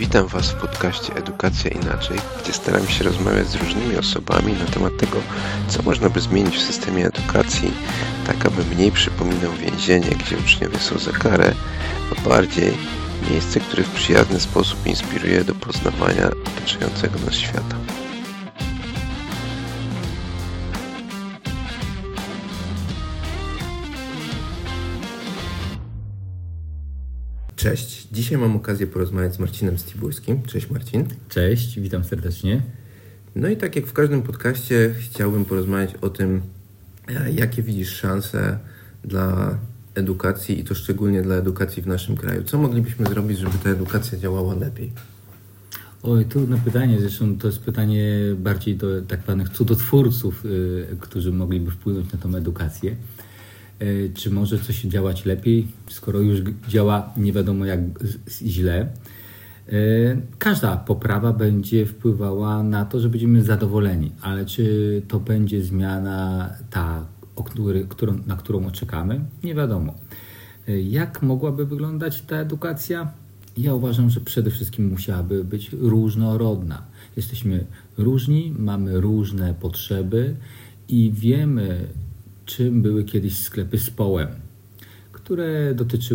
Witam Was w podcaście Edukacja Inaczej, gdzie staram się rozmawiać z różnymi osobami na temat tego, co można by zmienić w systemie edukacji, tak aby mniej przypominał więzienie, gdzie uczniowie są za karę, a bardziej miejsce, które w przyjazny sposób inspiruje do poznawania otaczającego nas świata. Cześć, dzisiaj mam okazję porozmawiać z Marcinem Stiburskim. Cześć Marcin. Cześć, witam serdecznie. No i tak jak w każdym podcaście chciałbym porozmawiać o tym, jakie widzisz szanse dla edukacji i to szczególnie dla edukacji w naszym kraju. Co moglibyśmy zrobić, żeby ta edukacja działała lepiej? Oj, trudne pytanie. Zresztą to jest pytanie bardziej do tak zwanych cudotwórców, którzy mogliby wpłynąć na tą edukację. Czy może coś działać lepiej, skoro już działa nie wiadomo jak źle. Każda poprawa będzie wpływała na to, że będziemy zadowoleni, ale czy to będzie zmiana ta, na którą czekamy? Nie wiadomo. Jak mogłaby wyglądać ta edukacja? Ja uważam, że przede wszystkim musiałaby być różnorodna. Jesteśmy różni, mamy różne potrzeby i wiemy, czym były kiedyś sklepy z połem, które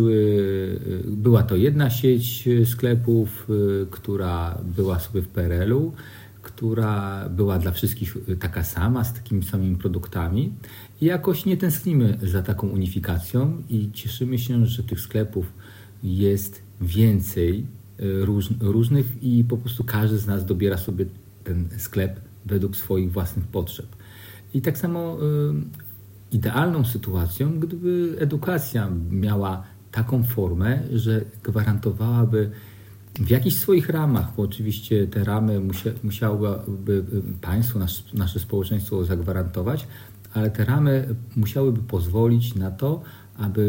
była to jedna sieć sklepów, która była sobie w PRL-u, która była dla wszystkich taka sama, z takimi samymi produktami. I jakoś nie tęsknimy za taką unifikacją i cieszymy się, że tych sklepów jest więcej różnych i po prostu każdy z nas dobiera sobie ten sklep według swoich własnych potrzeb. I tak samo idealną sytuacją, gdyby edukacja miała taką formę, że gwarantowałaby w jakichś swoich ramach, bo oczywiście te ramy musiałoby państwo, nasze społeczeństwo zagwarantować, ale te ramy musiałyby pozwolić na to, aby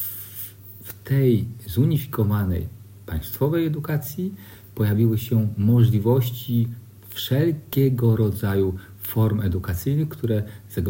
w tej zunifikowanej państwowej edukacji pojawiły się możliwości wszelkiego rodzaju form edukacyjnych, które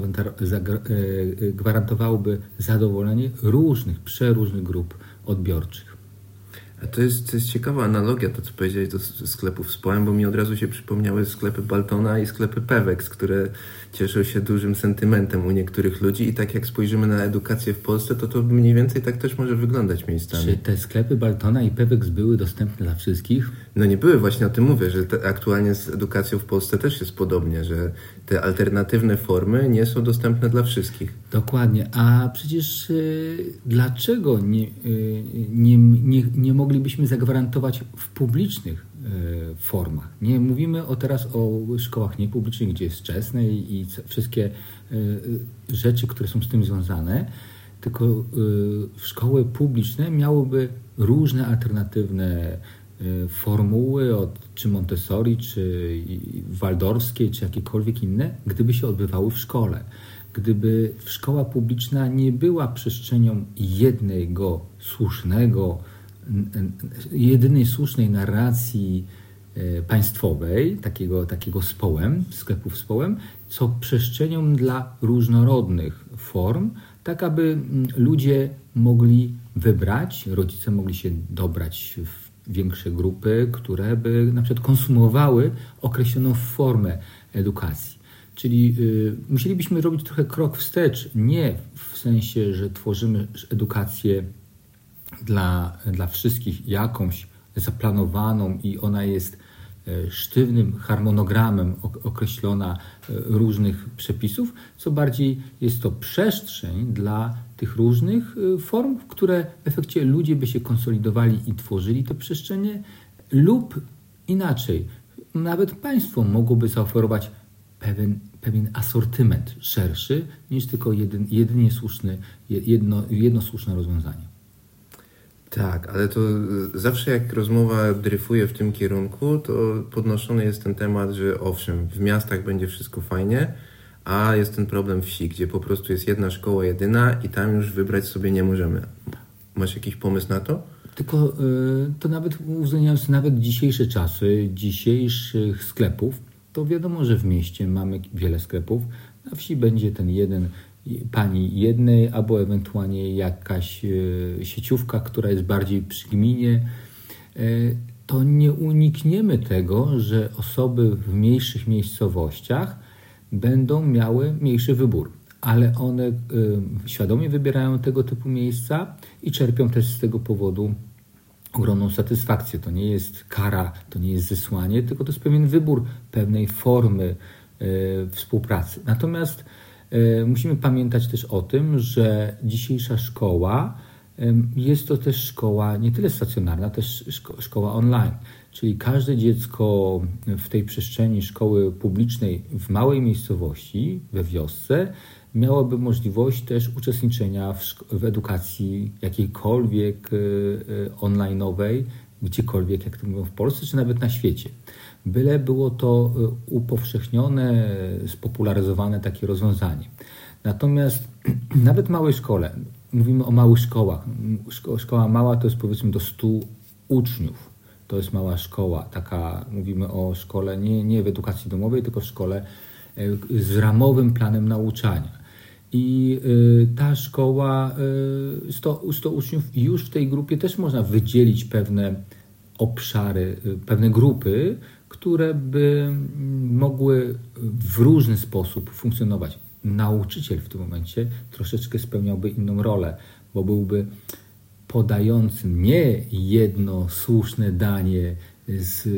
gwarantowałyby zadowolenie przeróżnych grup odbiorczych. A to jest ciekawa analogia, to co powiedziałeś do sklepów z połem, bo mi od razu się przypomniały sklepy Baltona i sklepy Pewex, które cieszą się dużym sentymentem u niektórych ludzi i tak jak spojrzymy na edukację w Polsce, to mniej więcej tak też może wyglądać miejscami. Czy te sklepy Baltona i Pewex były dostępne dla wszystkich? No nie były, właśnie o tym mówię, że aktualnie z edukacją w Polsce też jest podobnie, że te alternatywne formy nie są dostępne dla wszystkich. Dokładnie, a przecież dlaczego nie moglibyśmy zagwarantować w publicznych formach? Nie mówimy teraz o szkołach niepublicznych, gdzie jest wczesne i wszystkie rzeczy, które są z tym związane, tylko szkoły publiczne miałyby różne alternatywne formuły, czy Montessori, czy waldorfskiej, czy jakiekolwiek inne, gdyby się odbywały w szkole. Gdyby szkoła publiczna nie była przestrzenią jedynej słusznej narracji państwowej, takiego z połem, sklepów z połem, co przestrzenią dla różnorodnych form, tak aby ludzie mogli wybrać, rodzice mogli się dobrać w większe grupy, które by na przykład konsumowały określoną formę edukacji. Czyli musielibyśmy robić trochę krok wstecz, nie w sensie, że tworzymy edukację dla wszystkich jakąś zaplanowaną i ona jest sztywnym harmonogramem określona różnych przepisów, co bardziej jest to przestrzeń dla tych różnych form, w które w efekcie ludzie by się konsolidowali i tworzyli te przestrzenie, lub inaczej, nawet państwo mogłoby zaoferować pewien asortyment szerszy niż tylko jedno słuszne rozwiązanie. Tak, ale to zawsze jak rozmowa dryfuje w tym kierunku, to podnoszony jest ten temat, że owszem, w miastach będzie wszystko fajnie, a jest ten problem wsi, gdzie po prostu jest jedna szkoła jedyna i tam już wybrać sobie nie możemy. Masz jakiś pomysł na to? Tylko to nawet uwzględniając nawet dzisiejsze czasy, dzisiejszych sklepów, to wiadomo, że w mieście mamy wiele sklepów, na wsi będzie ten jeden pani jednej, albo ewentualnie jakaś sieciówka, która jest bardziej przy gminie. to nie unikniemy tego, że osoby w mniejszych miejscowościach będą miały mniejszy wybór, ale one świadomie wybierają tego typu miejsca i czerpią też z tego powodu ogromną satysfakcję. To nie jest kara, to nie jest zesłanie, tylko to jest pewien wybór pewnej formy współpracy. Natomiast musimy pamiętać też o tym, że dzisiejsza szkoła jest to też szkoła nie tyle stacjonarna, też szkoła online. Czyli każde dziecko w tej przestrzeni szkoły publicznej w małej miejscowości, we wiosce, miałoby możliwość też uczestniczenia w edukacji jakiejkolwiek online'owej, gdziekolwiek, jak to mówią w Polsce, czy nawet na świecie. Byle było to upowszechnione, spopularyzowane takie rozwiązanie. Natomiast nawet w małej szkole, mówimy o małych szkołach. Szkoła mała to jest powiedzmy do 100 uczniów. To jest mała szkoła. Taka, mówimy o szkole nie w edukacji domowej, tylko w szkole z ramowym planem nauczania. I ta szkoła, 100 uczniów, już w tej grupie też można wydzielić pewne obszary, pewne grupy, które by mogły w różny sposób funkcjonować. Nauczyciel w tym momencie troszeczkę spełniałby inną rolę, bo byłby podającym nie jedno słuszne danie z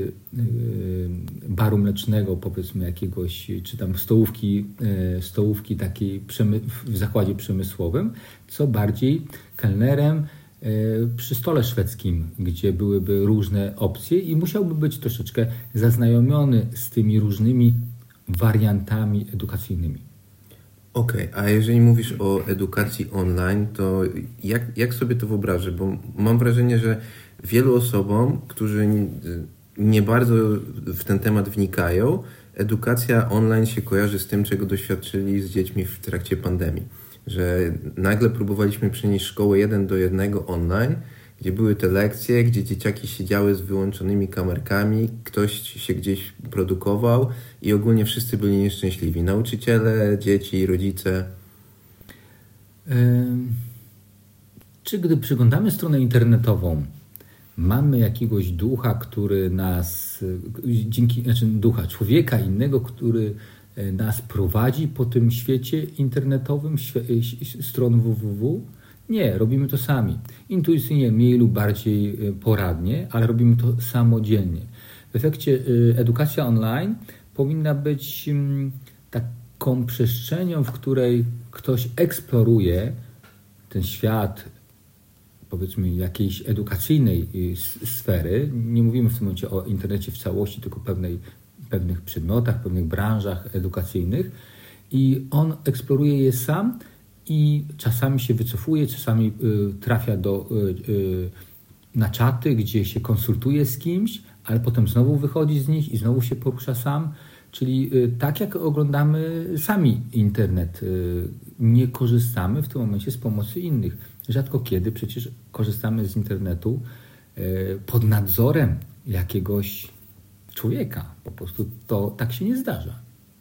baru mlecznego, powiedzmy jakiegoś, czy tam stołówki takiej w zakładzie przemysłowym, co bardziej kelnerem przy stole szwedzkim, gdzie byłyby różne opcje i musiałby być troszeczkę zaznajomiony z tymi różnymi wariantami edukacyjnymi. Okej, a jeżeli mówisz o edukacji online, to jak sobie to wyobrażę? Bo mam wrażenie, że wielu osobom, którzy nie bardzo w ten temat wnikają, edukacja online się kojarzy z tym, czego doświadczyli z dziećmi w trakcie pandemii. Że nagle próbowaliśmy przenieść szkołę 1:1 online, gdzie były te lekcje, gdzie dzieciaki siedziały z wyłączonymi kamerkami, ktoś się gdzieś produkował i ogólnie wszyscy byli nieszczęśliwi. Nauczyciele, dzieci, rodzice. Czy gdy przyglądamy stronę internetową, mamy jakiegoś ducha, który nas, ducha, człowieka innego, który nas prowadzi po tym świecie internetowym, stron www? Nie, robimy to sami. Intuicyjnie, mniej lub bardziej poradnie, ale robimy to samodzielnie. W efekcie edukacja online powinna być taką przestrzenią, w której ktoś eksploruje ten świat, powiedzmy jakiejś edukacyjnej sfery. Nie mówimy w tym momencie o internecie w całości, tylko pewnych przedmiotach, pewnych branżach edukacyjnych i on eksploruje je sam i czasami się wycofuje, czasami trafia na czaty, gdzie się konsultuje z kimś, ale potem znowu wychodzi z nich i znowu się porusza sam. Czyli tak jak oglądamy sami internet, nie korzystamy w tym momencie z pomocy innych. Rzadko kiedy przecież korzystamy z internetu pod nadzorem jakiegoś człowieka. Po prostu to tak się nie zdarza.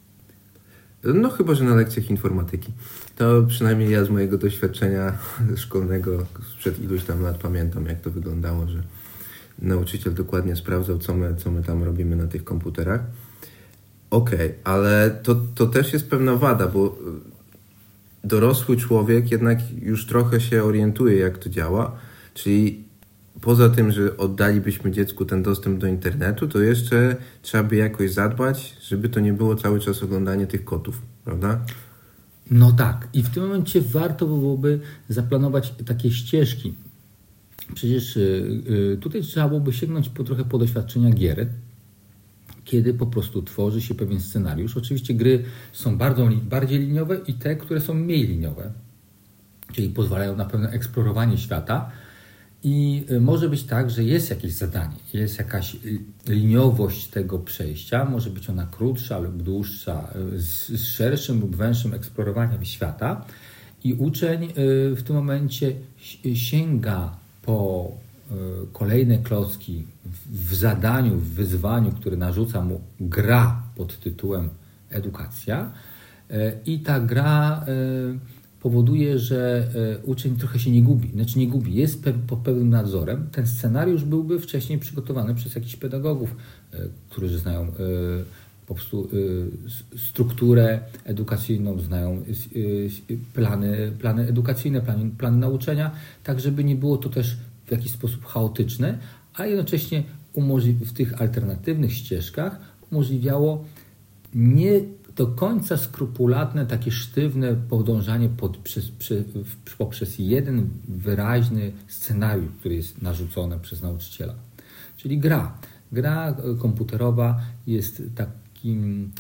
No chyba, że na lekcjach informatyki. To przynajmniej ja z mojego doświadczenia szkolnego sprzed iluś tam lat pamiętam, jak to wyglądało, że nauczyciel dokładnie sprawdzał, co my tam robimy na tych komputerach. Okej, ale to też jest pewna wada, bo dorosły człowiek jednak już trochę się orientuje, jak to działa, czyli poza tym, że oddalibyśmy dziecku ten dostęp do internetu, to jeszcze trzeba by jakoś zadbać, żeby to nie było cały czas oglądanie tych kotów, prawda? No tak. I w tym momencie warto byłoby zaplanować takie ścieżki. Przecież tutaj trzeba byłoby sięgnąć trochę po doświadczenia gier, kiedy po prostu tworzy się pewien scenariusz. Oczywiście gry są bardziej liniowe i te, które są mniej liniowe, czyli pozwalają na pewne eksplorowanie świata. I może być tak, że jest jakieś zadanie, jest jakaś liniowość tego przejścia, może być ona krótsza lub dłuższa, z szerszym lub węższym eksplorowaniem świata i uczeń w tym momencie sięga po kolejne klocki w zadaniu, w wyzwaniu, które narzuca mu gra pod tytułem edukacja i ta gra powoduje, że uczeń trochę się nie gubi. Znaczy nie gubi, jest pod pewnym nadzorem. Ten scenariusz byłby wcześniej przygotowany przez jakichś pedagogów, którzy znają po prostu strukturę edukacyjną, znają plany edukacyjne, plany nauczania, tak żeby nie było to też w jakiś sposób chaotyczne, a jednocześnie w tych alternatywnych ścieżkach umożliwiało nie do końca skrupulatne, takie sztywne podążanie poprzez jeden wyraźny scenariusz, który jest narzucony przez nauczyciela. Czyli gra. Gra komputerowa jest takim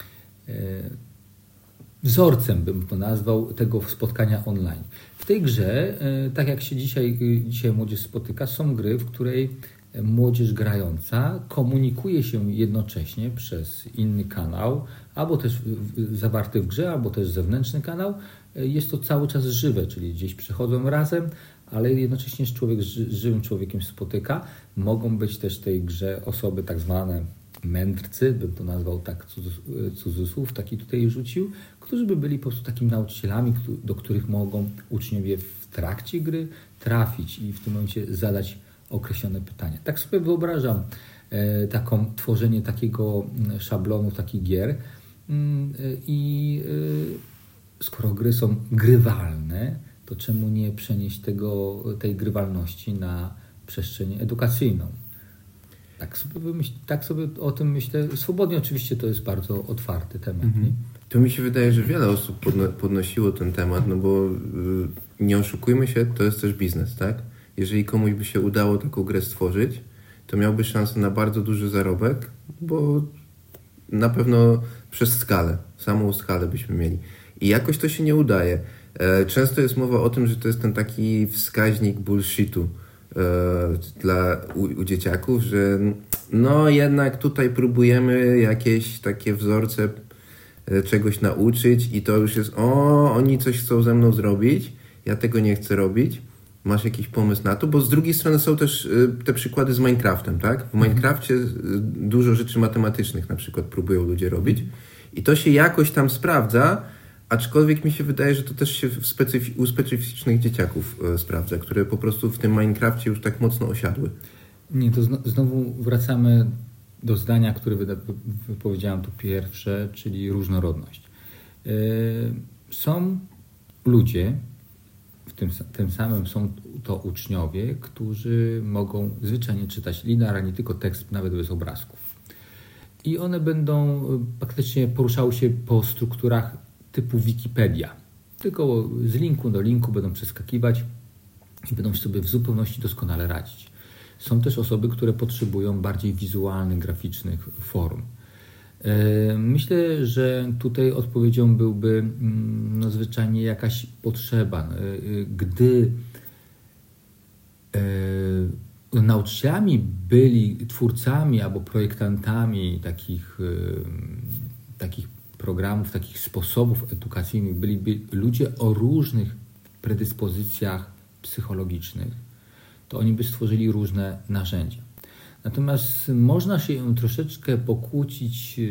wzorcem, bym to nazwał, tego spotkania online. W tej grze, tak jak się dzisiaj młodzież spotyka, są gry, w której młodzież grająca komunikuje się jednocześnie przez inny kanał, albo też zawarty w grze, albo też zewnętrzny kanał. Jest to cały czas żywe, czyli gdzieś przechodzą razem, ale jednocześnie człowiek z żywym człowiekiem spotyka. Mogą być też w tej grze osoby tak zwane mędrcy, bym to nazwał tak cudzysłów, taki tutaj rzucił, którzy by byli po prostu takimi nauczycielami, do których mogą uczniowie w trakcie gry trafić i w tym momencie zadać określone pytania. Tak sobie wyobrażam tworzenie takiego szablonu, takich gier i skoro gry są grywalne, to czemu nie przenieść tej grywalności na przestrzeń edukacyjną? Tak sobie o tym myślę. Swobodnie oczywiście to jest bardzo otwarty temat. Nie? To mi się wydaje, że wiele osób podnosiło ten temat, no bo nie oszukujmy się, to jest też biznes, tak? Jeżeli komuś by się udało taką grę stworzyć, to miałby szansę na bardzo duży zarobek, bo na pewno przez skalę, samą skalę byśmy mieli. I jakoś to się nie udaje. Często jest mowa o tym, że to jest ten taki wskaźnik bullshitu u dzieciaków, że no jednak tutaj próbujemy jakieś takie wzorce czegoś nauczyć i to już jest oni coś chcą ze mną zrobić, ja tego nie chcę robić. Masz jakiś pomysł na to? Bo z drugiej strony są też te przykłady z Minecraftem, tak? W Minecrafcie dużo rzeczy matematycznych na przykład próbują ludzie robić i to się jakoś tam sprawdza, aczkolwiek mi się wydaje, że to też się u specyficznych dzieciaków sprawdza, które po prostu w tym Minecrafcie już tak mocno osiadły. Nie, to znowu wracamy do zdania, które wypowiedziałem tu pierwsze, czyli różnorodność. Są ludzie, tym samym są to uczniowie, którzy mogą zwyczajnie czytać linear, nie tylko tekst, nawet bez obrazków. I one będą praktycznie poruszały się po strukturach typu Wikipedia. Tylko z linku do linku będą przeskakiwać i będą sobie w zupełności doskonale radzić. Są też osoby, które potrzebują bardziej wizualnych, graficznych form. Myślę, że tutaj odpowiedzią byłby zwyczajnie jakaś potrzeba. Gdy nauczycielami byli twórcami albo projektantami takich programów, takich sposobów edukacyjnych, byliby ludzie o różnych predyspozycjach psychologicznych, to oni by stworzyli różne narzędzia. Natomiast można się troszeczkę pokłócić,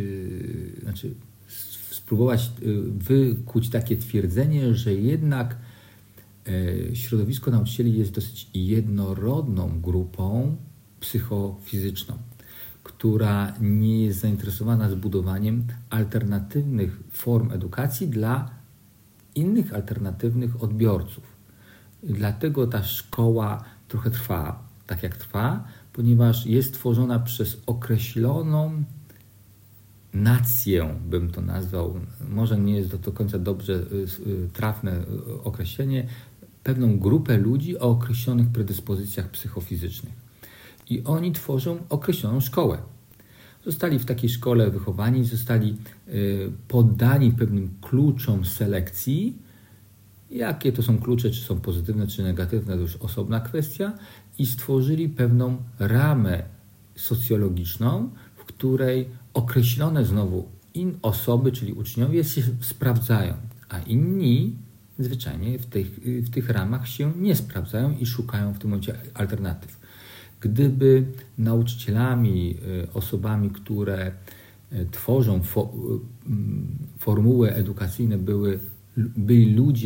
spróbować wykuć takie twierdzenie, że jednak środowisko nauczycieli jest dosyć jednorodną grupą psychofizyczną, która nie jest zainteresowana zbudowaniem alternatywnych form edukacji dla innych alternatywnych odbiorców. Dlatego ta szkoła trochę trwa, tak jak trwa, ponieważ jest tworzona przez określoną nację, bym to nazwał, może nie jest to do końca dobrze trafne określenie, pewną grupę ludzi o określonych predyspozycjach psychofizycznych. I oni tworzą określoną szkołę. Zostali w takiej szkole wychowani, zostali poddani pewnym kluczom selekcji. Jakie to są klucze, czy są pozytywne, czy negatywne, to już osobna kwestia. I stworzyli pewną ramę socjologiczną, w której określone znowu osoby, czyli uczniowie się sprawdzają, a inni zwyczajnie w tych ramach się nie sprawdzają i szukają w tym momencie alternatyw. Gdyby nauczycielami, osobami, które tworzą formuły edukacyjne byli ludzie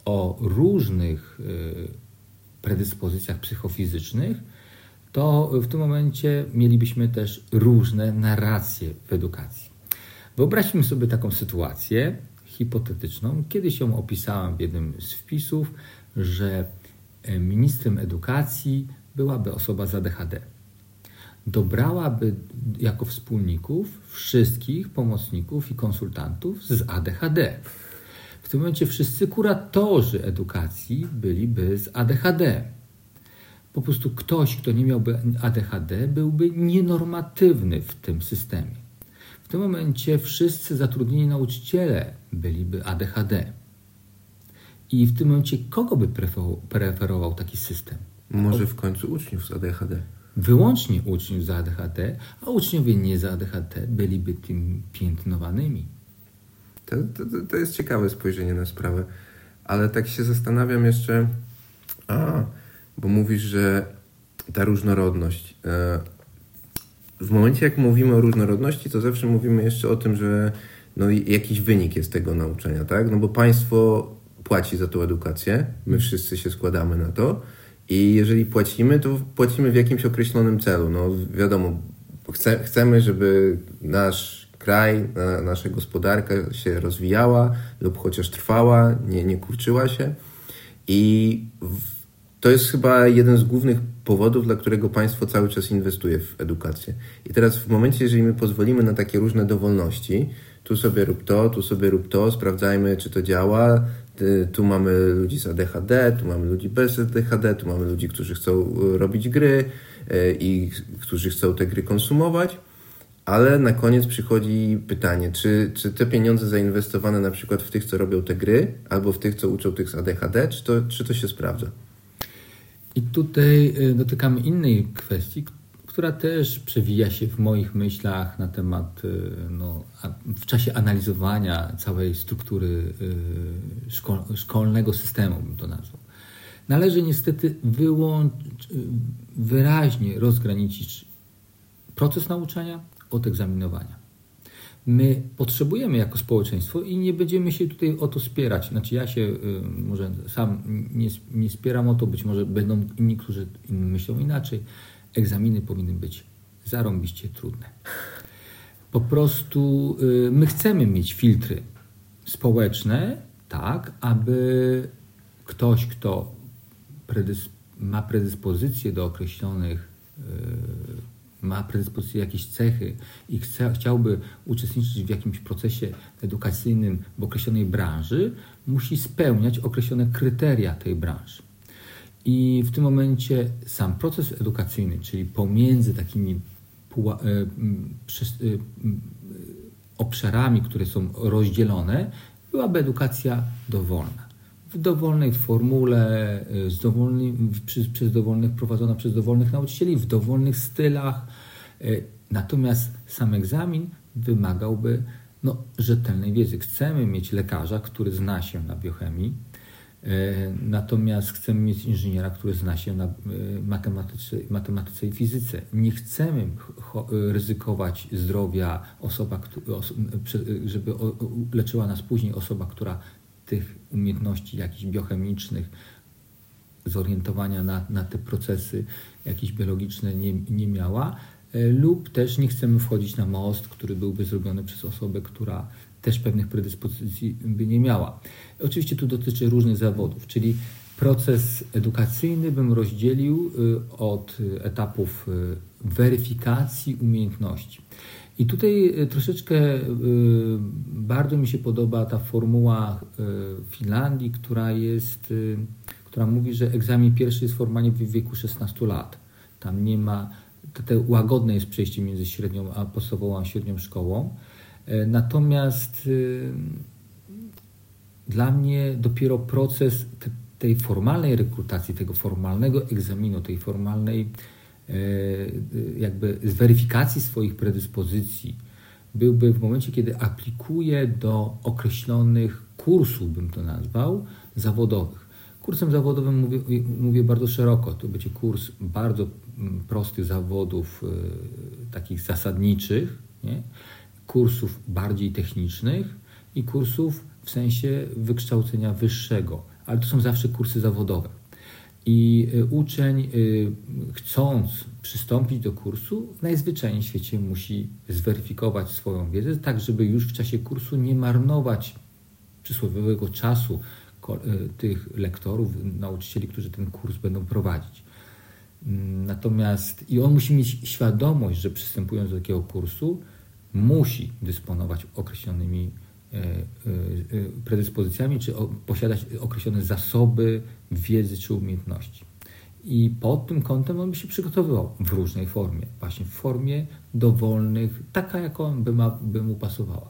o różnych predyspozycjach psychofizycznych, to w tym momencie mielibyśmy też różne narracje w edukacji. Wyobraźmy sobie taką sytuację hipotetyczną. Kiedyś ją opisałem w jednym z wpisów, że ministrem edukacji byłaby osoba z ADHD. Dobrałaby jako wspólników wszystkich pomocników i konsultantów z ADHD. W tym momencie wszyscy kuratorzy edukacji byliby z ADHD. Po prostu ktoś, kto nie miałby ADHD, byłby nienormatywny w tym systemie. W tym momencie wszyscy zatrudnieni nauczyciele byliby ADHD. I w tym momencie kogo by preferował taki system? Może w końcu uczniów z ADHD. Wyłącznie uczniów z ADHD, a uczniowie nie z ADHD byliby tym piętnowanymi. To jest ciekawe spojrzenie na sprawę. Ale tak się zastanawiam jeszcze, bo mówisz, że ta różnorodność. W momencie, jak mówimy o różnorodności, to zawsze mówimy jeszcze o tym, że jakiś wynik jest tego nauczania, tak? No bo państwo płaci za tą edukację, my wszyscy się składamy na to i jeżeli płacimy, to płacimy w jakimś określonym celu. No wiadomo, chcemy, żeby nasz kraj, nasza gospodarka się rozwijała lub chociaż trwała, nie kurczyła się i to jest chyba jeden z głównych powodów, dla którego państwo cały czas inwestuje w edukację. I teraz w momencie, jeżeli my pozwolimy na takie różne dowolności, tu sobie rób to, sprawdzajmy, czy to działa, tu mamy ludzi z ADHD, tu mamy ludzi bez ADHD, tu mamy ludzi, którzy chcą robić gry i którzy chcą te gry konsumować, ale na koniec przychodzi pytanie, czy te pieniądze zainwestowane na przykład w tych, co robią te gry, albo w tych, co uczą tych z ADHD, czy to się sprawdza? I tutaj dotykamy innej kwestii, która też przewija się w moich myślach na temat, w czasie analizowania całej struktury szkolnego systemu, bym to nazwał. Należy niestety wyraźnie rozgraniczyć proces nauczania od egzaminowania. My potrzebujemy jako społeczeństwo i nie będziemy się tutaj o to spierać. Znaczy ja się może sam nie spieram o to, być może będą inni, którzy myślą inaczej. Egzaminy powinny być zarąbiście trudne. Po prostu my chcemy mieć filtry społeczne, tak, aby ktoś, kto ma predyspozycję do określonych, ma predyspozycję jakieś cechy i chciałby uczestniczyć w jakimś procesie edukacyjnym w określonej branży, musi spełniać określone kryteria tej branży. I w tym momencie sam proces edukacyjny, czyli pomiędzy takimi obszarami, które są rozdzielone, byłaby edukacja dowolna. W dowolnej formule, prowadzona przez dowolnych nauczycieli, w dowolnych stylach. Natomiast sam egzamin wymagałby rzetelnej wiedzy. Chcemy mieć lekarza, który zna się na biochemii, natomiast chcemy mieć inżyniera, który zna się na matematyce i fizyce. Nie chcemy ryzykować zdrowia żeby leczyła nas później osoba, która tych umiejętności jakichś biochemicznych, zorientowania na te procesy jakieś biologiczne nie miała, lub też nie chcemy wchodzić na most, który byłby zrobiony przez osobę, która też pewnych predyspozycji by nie miała. Oczywiście tu dotyczy różnych zawodów, czyli proces edukacyjny bym rozdzielił od etapów weryfikacji umiejętności. I tutaj troszeczkę bardzo mi się podoba ta formuła Finlandii, która mówi, że egzamin pierwszy jest formalnie w wieku 16 lat. Tam nie ma, to łagodne jest przejście między średnią a podstawową a średnią szkołą. Natomiast dla mnie dopiero proces tej formalnej rekrutacji, tego formalnego egzaminu, tej formalnej jakby zweryfikacji swoich predyspozycji byłby w momencie, kiedy aplikuję do określonych kursów, bym to nazwał, zawodowych. Kursem zawodowym mówię bardzo szeroko. To będzie kurs bardzo prostych zawodów, takich zasadniczych, nie? Kursów bardziej technicznych i kursów w sensie wykształcenia wyższego, ale to są zawsze kursy zawodowe. I uczeń, chcąc przystąpić do kursu, najzwyczajniej w świecie musi zweryfikować swoją wiedzę, tak żeby już w czasie kursu nie marnować przysłowiowego czasu tych lektorów, nauczycieli, którzy ten kurs będą prowadzić. Natomiast i on musi mieć świadomość, że przystępując do takiego kursu, musi dysponować określonymi predyspozycjami, czy posiadać określone zasoby wiedzy czy umiejętności. I pod tym kątem on by się przygotowywał w różnej formie, właśnie w formie dowolnych, taka jaką by mu pasowała.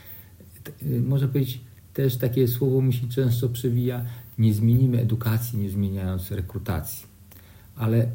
Można powiedzieć, też takie słowo mi się często przewija, nie zmienimy edukacji, nie zmieniając rekrutacji. Ale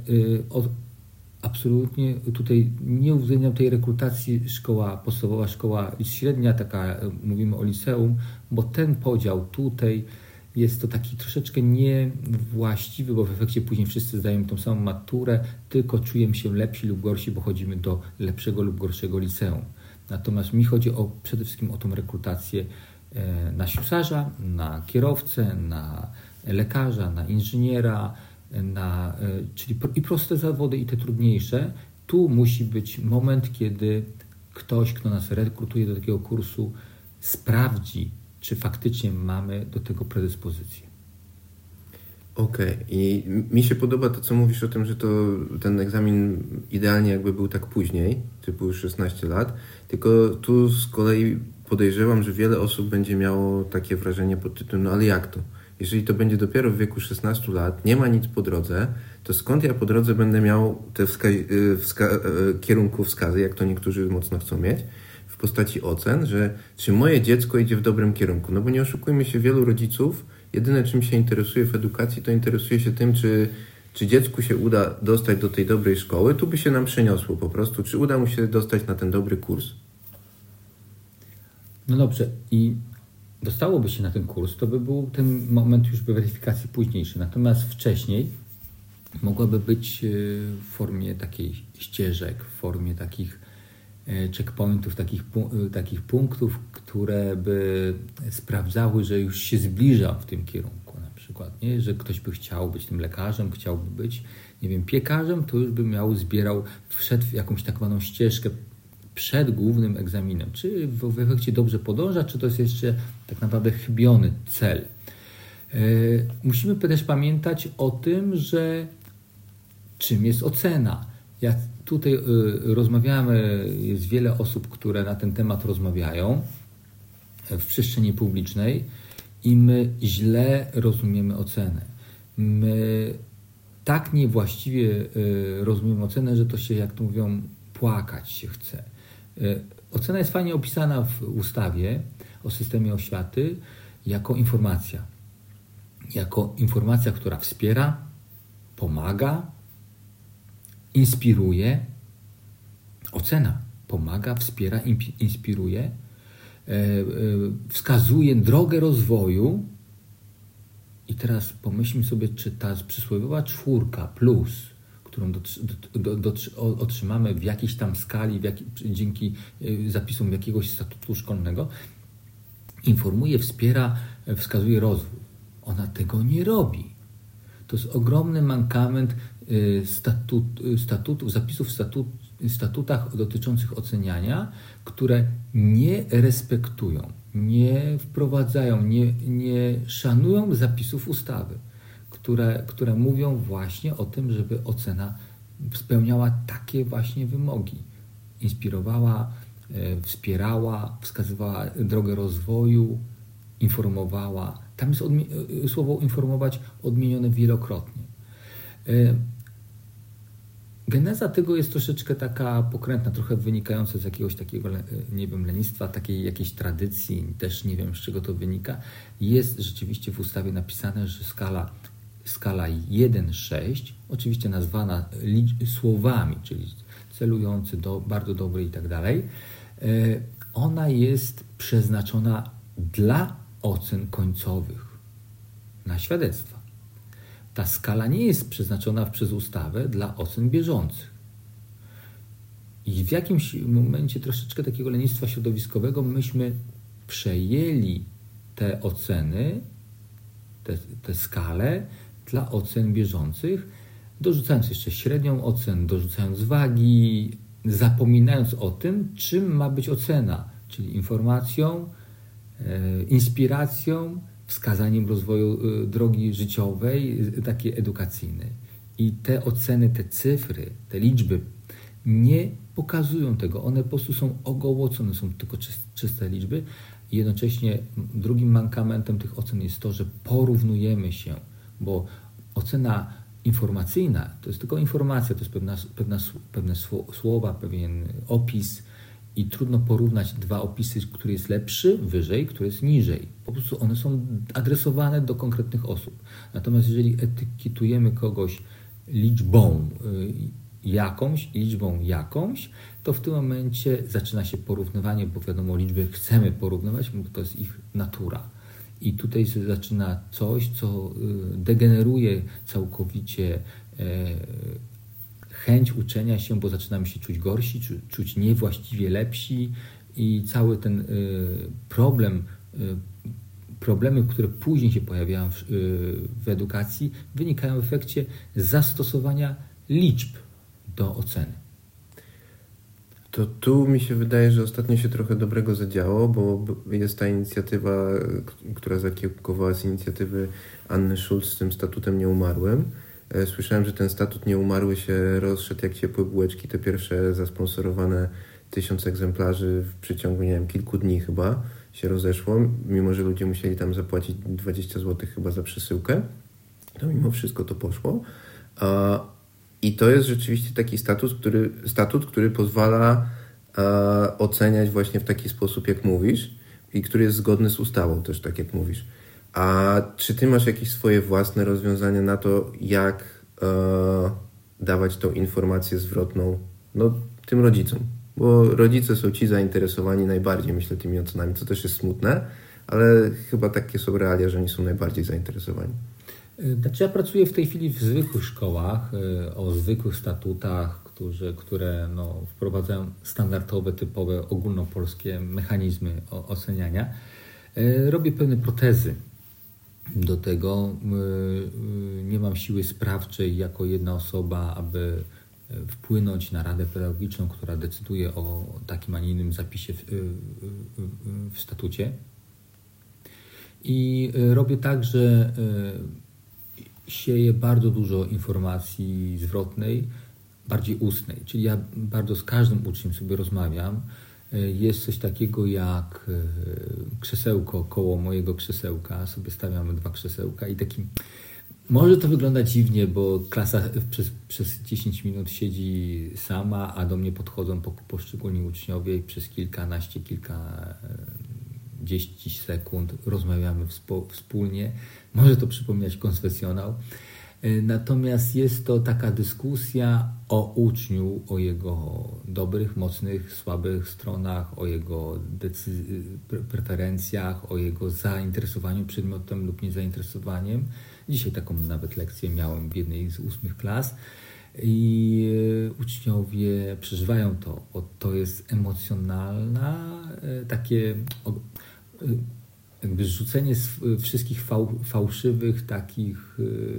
absolutnie tutaj nie uwzględniam tej rekrutacji szkoła podstawowa, szkoła średnia, taka mówimy o liceum, bo ten podział tutaj jest to taki troszeczkę niewłaściwy, bo w efekcie później wszyscy zdają tą samą maturę, tylko czujemy się lepsi lub gorsi, bo chodzimy do lepszego lub gorszego liceum. Natomiast mi chodzi przede wszystkim o tą rekrutację na ślusarza, na kierowcę, na lekarza, na inżyniera, czyli i proste zawody, i te trudniejsze. Tu musi być moment, kiedy ktoś, kto nas rekrutuje do takiego kursu, sprawdzi, czy faktycznie mamy do tego predyspozycję. Okej. I mi się podoba to, co mówisz o tym, że ten egzamin idealnie jakby był tak później, typu już 16 lat, tylko tu z kolei podejrzewam, że wiele osób będzie miało takie wrażenie pod tytułem, no ale jak to? Jeżeli to będzie dopiero w wieku 16 lat, nie ma nic po drodze, to skąd ja po drodze będę miał te kierunkowskazy, jak to niektórzy mocno chcą mieć, w postaci ocen, że czy moje dziecko idzie w dobrym kierunku? No bo nie oszukujmy się, wielu rodziców, jedyne czym się interesuje w edukacji, to interesuje się tym, czy dziecku się uda dostać do tej dobrej szkoły, tu by się nam przeniosło po prostu, czy uda mu się dostać na ten dobry kurs. No dobrze, i dostałoby się na ten kurs, to by był ten moment już weryfikacji późniejszy. Natomiast wcześniej mogłaby być w formie takiej ścieżek, w formie takich checkpointów, takich punktów, które by sprawdzały, że już się zbliża w tym kierunku. Na przykład, nie? Że ktoś by chciał być tym lekarzem, chciałby być, nie wiem, piekarzem, to już by wszedł w jakąś tak zwaną ścieżkę przed głównym egzaminem. Czy w efekcie dobrze podąża, czy to jest jeszcze tak naprawdę chybiony cel. Musimy też pamiętać o tym, że czym jest ocena. Tutaj rozmawiamy, jest wiele osób, które na ten temat rozmawiają w przestrzeni publicznej i my źle rozumiemy ocenę. My tak niewłaściwie rozumiemy ocenę, że to się, jak to mówią, płakać się chce. Ocena jest fajnie opisana w ustawie o systemie oświaty jako informacja. Jako informacja, która wspiera, pomaga, inspiruje. Ocena pomaga, wspiera, inspiruje, wskazuje drogę rozwoju. I teraz pomyślmy sobie, czy ta przysłowiowa 4+, którą otrzymamy w jakiejś tam skali, dzięki zapisom jakiegoś statutu szkolnego, informuje, wspiera, wskazuje rozwój. Ona tego nie robi. To jest ogromny mankament zapisów w statutach dotyczących oceniania, które nie respektują, nie wprowadzają, nie szanują zapisów ustawy, które mówią właśnie o tym, żeby ocena spełniała takie właśnie wymogi. Inspirowała, wspierała, wskazywała drogę rozwoju, informowała. Tam jest słowo informować odmienione wielokrotnie. Geneza tego jest troszeczkę taka pokrętna, trochę wynikająca z jakiegoś takiego, nie wiem, lenistwa, takiej jakiejś tradycji, też nie wiem, z czego to wynika. Jest rzeczywiście w ustawie napisane, że skala 1-6, oczywiście nazwana słowami, czyli celujący, bardzo dobry i tak dalej, ona jest przeznaczona dla ocen końcowych, na świadectwa. Ta skala nie jest przeznaczona przez ustawę dla ocen bieżących. I w jakimś momencie troszeczkę takiego lenistwa środowiskowego myśmy przejęli te oceny tę skalę dla ocen bieżących, dorzucając jeszcze średnią ocen, dorzucając wagi, zapominając o tym, czym ma być ocena, czyli informacją, inspiracją, wskazaniem rozwoju drogi życiowej, takiej edukacyjnej. I te oceny, te cyfry, te liczby nie pokazują tego. One po prostu są ogołocone, są tylko czyste liczby. I jednocześnie drugim mankamentem tych ocen jest to, że porównujemy się, bo ocena informacyjna to jest tylko informacja, to jest pewne słowa, pewien opis i trudno porównać dwa opisy, który jest lepszy, wyżej, który jest niżej. Po prostu one są adresowane do konkretnych osób. Natomiast jeżeli etykietujemy kogoś liczbą jakąś, to w tym momencie zaczyna się porównywanie, bo wiadomo, liczby chcemy porównywać, bo to jest ich natura. I tutaj się zaczyna coś, co degeneruje całkowicie chęć uczenia się, bo zaczynamy się czuć gorsi, czuć niewłaściwie lepsi i cały ten problemy, które później się pojawiają w edukacji, wynikają w efekcie zastosowania liczb do oceny. To tu mi się wydaje, że ostatnio się trochę dobrego zadziało, bo jest ta inicjatywa, która zakiełkowała z inicjatywy Anny Schulz z tym statutem nieumarłym. Słyszałem, że ten statut nieumarły się rozszedł jak ciepłe bułeczki. Te pierwsze zasponsorowane 1000 egzemplarzy w przeciągu, nie wiem, kilku dni chyba się rozeszło, mimo że ludzie musieli tam zapłacić 20 zł chyba za przesyłkę. To mimo wszystko to poszło. I to jest rzeczywiście taki statut, który pozwala oceniać właśnie w taki sposób, jak mówisz i który jest zgodny z ustawą też, tak jak mówisz. A czy ty masz jakieś swoje własne rozwiązania na to, jak dawać tą informację zwrotną tym rodzicom? Bo rodzice są ci zainteresowani najbardziej, myślę, tymi ocenami, co też jest smutne, ale chyba takie są realia, że oni są najbardziej zainteresowani. Znaczy ja pracuję w tej chwili w zwykłych szkołach, o zwykłych statutach, które wprowadzają standardowe, typowe, ogólnopolskie mechanizmy oceniania. Robię pewne protezy do tego. Nie mam siły sprawczej jako jedna osoba, aby wpłynąć na Radę Pedagogiczną, która decyduje o takim, a nie innym zapisie w statucie. I robię tak, że sieję bardzo dużo informacji zwrotnej, bardziej ustnej. Czyli ja bardzo z każdym uczniem sobie rozmawiam. Jest coś takiego jak krzesełko koło mojego krzesełka. Sobie stawiamy 2 krzesełka i takim... Może to wygląda dziwnie, bo klasa przez 10 minut siedzi sama, a do mnie podchodzą poszczególni uczniowie i przez kilkanaście sekund rozmawiamy wspólnie. Może to przypominać konfesjonał. Natomiast jest to taka dyskusja o uczniu, o jego dobrych, mocnych, słabych stronach, o jego preferencjach, o jego zainteresowaniu przedmiotem lub niezainteresowaniem. Dzisiaj taką nawet lekcję miałem w jednej z 8 klas i uczniowie przeżywają to, bo to jest emocjonalna, takie jakby zrzucenie wszystkich fałszywych takich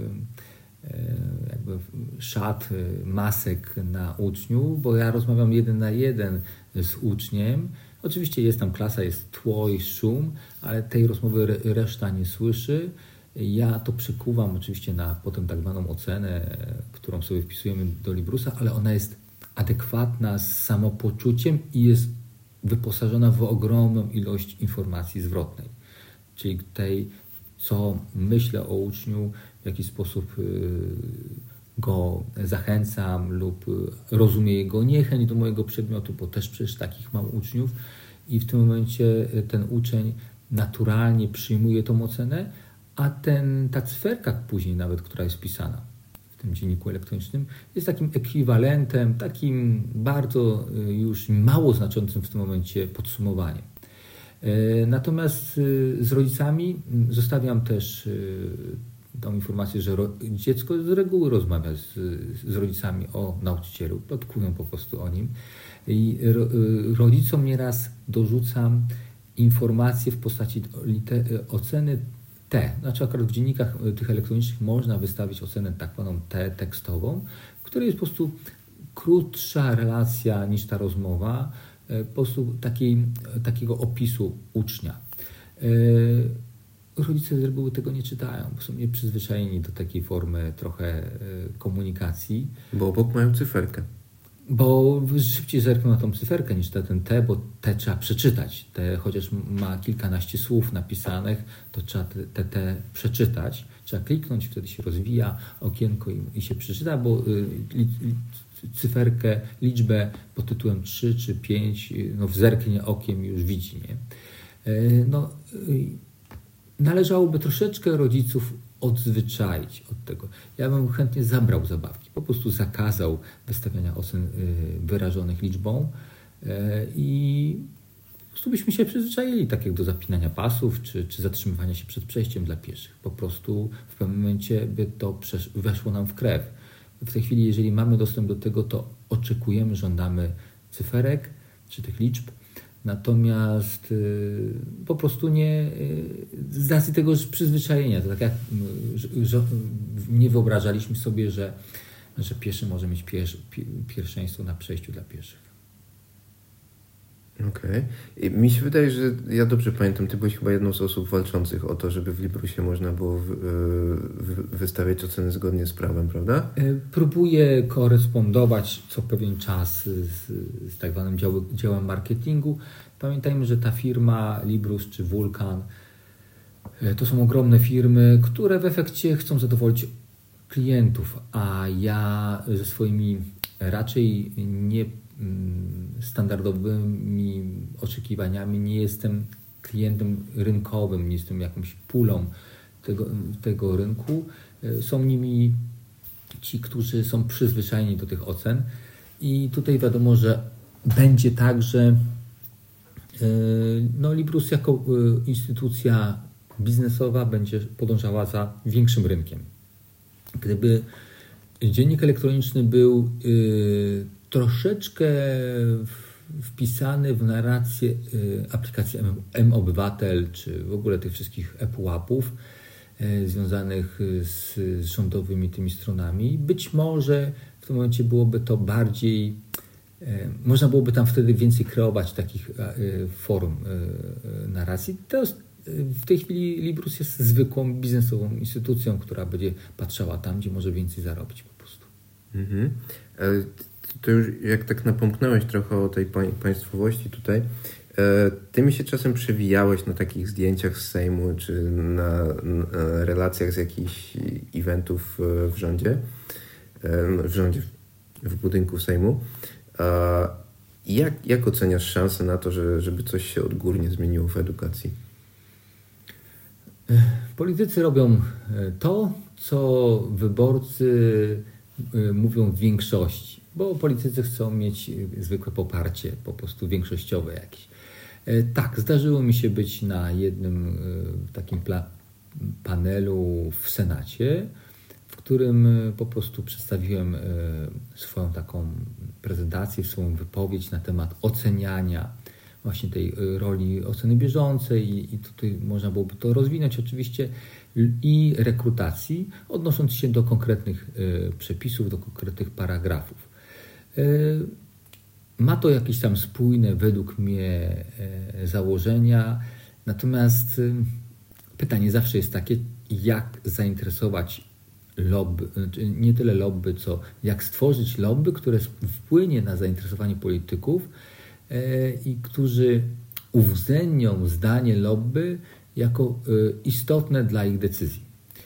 jakby szat, masek na uczniu, bo ja rozmawiam 1 na 1 z uczniem. Oczywiście jest tam klasa, jest tło i szum, ale tej rozmowy reszta nie słyszy. Ja to przekuwam oczywiście na potem tak zwaną ocenę, którą sobie wpisujemy do Librusa, ale ona jest adekwatna z samopoczuciem i jest wyposażona w ogromną ilość informacji zwrotnej. Czyli tej, co myślę o uczniu, w jaki sposób go zachęcam lub rozumiem jego niechęć do mojego przedmiotu, bo też przecież takich mam uczniów i w tym momencie ten uczeń naturalnie przyjmuje tą ocenę, a ta cyferka później nawet, która jest wpisana w tym dzienniku elektronicznym, jest takim ekwiwalentem, takim bardzo już mało znaczącym w tym momencie podsumowaniem. Natomiast z rodzicami zostawiam też tą informację, że dziecko z reguły rozmawia z rodzicami o nauczycielu, plotkują po prostu o nim. I rodzicom nieraz dorzucam informacje w postaci oceny T. Znaczy akurat w dziennikach tych elektronicznych można wystawić ocenę tak zwaną T tekstową, w której jest po prostu krótsza relacja niż ta rozmowa, po prostu takiego opisu ucznia. Rodzice z reguły tego nie czytają, bo są nieprzyzwyczajeni do takiej formy trochę komunikacji. Bo obok mają cyferkę. Bo szybciej zerkną na tą cyferkę niż na ten T, bo T trzeba przeczytać. Chociaż ma kilkanaście słów napisanych, to trzeba te przeczytać. Trzeba kliknąć, wtedy się rozwija okienko i się przeczyta, bo cyferkę, liczbę pod tytułem 3 czy 5, zerknie okiem już widzi. Nie? Należałoby troszeczkę rodziców odzwyczaić od tego. Ja bym chętnie zabrał zabawki, po prostu zakazał wystawiania ocen wyrażonych liczbą i po prostu byśmy się przyzwyczaili, tak jak do zapinania pasów czy zatrzymywania się przed przejściem dla pieszych. Po prostu w pewnym momencie by to weszło nam w krew. W tej chwili, jeżeli mamy dostęp do tego, to oczekujemy, żądamy cyferek czy tych liczb. Natomiast po prostu z racji tego przyzwyczajenia, to tak jak nie wyobrażaliśmy sobie, że pieszy może mieć pierwszeństwo na przejściu dla pieszych. Okej. Mi się wydaje, że ja dobrze pamiętam, ty byłeś chyba jedną z osób walczących o to, żeby w Librusie można było wystawiać oceny zgodnie z prawem, prawda? Próbuję korespondować co pewien czas z tak zwanym działem marketingu. Pamiętajmy, że ta firma Librus czy Vulkan to są ogromne firmy, które w efekcie chcą zadowolić klientów, a ja ze swoimi raczej nie standardowymi oczekiwaniami nie jestem klientem rynkowym, nie jestem jakąś pulą tego rynku. Są nimi ci, którzy są przyzwyczajeni do tych ocen i tutaj wiadomo, że będzie tak, że Librus jako instytucja biznesowa będzie podążała za większym rynkiem. Gdyby dziennik elektroniczny był troszeczkę wpisany w narrację aplikacji M-Obywatel, czy w ogóle tych wszystkich ePUAP-ów związanych z rządowymi tymi stronami, być może w tym momencie byłoby to bardziej, można byłoby tam wtedy więcej kreować takich form narracji. W tej chwili Librus jest zwykłą biznesową instytucją, która będzie patrzała tam, gdzie może więcej zarobić po prostu. Mhm. To już jak tak napomknąłeś trochę o tej państwowości tutaj, ty mi się czasem przewijałeś na takich zdjęciach z Sejmu, czy na relacjach z jakichś eventów w rządzie, w budynku Sejmu. Jak oceniasz szansę na to, żeby coś się odgórnie zmieniło w edukacji? Politycy robią to, co wyborcy mówią w większości, bo politycy chcą mieć zwykłe poparcie, po prostu większościowe jakieś. Tak, zdarzyło mi się być na jednym takim panelu w Senacie, w którym po prostu przedstawiłem swoją taką prezentację, swoją wypowiedź na temat oceniania właśnie tej roli oceny bieżącej i tutaj można byłoby to rozwinąć oczywiście i rekrutacji, odnosząc się do konkretnych przepisów, do konkretnych paragrafów. Ma to jakieś tam spójne według mnie założenia, natomiast pytanie zawsze jest takie, jak zainteresować lobby, nie tyle lobby, co jak stworzyć lobby, które wpłynie na zainteresowanie polityków i którzy uwzględnią zdanie lobby jako istotne dla ich decyzji.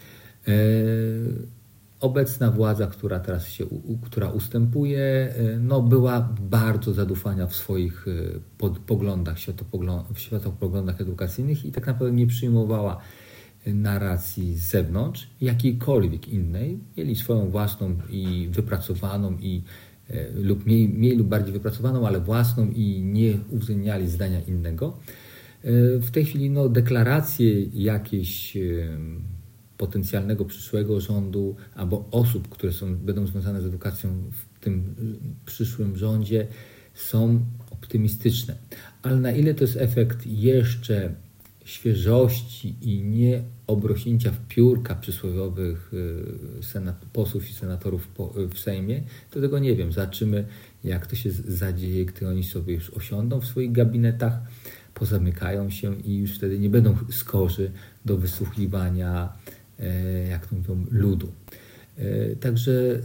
Obecna władza, która teraz która ustępuje, była bardzo zadufana w swoich poglądach, światopoglądach edukacyjnych i tak naprawdę nie przyjmowała narracji z zewnątrz, jakiejkolwiek innej. Mieli swoją własną i wypracowaną lub mniej lub bardziej wypracowaną, ale własną i nie uwzględniali zdania innego. W tej chwili deklaracje jakieś potencjalnego przyszłego rządu albo osób, które będą związane z edukacją w tym przyszłym rządzie są optymistyczne. Ale na ile to jest efekt jeszcze świeżości i nie obrośnięcia w piórka przysłowiowych posłów i senatorów w Sejmie, to tego nie wiem. Zobaczymy, jak to się zadzieje, gdy oni sobie już osiądą w swoich gabinetach, pozamykają się i już wtedy nie będą skorzy do wysłuchiwania, jak to mówią, ludu. Także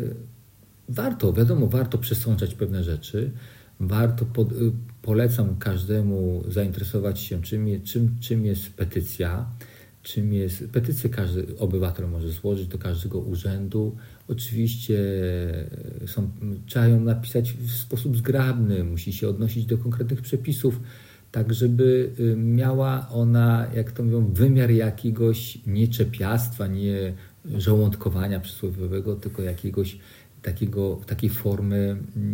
warto przesądzać pewne rzeczy. Polecam każdemu zainteresować się, czym jest petycja. Petycję każdy obywatel może złożyć do każdego urzędu. Oczywiście trzeba ją napisać w sposób zgrabny, musi się odnosić do konkretnych przepisów, tak żeby miała ona, jak to mówią, wymiar jakiegoś nie czepiastwa, nie żołądkowania przysłowiowego, tylko jakiegoś takiej formy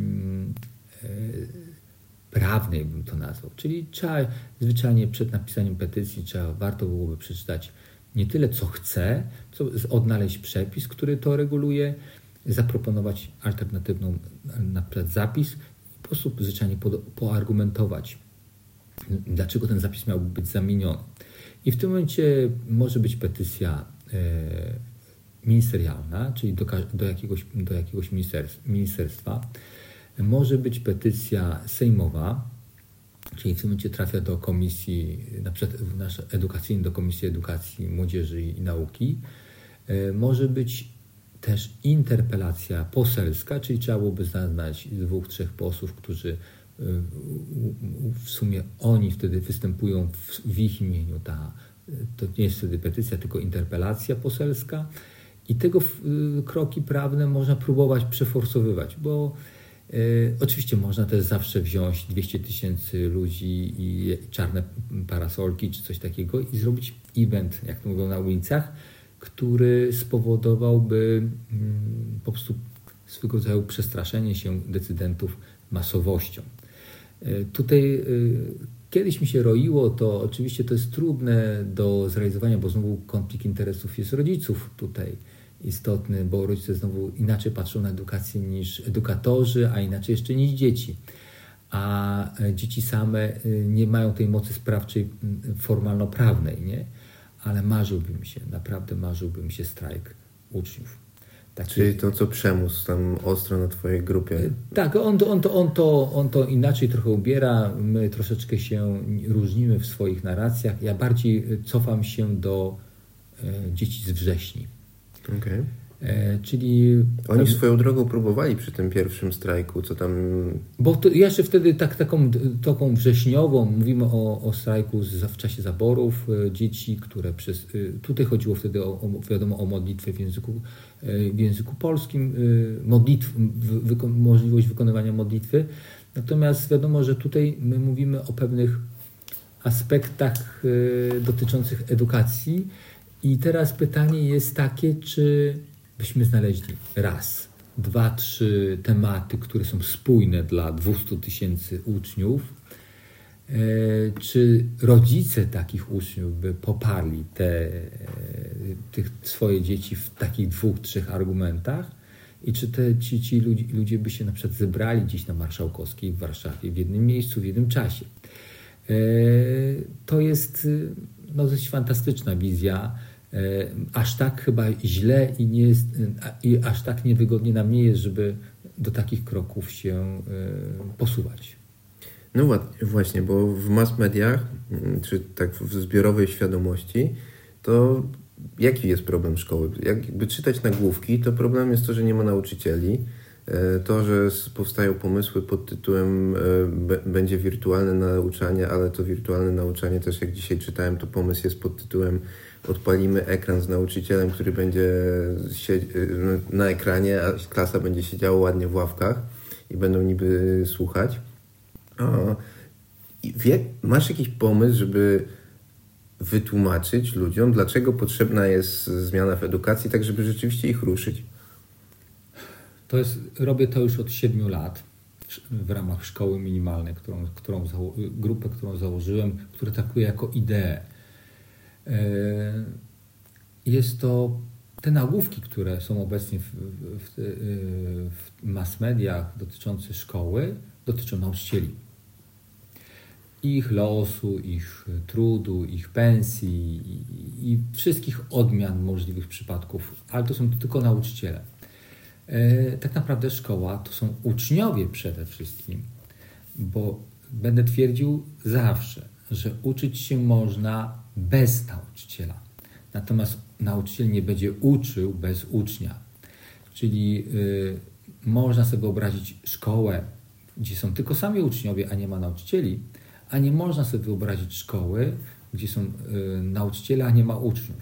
prawnej, bym to nazwał. Czyli trzeba zwyczajnie przed napisaniem petycji warto byłoby przeczytać nie tyle co chce, co odnaleźć przepis, który to reguluje, zaproponować alternatywną na przykład zapis i po prostu zwyczajnie poargumentować, dlaczego ten zapis miałby być zamieniony. I w tym momencie może być petycja ministerialna, czyli do jakiegoś ministerstwa. Może być petycja sejmowa, czyli w tym momencie trafia do komisji, na przykład edukacyjnej, do Komisji Edukacji, Młodzieży i Nauki. Może być też interpelacja poselska, czyli trzeba byłoby znaleźć 2-3 posłów, którzy w sumie oni wtedy występują w ich imieniu. To nie jest wtedy petycja, tylko interpelacja poselska. I tego kroki prawne można próbować przeforsowywać, bo oczywiście można też zawsze wziąć 200 000 ludzi i czarne parasolki czy coś takiego i zrobić event, jak to mówią na ulicach, który spowodowałby po prostu swego rodzaju przestraszenie się decydentów masowością. Tutaj kiedyś mi się roiło, to oczywiście to jest trudne do zrealizowania, bo znowu konflikt interesów jest rodziców tutaj istotny, bo rodzice znowu inaczej patrzą na edukację niż edukatorzy, a inaczej jeszcze niż dzieci. A dzieci same nie mają tej mocy sprawczej formalno-prawnej, nie? Ale naprawdę marzyłbym się strajk uczniów. Czyli to, co Przemus tam ostro na twojej grupie. Tak, on to inaczej trochę ubiera. My troszeczkę się różnimy w swoich narracjach. Ja bardziej cofam się do dzieci z wrześni. Okay. Czyli oni swoją drogą próbowali przy tym pierwszym strajku, co tam... Bo to jeszcze wtedy taką wrześniową, mówimy o strajku w czasie zaborów dzieci, które tutaj chodziło wtedy o modlitwę w języku polskim, możliwość wykonywania modlitwy. Natomiast wiadomo, że tutaj my mówimy o pewnych aspektach dotyczących edukacji i teraz pytanie jest takie, czy byśmy znaleźli 2, 3 tematy, które są spójne dla 200 000 uczniów, czy rodzice takich uczniów by poparli tych swoje dzieci w takich 2-3 argumentach i czy ci ludzie by się na przykład zebrali gdzieś na Marszałkowskiej w Warszawie w jednym miejscu, w jednym czasie. To jest dość fantastyczna wizja. Aż tak chyba źle i aż tak niewygodnie nam nie jest, żeby do takich kroków się posuwać. No właśnie, bo w mass mediach, czy tak w zbiorowej świadomości, to jaki jest problem szkoły? Jakby czytać nagłówki, to problem jest to, że nie ma nauczycieli. To, że powstają pomysły pod tytułem będzie wirtualne nauczanie, ale to wirtualne nauczanie też, jak dzisiaj czytałem, to pomysł jest pod tytułem odpalimy ekran z nauczycielem, który będzie na ekranie, a klasa będzie siedziała ładnie w ławkach i będą niby słuchać. Masz jakiś pomysł, żeby wytłumaczyć ludziom, dlaczego potrzebna jest zmiana w edukacji, tak żeby rzeczywiście ich ruszyć? Robię to już od 7 lat w ramach szkoły minimalnej, grupę, którą założyłem, która traktuje jako ideę. Jest to te nagłówki, które są obecnie w mass mediach dotyczące szkoły, dotyczą nauczycieli. ich losu, ich trudu, ich pensji i wszystkich odmian możliwych przypadków, ale to są tylko nauczyciele. Tak naprawdę szkoła to są uczniowie przede wszystkim, bo będę twierdził zawsze, że uczyć się można bez nauczyciela. Natomiast nauczyciel nie będzie uczył bez ucznia. Czyli można sobie wyobrazić szkołę, gdzie są tylko sami uczniowie, a nie ma nauczycieli, a nie można sobie wyobrazić szkoły, gdzie są nauczyciele, a nie ma uczniów.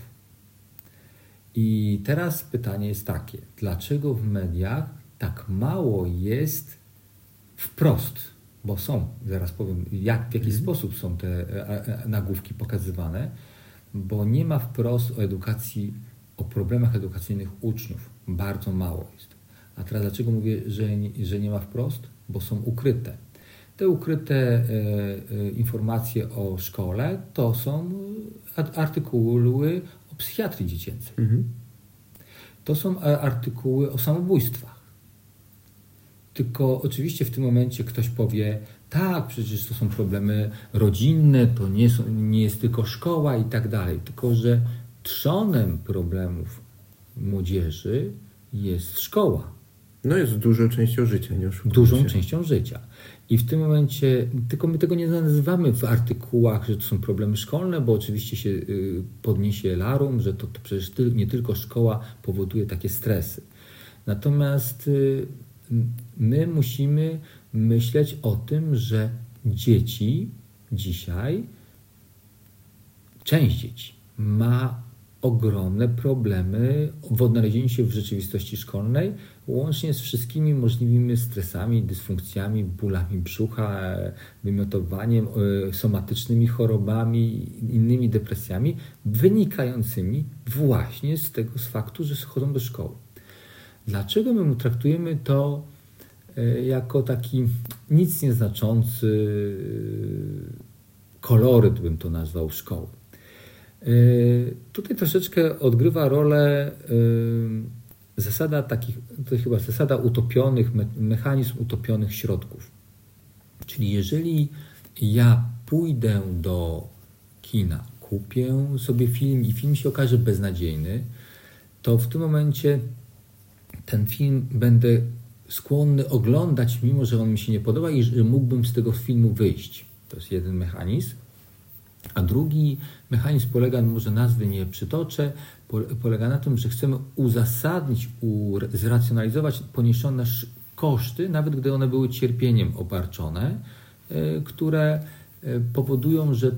I teraz pytanie jest takie, dlaczego w mediach tak mało jest wprost, bo są, zaraz powiem, w jaki sposób są te nagłówki pokazywane, bo nie ma wprost o edukacji, o problemach edukacyjnych uczniów. Bardzo mało jest. A teraz dlaczego mówię, że nie ma wprost? Bo są ukryte. Te ukryte informacje o szkole to są artykuły o psychiatrii dziecięcej. To są artykuły o samobójstwach. Tylko oczywiście w tym momencie ktoś powie, tak, przecież to są problemy rodzinne, to nie jest tylko szkoła i tak dalej. Tylko że trzonem problemów młodzieży jest szkoła. No jest dużą częścią życia, nie oszukujmy Dużą się. częścią życia. I w tym momencie, tylko my tego nie nazywamy w artykułach, że to są problemy szkolne, bo oczywiście się podniesie larum, że to przecież nie tylko szkoła powoduje takie stresy. Natomiast my musimy myśleć o tym, że dzieci dzisiaj, część dzieci ma ogromne problemy w odnalezieniu się w rzeczywistości szkolnej, łącznie z wszystkimi możliwymi stresami, dysfunkcjami, bólami brzucha, wymiotowaniem, somatycznymi chorobami, innymi depresjami, wynikającymi właśnie z faktu, że chodzą do szkoły. Dlaczego my traktujemy to jako taki nic nieznaczący koloryt, bym to nazwał, szkoły? Tutaj troszeczkę odgrywa rolę zasada utopionych, mechanizm utopionych środków. Czyli jeżeli ja pójdę do kina, kupię sobie film i film się okaże beznadziejny, to w tym momencie ten film będę skłonny oglądać, mimo że on mi się nie podoba i że mógłbym z tego filmu wyjść. To jest jeden mechanizm. A drugi mechanizm polega, może nazwy nie przytoczę, polega na tym, że chcemy uzasadnić, zracjonalizować poniesione koszty, nawet gdy one były cierpieniem obarczone, które powodują, że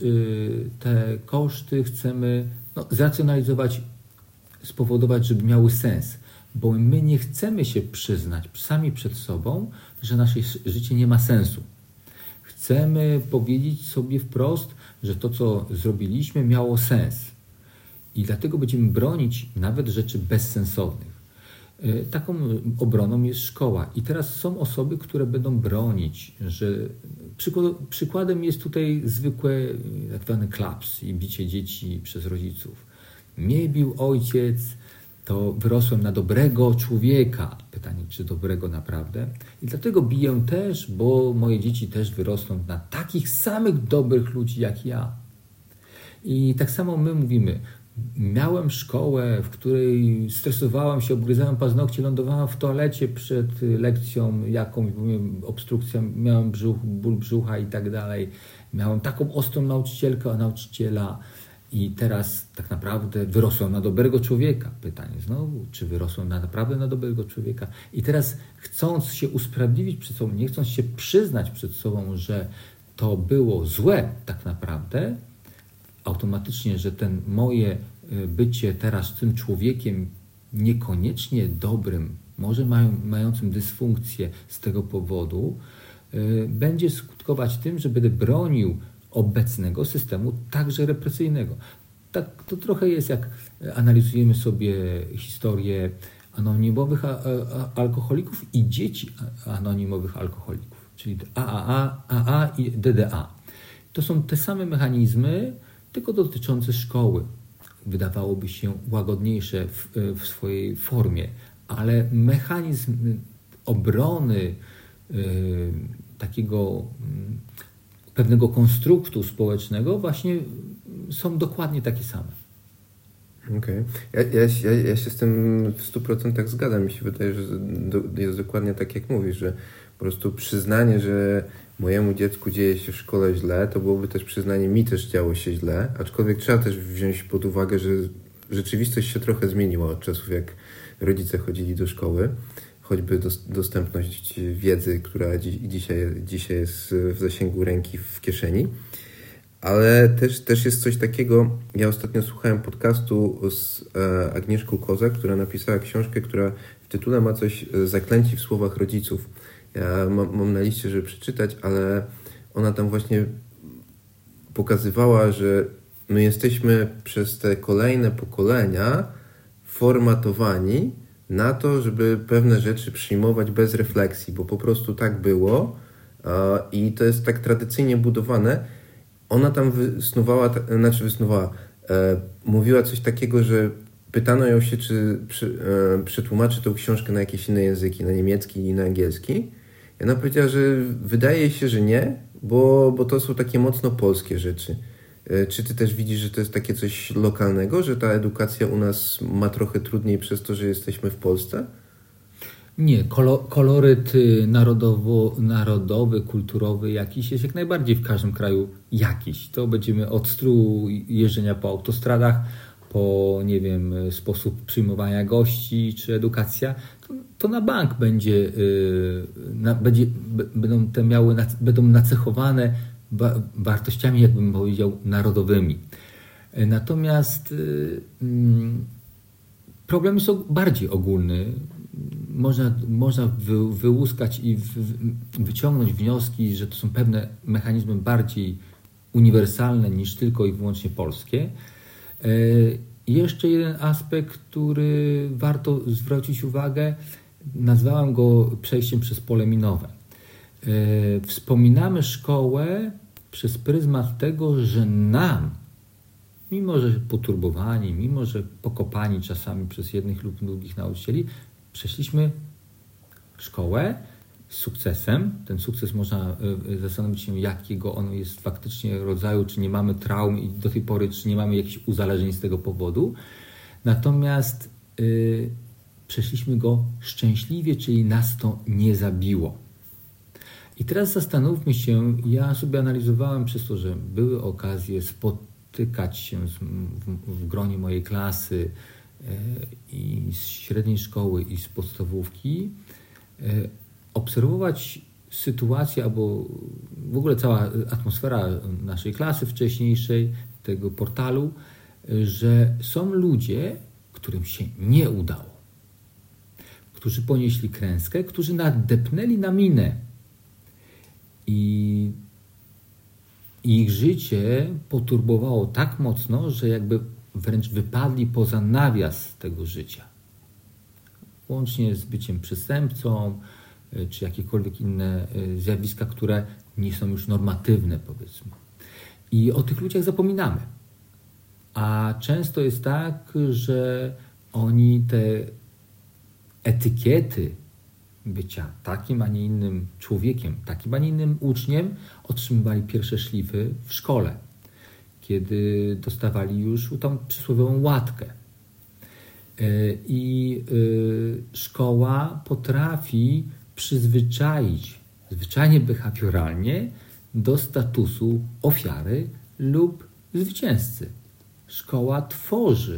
te koszty chcemy zracjonalizować, spowodować, żeby miały sens. Bo my nie chcemy się przyznać sami przed sobą, że nasze życie nie ma sensu. Chcemy powiedzieć sobie wprost, że to, co zrobiliśmy, miało sens. I dlatego będziemy bronić nawet rzeczy bezsensownych. Taką obroną jest szkoła. I teraz są osoby, które będą bronić, że przykładem jest tutaj zwykły tak zwany klaps i bicie dzieci przez rodziców. Mnie bił ojciec, to wyrosłem na dobrego człowieka. Pytanie, czy dobrego naprawdę? I dlatego biję też, bo moje dzieci też wyrosną na takich samych dobrych ludzi jak ja. I tak samo my mówimy, miałem szkołę, w której stresowałem się, obgryzałem paznokcie, lądowałem w toalecie przed lekcją jakąś, obstrukcja, miałem ból brzucha i tak dalej. Miałem taką ostrą nauczyciela i teraz tak naprawdę wyrosłem na dobrego człowieka. Pytanie znowu, czy wyrosłem naprawdę na dobrego człowieka? I teraz chcąc się usprawiedliwić przed sobą, nie chcąc się przyznać przed sobą, że to było złe tak naprawdę, automatycznie, że ten moje bycie teraz tym człowiekiem niekoniecznie dobrym, może mającym dysfunkcję z tego powodu, będzie skutkować tym, że będę bronił obecnego systemu, także represyjnego. Tak to trochę jest, jak analizujemy sobie historię anonimowych alkoholików i dzieci anonimowych alkoholików, czyli AA i DDA. To są te same mechanizmy, tylko dotyczące szkoły. Wydawałoby się łagodniejsze w swojej formie, ale mechanizm obrony takiego pewnego konstruktu społecznego właśnie są dokładnie takie same. Okej. Ja się z tym w 100% zgadzam. Mi się wydaje, że jest dokładnie tak, jak mówisz, że po prostu przyznanie, że mojemu dziecku dzieje się w szkole źle, to byłoby też przyznanie, mi też działo się źle, aczkolwiek trzeba też wziąć pod uwagę, że rzeczywistość się trochę zmieniła od czasów, jak rodzice chodzili do szkoły. Choćby dostępność wiedzy, która dzisiaj jest w zasięgu ręki, w kieszeni. Ale też jest coś takiego, ja ostatnio słuchałem podcastu z Agnieszką Kozak, która napisała książkę, która w tytule ma coś zaklęci w słowach rodziców. Ja mam na liście, żeby przeczytać, ale ona tam właśnie pokazywała, że my jesteśmy przez te kolejne pokolenia formatowani na to, żeby pewne rzeczy przyjmować bez refleksji, bo po prostu tak było i to jest tak tradycyjnie budowane. Ona tam mówiła coś takiego, że pytano ją się, czy przetłumaczy tą książkę na jakieś inne języki, na niemiecki i na angielski. I ona powiedziała, że wydaje się, że nie, bo to są takie mocno polskie rzeczy. Czy ty też widzisz, że to jest takie coś lokalnego, że ta edukacja u nas ma trochę trudniej przez to, że jesteśmy w Polsce? Nie, koloryt narodowy, kulturowy jakiś jest jak najbardziej w każdym kraju jakiś. To będziemy od stylu jeżdżenia po autostradach, po, nie wiem, sposób przyjmowania gości czy edukacja, to na bank będą nacechowane wartościami, jakbym powiedział, narodowymi. Natomiast problemy są bardziej ogólne. Można wyłuskać i wyciągnąć wnioski, że to są pewne mechanizmy bardziej uniwersalne niż tylko i wyłącznie polskie. Jeszcze jeden aspekt, który warto zwrócić uwagę, nazwałem go przejściem przez pole minowe. Wspominamy szkołę przez pryzmat tego, że nam, mimo że poturbowani, mimo że pokopani czasami przez jednych lub drugich nauczycieli, przeszliśmy szkołę z sukcesem. Ten sukces można zastanowić się, jakiego on jest faktycznie rodzaju, czy nie mamy traum i do tej pory, czy nie mamy jakichś uzależnień z tego powodu. Natomiast przeszliśmy go szczęśliwie, czyli nas to nie zabiło. I teraz zastanówmy się, ja sobie analizowałem przez to, że były okazje spotykać się w gronie mojej klasy i z średniej szkoły i z podstawówki, obserwować sytuację albo w ogóle cała atmosfera naszej klasy wcześniejszej, tego portalu, że są ludzie, którym się nie udało, którzy ponieśli klęskę, którzy nadepnęli na minę i ich życie poturbowało tak mocno, że jakby wręcz wypadli poza nawias tego życia. Łącznie z byciem przestępcą, czy jakiekolwiek inne zjawiska, które nie są już normatywne, powiedzmy. I o tych ludziach zapominamy. A często jest tak, że oni te etykiety bycia takim, a nie innym człowiekiem, takim, a nie innym uczniem otrzymywali pierwsze szlify w szkole, kiedy dostawali już tą przysłowiową łatkę. I szkoła potrafi przyzwyczaić, zwyczajnie behawioralnie, do statusu ofiary lub zwycięzcy. Szkoła tworzy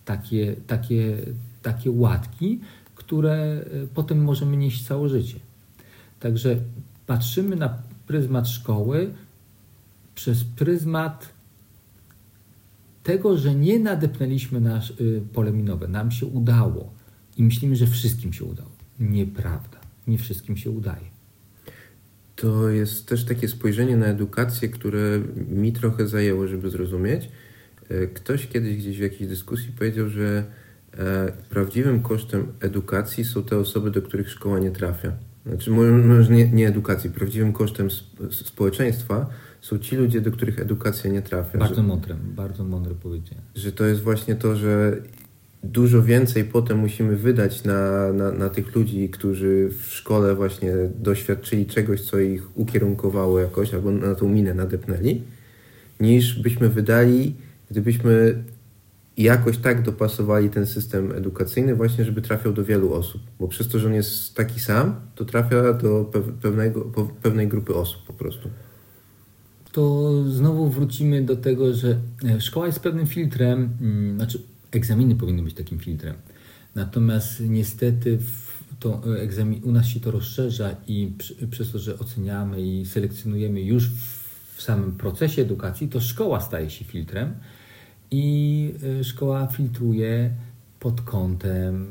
takie łatki, które potem możemy nieść całe życie. Także patrzymy na pryzmat szkoły przez pryzmat tego, że nie nadepnęliśmy na pole minowe. Nam się udało i myślimy, że wszystkim się udało. Nieprawda. Nie wszystkim się udaje. To jest też takie spojrzenie na edukację, które mi trochę zajęło, żeby zrozumieć. Ktoś kiedyś gdzieś w jakiejś dyskusji powiedział, że prawdziwym kosztem edukacji są te osoby, do których szkoła nie trafia. Znaczy, może nie edukacji, prawdziwym kosztem społeczeństwa są ci ludzie, do których edukacja nie trafia. Bardzo mądre powiedziane. Że to jest właśnie to, że dużo więcej potem musimy wydać na tych ludzi, którzy w szkole właśnie doświadczyli czegoś, co ich ukierunkowało jakoś, albo na tą minę nadepnęli, niż byśmy wydali, gdybyśmy jakoś tak dopasowali ten system edukacyjny właśnie, żeby trafiał do wielu osób. Bo przez to, że on jest taki sam, to trafia do pewnej grupy osób po prostu. To znowu wrócimy do tego, że szkoła jest pewnym filtrem, znaczy egzaminy powinny być takim filtrem. Natomiast niestety u nas się to rozszerza i przez to, że oceniamy i selekcjonujemy już w samym procesie edukacji, to szkoła staje się filtrem i szkoła filtruje pod kątem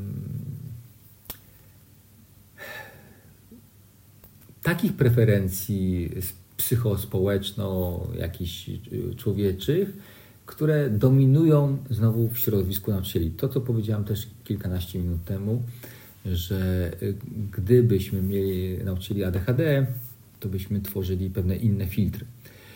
takich preferencji psychospołeczno jakichś człowieczych, które dominują znowu w środowisku nauczycieli. To, co powiedziałem też kilkanaście minut temu, że gdybyśmy mieli nauczycieli ADHD, to byśmy tworzyli pewne inne filtry.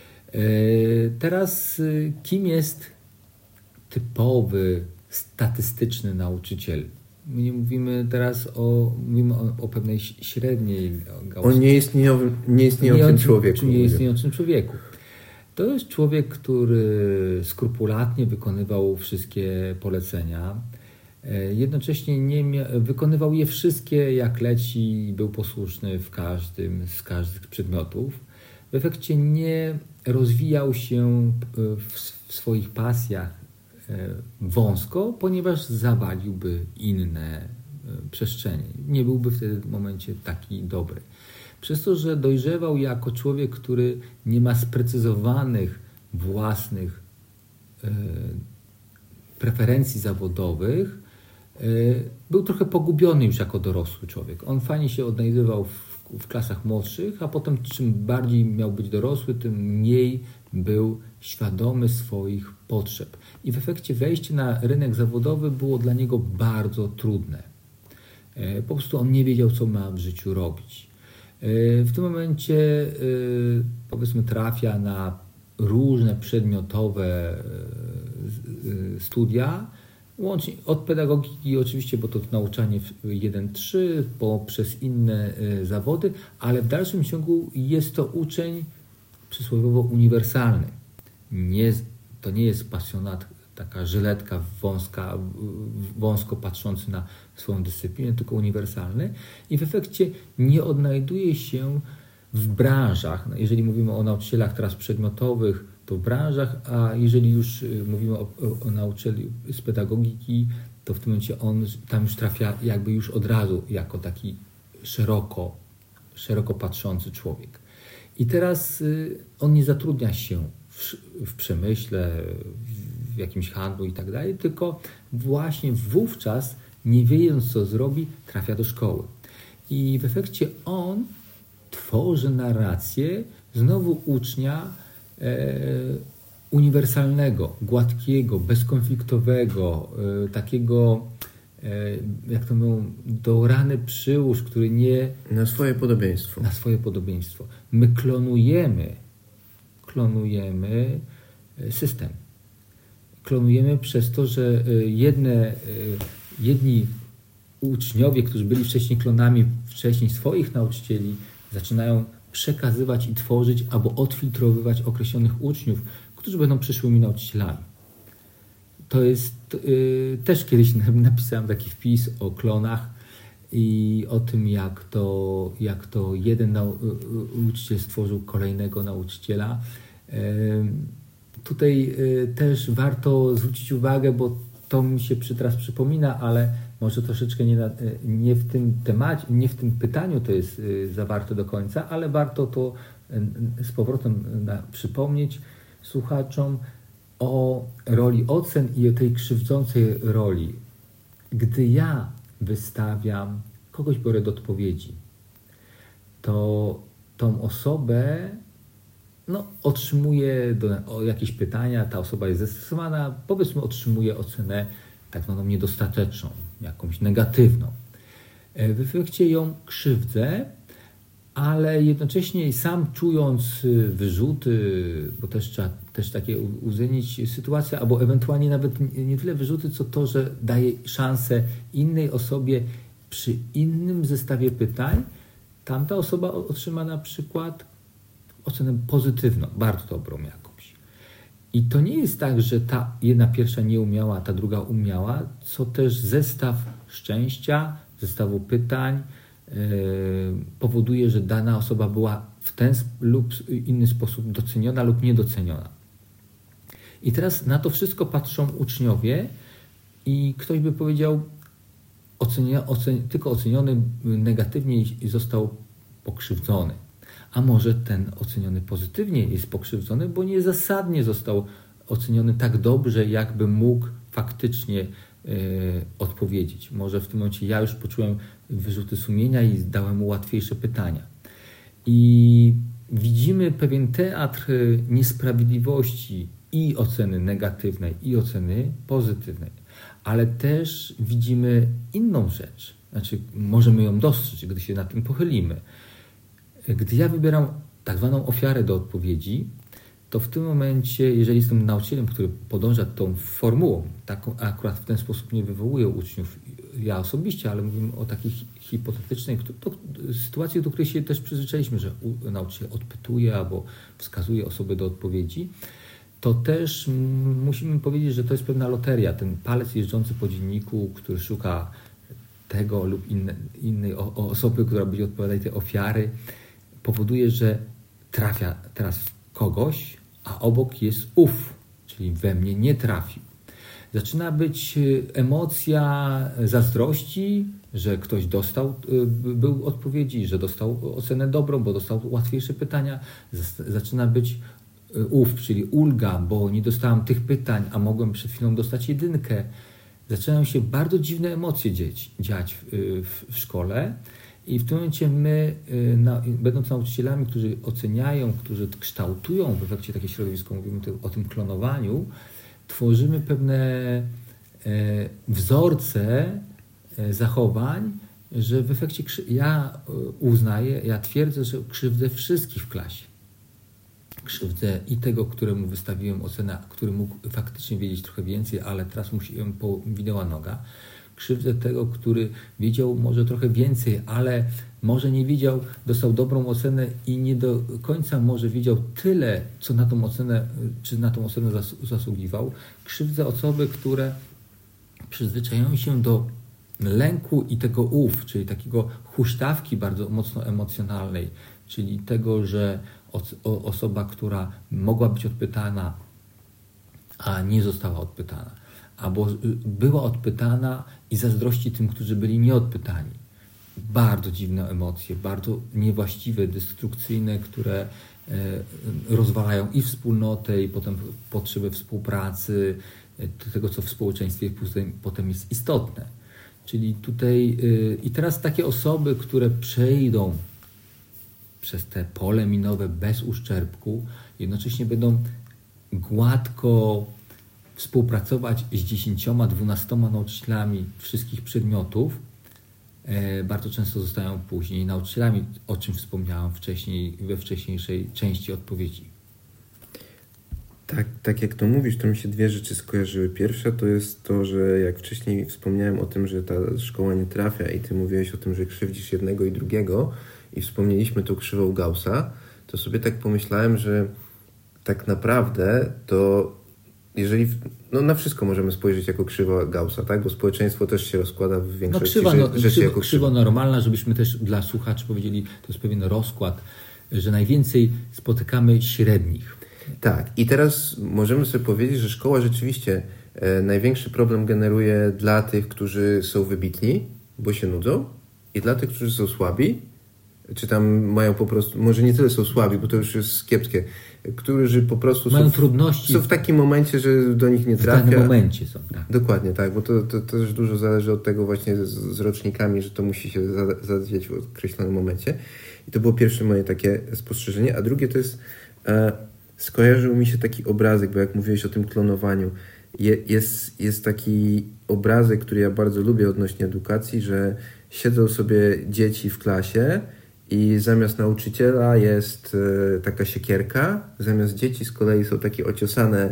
Teraz kim jest typowy, statystyczny nauczyciel? My nie mówimy teraz mówimy o pewnej średniej gałązce. O nieistniejącym człowieku. Nieistniejącym człowieku. To jest człowiek, który skrupulatnie wykonywał wszystkie polecenia. Jednocześnie wykonywał je wszystkie jak leci i był posłuszny z każdym z przedmiotów. W efekcie nie rozwijał się w swoich pasjach wąsko, ponieważ zawaliłby inne przestrzenie. Nie byłby w tym momencie taki dobry. Przez to, że dojrzewał jako człowiek, który nie ma sprecyzowanych własnych preferencji zawodowych, był trochę pogubiony już jako dorosły człowiek. On fajnie się odnajdywał w klasach młodszych, a potem czym bardziej miał być dorosły, tym mniej był świadomy swoich potrzeb. I w efekcie wejście na rynek zawodowy było dla niego bardzo trudne. Po prostu on nie wiedział, co ma w życiu robić. W tym momencie powiedzmy trafia na różne przedmiotowe studia, łącznie od pedagogiki oczywiście, bo to nauczanie 1-3, poprzez inne zawody, ale w dalszym ciągu jest to uczeń przysłowiowo uniwersalny. To nie jest pasjonat, taka żyletka wąsko patrzący na swoją dyscyplinę, tylko uniwersalny i w efekcie nie odnajduje się w branżach. Jeżeli mówimy o nauczycielach teraz przedmiotowych, to w branżach, a jeżeli już mówimy o nauczycielu z pedagogiki, to w tym momencie on tam już trafia jakby już od razu jako taki szeroko patrzący człowiek. I teraz on nie zatrudnia się w przemyśle, w jakimś handlu i tak dalej, tylko właśnie wówczas, nie wiedząc co zrobi, trafia do szkoły. I w efekcie on tworzy narrację znowu ucznia uniwersalnego, gładkiego, bezkonfliktowego, takiego, jak to mówią, dorany przyłóż, który nie... Na swoje podobieństwo. Na swoje podobieństwo. My klonujemy system. Klonujemy przez to, że jedni uczniowie, którzy byli wcześniej klonami swoich nauczycieli, zaczynają przekazywać i tworzyć albo odfiltrowywać określonych uczniów, którzy będą przyszłymi nauczycielami. To jest, też kiedyś napisałem taki wpis o klonach i o tym, jak to jeden nauczyciel stworzył kolejnego nauczyciela. Tutaj też warto zwrócić uwagę, bo to mi się teraz przypomina, ale może troszeczkę nie w tym temacie, nie w tym pytaniu to jest zawarte do końca, ale warto to z powrotem przypomnieć słuchaczom o roli ocen i o tej krzywdzącej roli. Gdy ja wystawiam, kogoś biorę do odpowiedzi, to tą osobę otrzymuje jakieś pytania, ta osoba jest zestresowana, powiedzmy otrzymuje ocenę tak zwaną niedostateczną, jakąś negatywną. W efekcie ją krzywdzę, ale jednocześnie sam czując wyrzuty, bo też trzeba też takie uwzględnić sytuację, albo ewentualnie nawet nie tyle wyrzuty, co to, że daje szansę innej osobie przy innym zestawie pytań. Tamta osoba otrzyma na przykład ocenę pozytywną, bardzo dobrą jakąś. I to nie jest tak, że ta jedna pierwsza nie umiała, a ta druga umiała, co też zestaw szczęścia, zestawu pytań powoduje, że dana osoba była w ten lub inny sposób doceniona lub niedoceniona. I teraz na to wszystko patrzą uczniowie i ktoś by powiedział, tylko oceniony negatywnie został pokrzywdzony. A może ten oceniony pozytywnie jest pokrzywdzony, bo niezasadnie został oceniony tak dobrze, jakby mógł faktycznie odpowiedzieć. Może w tym momencie ja już poczułem wyrzuty sumienia i dałem mu łatwiejsze pytania. I widzimy pewien teatr niesprawiedliwości i oceny negatywnej, i oceny pozytywnej. Ale też widzimy inną rzecz. Znaczy, możemy ją dostrzec, gdy się nad tym pochylimy. Gdy ja wybieram tak zwaną ofiarę do odpowiedzi, to w tym momencie, jeżeli jestem nauczycielem, który podąża tą formułą, taką akurat w ten sposób nie wywołuję uczniów ja osobiście, ale mówimy o takiej hipotetycznej sytuacji, do której się też przyzwyczailiśmy, że nauczyciel odpytuje albo wskazuje osoby do odpowiedzi, to też musimy powiedzieć, że to jest pewna loteria. Ten palec jeżdżący po dzienniku, który szuka tego lub innej osoby, która będzie odpowiadać tej ofiary, powoduje, że trafia teraz w kogoś, a obok jest czyli we mnie nie trafił. Zaczyna być emocja zazdrości, że ktoś był odpowiedzi, że dostał ocenę dobrą, bo dostał łatwiejsze pytania. Zaczyna być czyli ulga, bo nie dostałem tych pytań, a mogłem przed chwilą dostać 1. Zaczynają się bardzo dziwne emocje dziać w szkole i w tym momencie my, będąc nauczycielami, którzy oceniają, którzy kształtują w efekcie takie środowisko, mówimy o tym klonowaniu, tworzymy pewne wzorce zachowań, że w efekcie ja twierdzę, że krzywdzę wszystkich w klasie. Krzywdzę i tego, któremu wystawiłem ocenę, który mógł faktycznie wiedzieć trochę więcej, ale teraz mu się powinęła noga. Krzywdzę tego, który wiedział może trochę więcej, ale może nie wiedział, dostał dobrą ocenę i nie do końca może wiedział tyle, co na tą ocenę, czy na tą ocenę zasługiwał. Krzywdzę osoby, które przyzwyczajają się do lęku i tego czyli takiego huśtawki bardzo mocno emocjonalnej, czyli tego, że osoba, która mogła być odpytana, a nie została odpytana, albo była odpytana i zazdrości tym, którzy byli nieodpytani. Bardzo dziwne emocje, bardzo niewłaściwe, destrukcyjne, które rozwalają i wspólnotę, i potem potrzebę współpracy, tego, co w społeczeństwie potem jest istotne. Czyli tutaj i teraz takie osoby, które przejdą przez te pole minowe bez uszczerbku, jednocześnie będą gładko współpracować z 10-12 nauczycielami wszystkich przedmiotów, bardzo często zostają później nauczycielami, o czym wspomniałem wcześniej, we wcześniejszej części odpowiedzi. Tak jak to mówisz, to mi się 2 rzeczy skojarzyły. Pierwsza to jest to, że jak wcześniej wspomniałem o tym, że ta szkoła nie trafia i ty mówiłeś o tym, że krzywdzisz jednego i drugiego i wspomnieliśmy tą krzywą Gaussa, to sobie tak pomyślałem, że tak naprawdę to jeżeli na wszystko możemy spojrzeć jako krzywa Gaussa, tak? Bo społeczeństwo też się rozkłada w większości rzeczy jako krzywa normalna, żebyśmy też dla słuchaczy powiedzieli, to jest pewien rozkład, że najwięcej spotykamy średnich. Tak, i teraz możemy sobie powiedzieć, że szkoła rzeczywiście największy problem generuje dla tych, którzy są wybitni, bo się nudzą, i dla tych, którzy są słabi, czy tam mają po prostu, może nie tyle są słabi, bo to już jest kiepskie, którzy po prostu mają trudności. Są w takim momencie, że do nich nie trafia. W danym momencie są, tak. Dokładnie, tak, bo to też dużo zależy od tego właśnie z rocznikami, że to musi się zadzieć w określonym momencie. I to było pierwsze moje takie spostrzeżenie, a drugie to jest skojarzył mi się taki obrazek, bo jak mówiłeś o tym klonowaniu, jest taki obrazek, który ja bardzo lubię odnośnie edukacji, że siedzą sobie dzieci w klasie i zamiast nauczyciela jest taka siekierka, zamiast dzieci z kolei są takie ociosane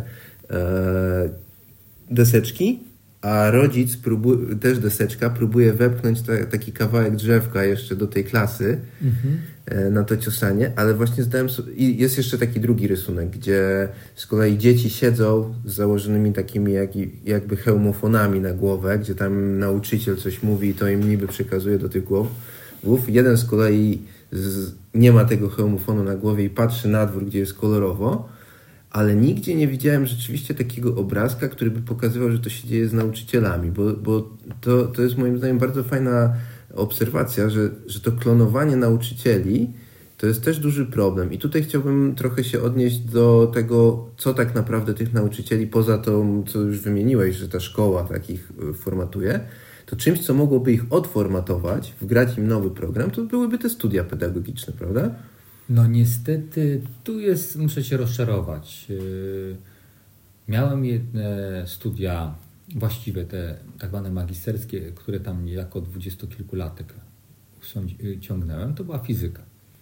deseczki, a rodzic też deseczka próbuje wepchnąć taki kawałek drzewka jeszcze do tej klasy na to ciosanie, ale właśnie zdałem sobie... I jest jeszcze taki drugi rysunek, gdzie z kolei dzieci siedzą z założonymi takimi jakby hełmofonami na głowę, gdzie tam nauczyciel coś mówi i to im niby przekazuje do tych głów. Jeden z kolei nie ma tego hełmofonu na głowie i patrzy na dwór, gdzie jest kolorowo, ale nigdzie nie widziałem rzeczywiście takiego obrazka, który by pokazywał, że to się dzieje z nauczycielami, bo to jest moim zdaniem bardzo fajna obserwacja, że to klonowanie nauczycieli to jest też duży problem. I tutaj chciałbym trochę się odnieść do tego, co tak naprawdę tych nauczycieli, poza tą, co już wymieniłeś, że ta szkoła takich formatuje, to czymś, co mogłoby ich odformatować, wgrać im nowy program, to byłyby te studia pedagogiczne, prawda? No niestety, muszę się rozczarować. Miałem jedne studia, właściwie te tak zwane magisterskie, które tam jako 20-kilkulatek ciągnąłem, to była fizyka.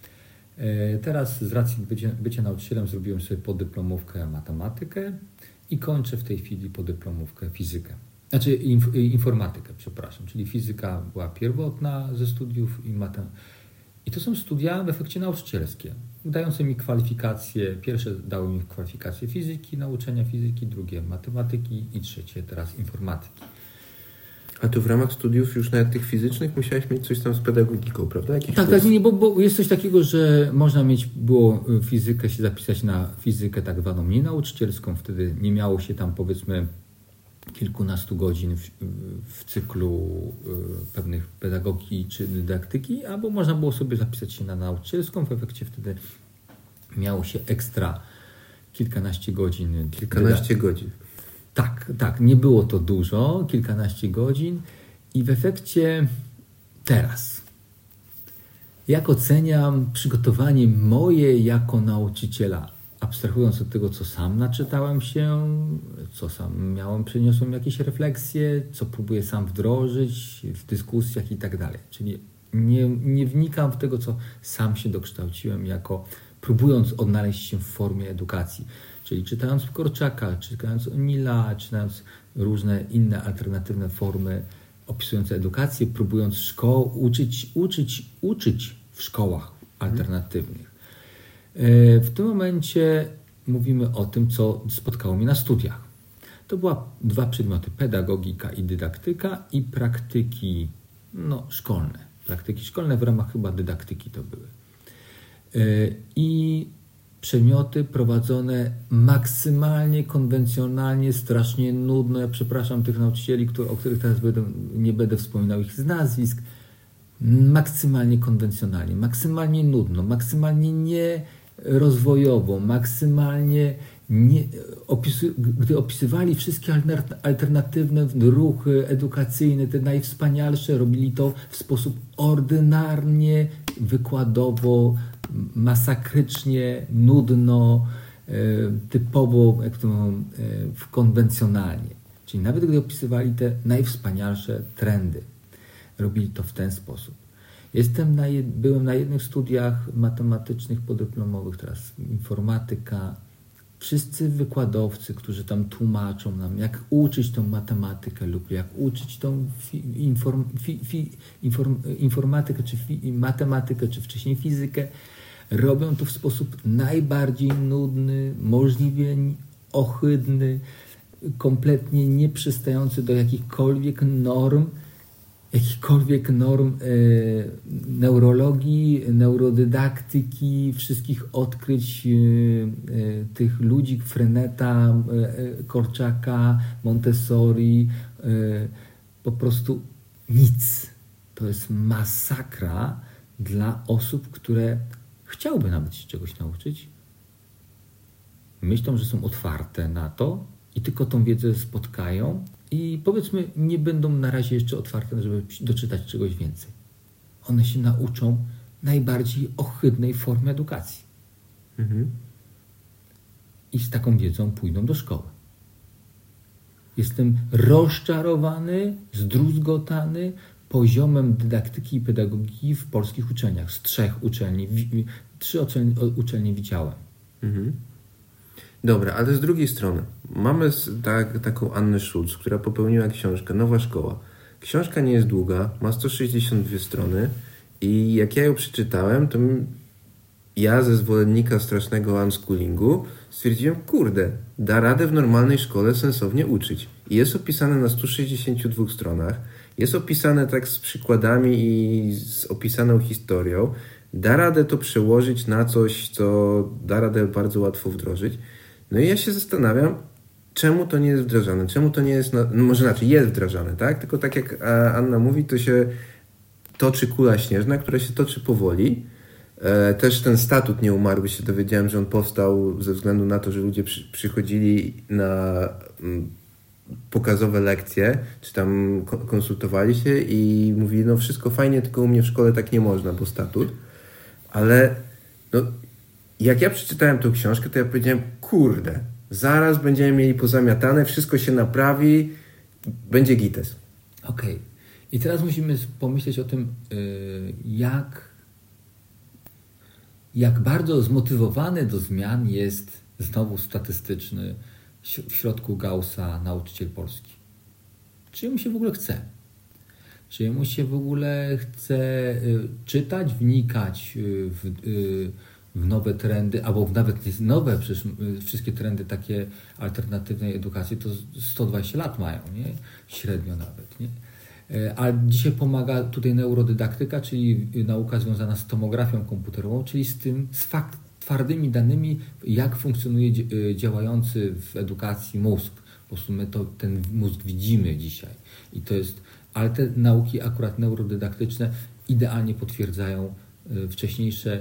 Teraz z racji bycia nauczycielem zrobiłem sobie podyplomówkę matematykę i kończę w tej chwili podyplomówkę fizykę. Znaczy informatykę, przepraszam, czyli fizyka była pierwotna ze studiów i to są studia w efekcie nauczycielskie, dające mi kwalifikacje. Pierwsze dały mi kwalifikacje fizyki, nauczenia fizyki, drugie matematyki i trzecie teraz informatyki. A tu w ramach studiów już nawet tych fizycznych musiałeś mieć coś tam z pedagogiką, prawda? Tak, nie, bo jest coś takiego, że można było fizykę się zapisać na fizykę tak zwaną nienauczycielską, wtedy nie miało się tam powiedzmy kilkunastu godzin w cyklu pewnych pedagogiki czy dydaktyki, albo można było sobie zapisać się na nauczycielską, w efekcie wtedy miało się ekstra kilkanaście godzin. Kilkanaście godzin. Tak, nie było to dużo, kilkanaście godzin i w efekcie teraz jak oceniam przygotowanie moje jako nauczyciela, abstrahując od tego, co sam naczytałem się, co sam przeniosłem jakieś refleksje, co próbuję sam wdrożyć w dyskusjach i tak dalej. Czyli nie wnikam w tego, co sam się dokształciłem, próbując odnaleźć się w formie edukacji. Czyli czytając Korczaka, czytając O'Neilla, czytając różne inne alternatywne formy opisujące edukację, próbując uczyć w szkołach alternatywnych. W tym momencie mówimy o tym, co spotkało mnie na studiach. To były dwa przedmioty, pedagogika i dydaktyka i praktyki szkolne. Praktyki szkolne w ramach chyba dydaktyki to były. I przedmioty prowadzone maksymalnie konwencjonalnie, strasznie nudno. Ja przepraszam tych nauczycieli, o których teraz nie będę wspominał ich z nazwisk. Maksymalnie konwencjonalnie, maksymalnie nudno, maksymalnie nierozwojowo, maksymalnie gdy opisywali wszystkie alternatywne ruchy edukacyjne, te najwspanialsze, robili to w sposób ordynarnie, wykładowo, masakrycznie, nudno, typowo konwencjonalnie. Czyli nawet gdy opisywali te najwspanialsze trendy, robili to w ten sposób. Byłem na jednych studiach matematycznych podyplomowych, teraz informatyka. Wszyscy wykładowcy, którzy tam tłumaczą nam, jak uczyć tą matematykę lub jak uczyć tą informatykę, czy matematykę, czy wcześniej fizykę, robią to w sposób najbardziej nudny, możliwie ohydny, kompletnie nieprzystający do jakichkolwiek norm neurologii, neurodydaktyki, wszystkich odkryć tych ludzi, Freneta, Korczaka, Montessori, po prostu nic. To jest masakra dla osób, które chciałyby nawet się czegoś nauczyć, myślą, że są otwarte na to i tylko tą wiedzę spotkają i powiedzmy nie będą na razie jeszcze otwarte, żeby doczytać czegoś więcej. One się nauczą najbardziej ohydnej formy edukacji. I z taką wiedzą pójdą do szkoły. Jestem rozczarowany, zdruzgotany, poziomem dydaktyki i pedagogiki w polskich uczelniach. Z 3 uczelni. 3 uczelnie widziałem. Mhm. Dobra, ale z drugiej strony mamy taką Annę Schulz, która popełniła książkę Nowa Szkoła. Książka nie jest długa, ma 162 strony i jak ja ją przeczytałem, to ja ze zwolennika strasznego unschoolingu stwierdziłem, kurde, da radę w normalnej szkole sensownie uczyć. I jest opisane na 162 stronach, jest opisane tak z przykładami i z opisaną historią. Da radę to przełożyć na coś, co da radę bardzo łatwo wdrożyć. No i ja się zastanawiam, czemu to nie jest wdrażane, czemu to nie jest, może inaczej, jest wdrażane, tak? Tylko tak jak Anna mówi, to się toczy kula śnieżna, która się toczy powoli. Też ten statut nieumarły się dowiedziałem, że on powstał ze względu na to, że ludzie przychodzili na pokazowe lekcje, czy tam konsultowali się i mówili, no wszystko fajnie, tylko u mnie w szkole tak nie można, bo statut. Ale no, jak ja przeczytałem tą książkę, to ja powiedziałem, kurde, zaraz będziemy mieli pozamiatane, wszystko się naprawi, będzie gites. Okej. I teraz musimy pomyśleć o tym, jak bardzo zmotywowany do zmian jest znowu statystyczny w środku Gaussa nauczyciel polski. Czy mu się w ogóle chce? Czy mu się w ogóle chce czytać, wnikać w nowe trendy, albo nawet nie nowe, przecież wszystkie trendy takie alternatywnej edukacji to 120 lat mają, nie? Średnio nawet, nie? A dzisiaj pomaga tutaj neurodydaktyka, czyli nauka związana z tomografią komputerową, czyli z twardymi danymi, jak funkcjonuje działający w edukacji mózg. Po prostu my ten mózg widzimy dzisiaj. I to jest, ale te nauki akurat neurodydaktyczne idealnie potwierdzają wcześniejsze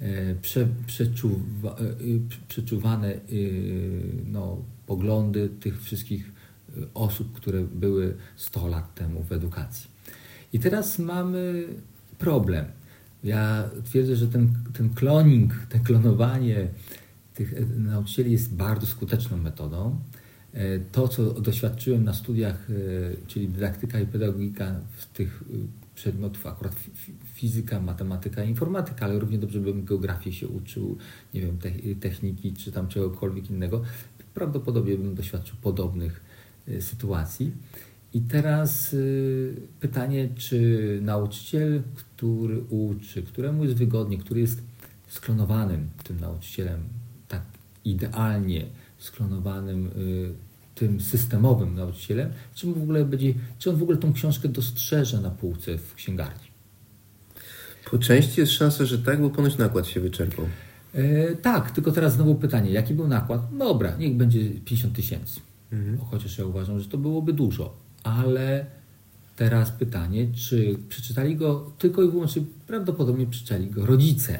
przeczuwane poglądy tych wszystkich osób, które były 100 lat temu w edukacji. I teraz mamy problem. Ja twierdzę, że ten klonowanie tych nauczycieli jest bardzo skuteczną metodą. To, co doświadczyłem na studiach, czyli dydaktyka i pedagogika w tych przedmiotów, akurat fizyka, matematyka i informatyka, ale równie dobrze bym geografię się uczył, nie wiem, techniki czy tam czegokolwiek innego. Prawdopodobnie bym doświadczył podobnych sytuacji. I teraz pytanie, czy nauczyciel, który uczy, któremu jest wygodnie, który jest sklonowanym tym nauczycielem, tak idealnie sklonowanym tym systemowym nauczycielem, czy on w ogóle tą książkę dostrzeże na półce w księgarni? Po części jest szansa, że tak, bo ponoć nakład się wyczerpał. Tak, tylko teraz znowu pytanie, jaki był nakład? No dobra, niech będzie 50 000. Chociaż ja uważam, że to byłoby dużo. Ale teraz pytanie, czy przeczytali go tylko i wyłącznie, prawdopodobnie przeczytali go rodzice,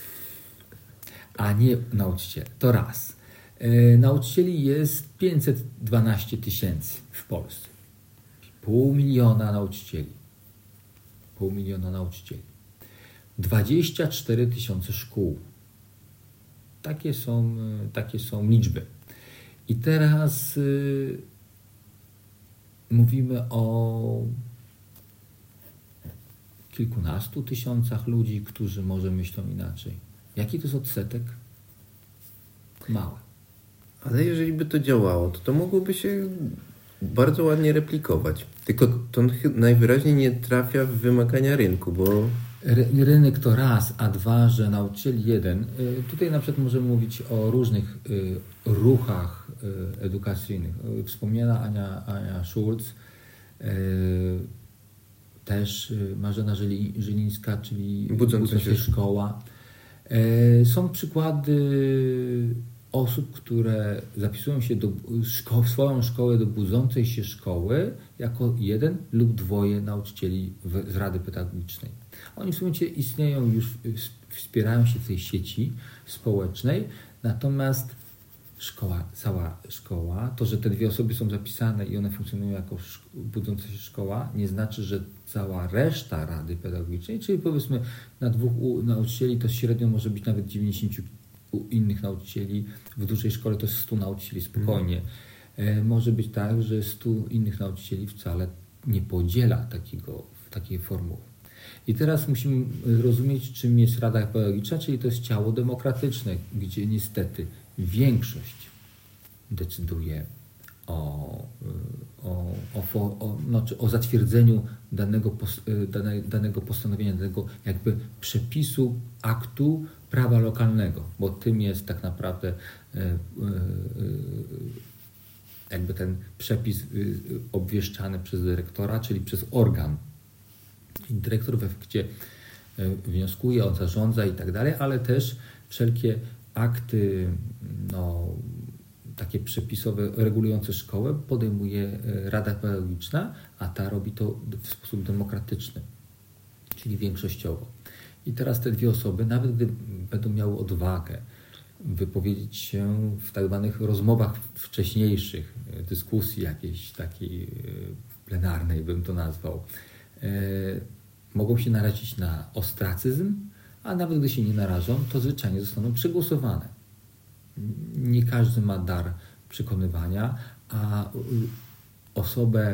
a nie nauczyciele. To raz. Nauczycieli jest 512 000 w Polsce. 500 000 nauczycieli. 500 000 nauczycieli. 24 000 szkół. Takie są liczby. I teraz mówimy o kilkunastu tysiącach ludzi, którzy może myślą inaczej. Jaki to jest odsetek? Mały. Ale jeżeli by to działało, to mogłoby się bardzo ładnie replikować. Tylko to najwyraźniej nie trafia w wymagania rynku, bo... Rynek to raz, a dwa, że nauczyciel jeden. Tutaj na przykład możemy mówić o różnych ruchach edukacyjnych. Wspomniana Ania Schulz, też Marzena Żylińska, czyli Budząca się szkoła. Są przykłady osób, które zapisują się w swoją szkołę do budzącej się szkoły jako jeden lub dwoje nauczycieli z Rady Pedagogicznej. Oni w sumie istnieją już, wspierają się w tej sieci społecznej, natomiast cała szkoła, to, że te dwie osoby są zapisane i one funkcjonują jako budząca się szkoła, nie znaczy, że cała reszta Rady Pedagogicznej, czyli powiedzmy na 2 nauczycieli to średnio może być nawet 90 innych nauczycieli, w dużej szkole to jest 100 nauczycieli spokojnie. Może być tak, że 100 innych nauczycieli wcale nie podziela takiego takiej formuły. I teraz musimy rozumieć, czym jest Rada Pedagogiczna, czyli to jest ciało demokratyczne, gdzie niestety większość decyduje o zatwierdzeniu danego postanowienia, danego jakby przepisu, aktu prawa lokalnego, bo tym jest tak naprawdę jakby ten przepis obwieszczany przez dyrektora, czyli przez organ. I dyrektor w efekcie wnioskuje, on zarządza i tak dalej, ale też wszelkie akty takie przepisowe regulujące szkołę podejmuje Rada Pedagogiczna, a ta robi to w sposób demokratyczny, czyli większościowo. I teraz te dwie osoby, nawet gdy będą miały odwagę wypowiedzieć się w tak zwanych rozmowach wcześniejszych, dyskusji jakiejś takiej plenarnej bym to nazwał, mogą się narazić na ostracyzm, a nawet gdy się nie narażą, to zwyczajnie zostaną przegłosowane. Nie każdy ma dar przekonywania, a osobę,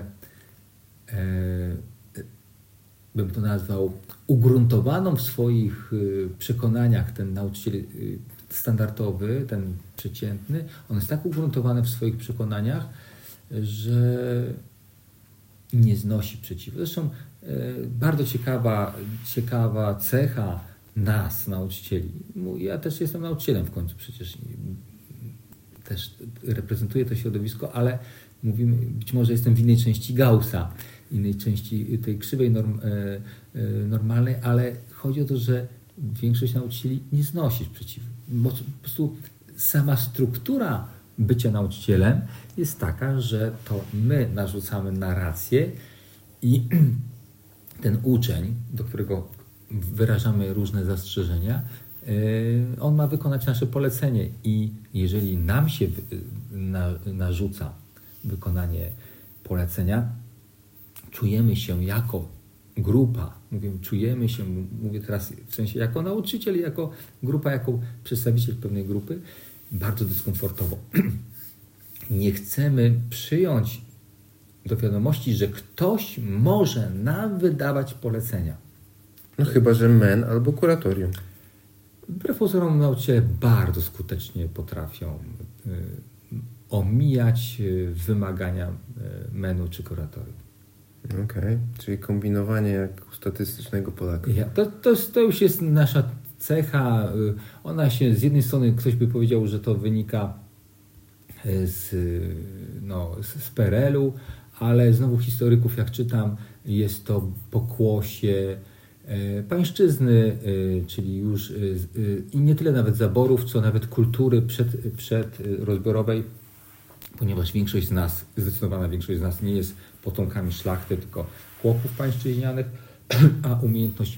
bym to nazwał, ugruntowaną w swoich przekonaniach, ten nauczyciel standardowy, ten przeciętny, on jest tak ugruntowany w swoich przekonaniach, że nie znosi sprzeciwu. Zresztą bardzo ciekawa cecha nas, nauczycieli. Ja też jestem nauczycielem w końcu przecież. Też reprezentuję to środowisko, ale mówimy, być może jestem w innej części Gaussa, innej części tej krzywej normalnej, ale chodzi o to, że większość nauczycieli nie znosi sprzeciwu. Bo po prostu sama struktura bycia nauczycielem jest taka, że to my narzucamy narrację i ten uczeń, do którego wyrażamy różne zastrzeżenia, on ma wykonać nasze polecenie i jeżeli nam się narzuca wykonanie polecenia, czujemy się jako grupa, mówię teraz w sensie jako nauczyciel, jako grupa, jako przedstawiciel pewnej grupy, bardzo dyskomfortowo. Nie chcemy przyjąć do wiadomości, że ktoś może nam wydawać polecenia. No chyba, że MEN albo kuratorium. Wbrew pozorom nauczyciele bardzo skutecznie potrafią omijać wymagania MEN-u czy kuratorium. Okej, czyli kombinowanie jak u statystycznego Polaka. To już jest nasza cecha. Ona się z jednej strony, ktoś by powiedział, że to wynika z PRL-u, ale znowu historyków, jak czytam, jest to pokłosie pańszczyzny, czyli już i nie tyle nawet zaborów, co nawet kultury przedrozbiorowej, ponieważ większość z nas, zdecydowana większość z nas nie jest potomkami szlachty, tylko chłopów pańszczyźnianych, a umiejętność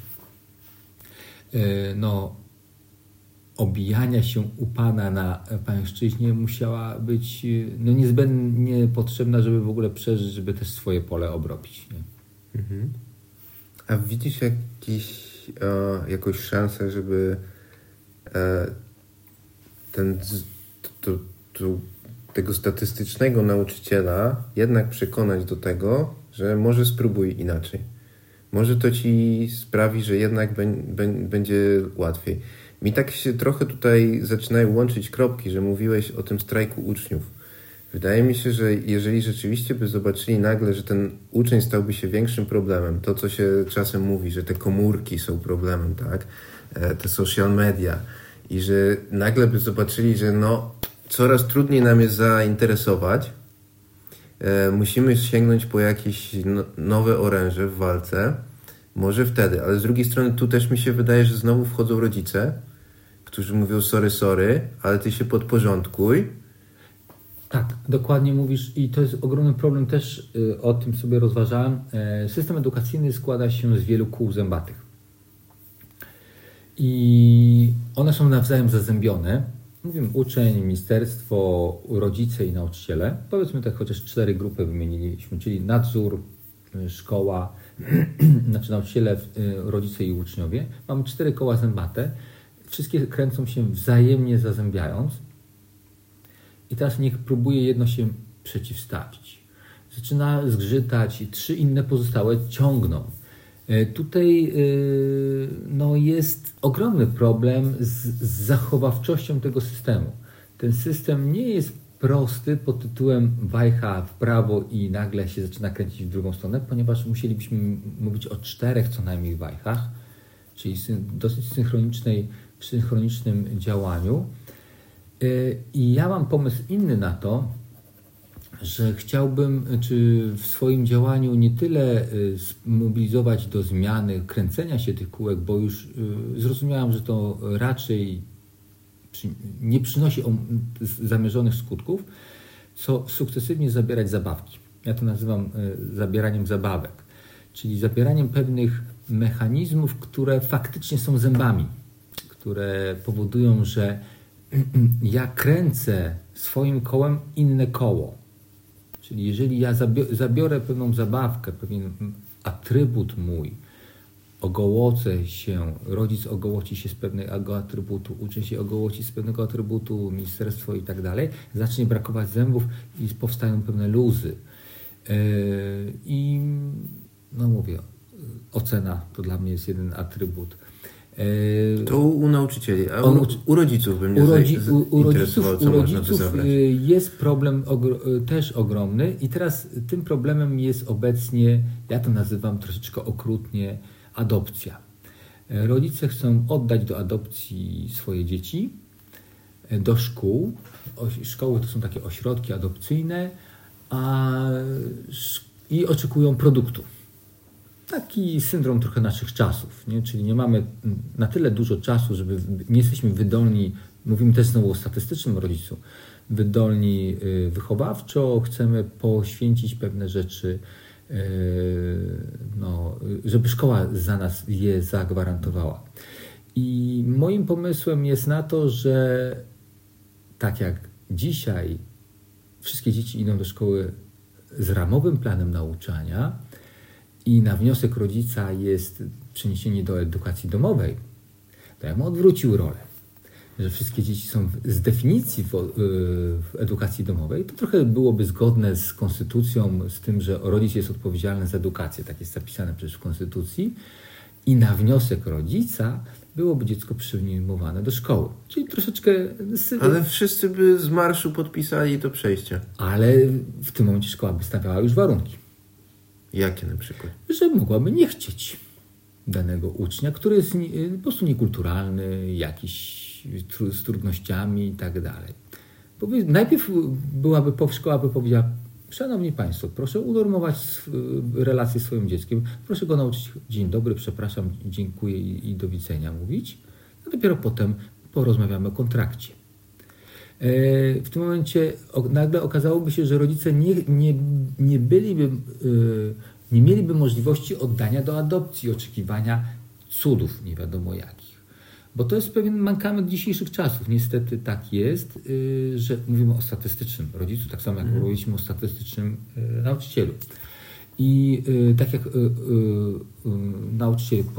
obijania się u pana na pańszczyźnie musiała być niezbędnie potrzebna, żeby w ogóle przeżyć, żeby też swoje pole obrobić. Nie? Mhm. A widzisz jakąś szansę, żeby tego statystycznego nauczyciela jednak przekonać do tego, że może spróbuj inaczej. Może to ci sprawi, że jednak będzie łatwiej. Mi tak się trochę tutaj zaczynają łączyć kropki, że mówiłeś o tym strajku uczniów. Wydaje mi się, że jeżeli rzeczywiście by zobaczyli nagle, że ten uczeń stałby się większym problemem, to co się czasem mówi, że te komórki są problemem, tak? Te social media i że nagle by zobaczyli, że coraz trudniej nam jest zainteresować, musimy sięgnąć po jakieś nowe oręże w walce, może wtedy, ale z drugiej strony tu też mi się wydaje, że znowu wchodzą rodzice, którzy mówią sorry, ale ty się podporządkuj. Tak, dokładnie mówisz i to jest ogromny problem, też o tym sobie rozważałem. System edukacyjny składa się z wielu kół zębatych i one są nawzajem zazębione. Mówimy uczeń, ministerstwo, rodzice i nauczyciele. Powiedzmy tak, chociaż 4 grupy wymieniliśmy, czyli nadzór, szkoła, znaczy nauczyciele, rodzice i uczniowie. Mamy 4 koła zębate. Wszystkie kręcą się wzajemnie zazębiając. I teraz niech próbuje jedno się przeciwstawić. Zaczyna zgrzytać i 3 inne pozostałe ciągną. Tutaj jest ogromny problem z zachowawczością tego systemu. Ten system nie jest prosty pod tytułem wajcha w prawo i nagle się zaczyna kręcić w drugą stronę, ponieważ musielibyśmy mówić o 4 co najmniej wajchach, czyli dosyć synchronicznym działaniu. I ja mam pomysł inny na to, że chciałbym w swoim działaniu nie tyle zmobilizować do zmiany kręcenia się tych kółek, bo już zrozumiałem, że to raczej nie przynosi zamierzonych skutków, co sukcesywnie zabierać zabawki. Ja to nazywam zabieraniem zabawek, czyli zabieraniem pewnych mechanizmów, które faktycznie są zębami, które powodują, że ja kręcę swoim kołem inne koło. Czyli jeżeli ja zabiorę pewną zabawkę, pewien atrybut mój, ogołocę się, rodzic ogołoci się z pewnego atrybutu, uczeń się ogołoci z pewnego atrybutu, ministerstwo i tak dalej, zacznie brakować zębów i powstają pewne luzy. I mówię, ocena to dla mnie jest jeden atrybut. To u nauczycieli, a u rodziców bym mnie interesowało, co można by zabrać. Jest problem też ogromny i teraz tym problemem jest obecnie, ja to nazywam troszeczkę okrutnie, adopcja. Rodzice chcą oddać do adopcji swoje dzieci do szkół. Szkoły to są takie ośrodki adopcyjne i oczekują produktu. Taki syndrom trochę naszych czasów, nie? Czyli nie mamy na tyle dużo czasu, nie jesteśmy wydolni, mówimy też znowu o statystycznym rodzicu, wydolni wychowawczo, chcemy poświęcić pewne rzeczy, żeby szkoła za nas je zagwarantowała. I moim pomysłem jest na to, że tak jak dzisiaj wszystkie dzieci idą do szkoły z ramowym planem nauczania, i na wniosek rodzica jest przeniesienie do edukacji domowej, to ja bym odwrócił rolę. Że wszystkie dzieci są z definicji w edukacji domowej, to trochę byłoby zgodne z konstytucją, z tym, że rodzic jest odpowiedzialny za edukację. Tak jest zapisane przecież w konstytucji. I na wniosek rodzica byłoby dziecko przyjmowane do szkoły. Czyli troszeczkę... Ale wszyscy by z marszu podpisali to przejście. Ale w tym momencie szkoła by stawiała już warunki. Jakie na przykład? Że mogłaby nie chcieć danego ucznia, który jest po prostu niekulturalny, jakiś z trudnościami i tak dalej. Najpierw szkoła by powiedziała: szanowni państwo, proszę unormować relacje z swoim dzieckiem, proszę go nauczyć dzień dobry, przepraszam, dziękuję i do widzenia mówić, a dopiero potem porozmawiamy o kontrakcie. W tym momencie nagle okazałoby się, że rodzice nie mieliby możliwości oddania do adopcji, oczekiwania cudów nie wiadomo jakich. Bo to jest pewien mankament dzisiejszych czasów. Niestety tak jest, że mówimy o statystycznym rodzicu, tak samo jak mówiliśmy o statystycznym nauczycielu. I tak jak nauczyciel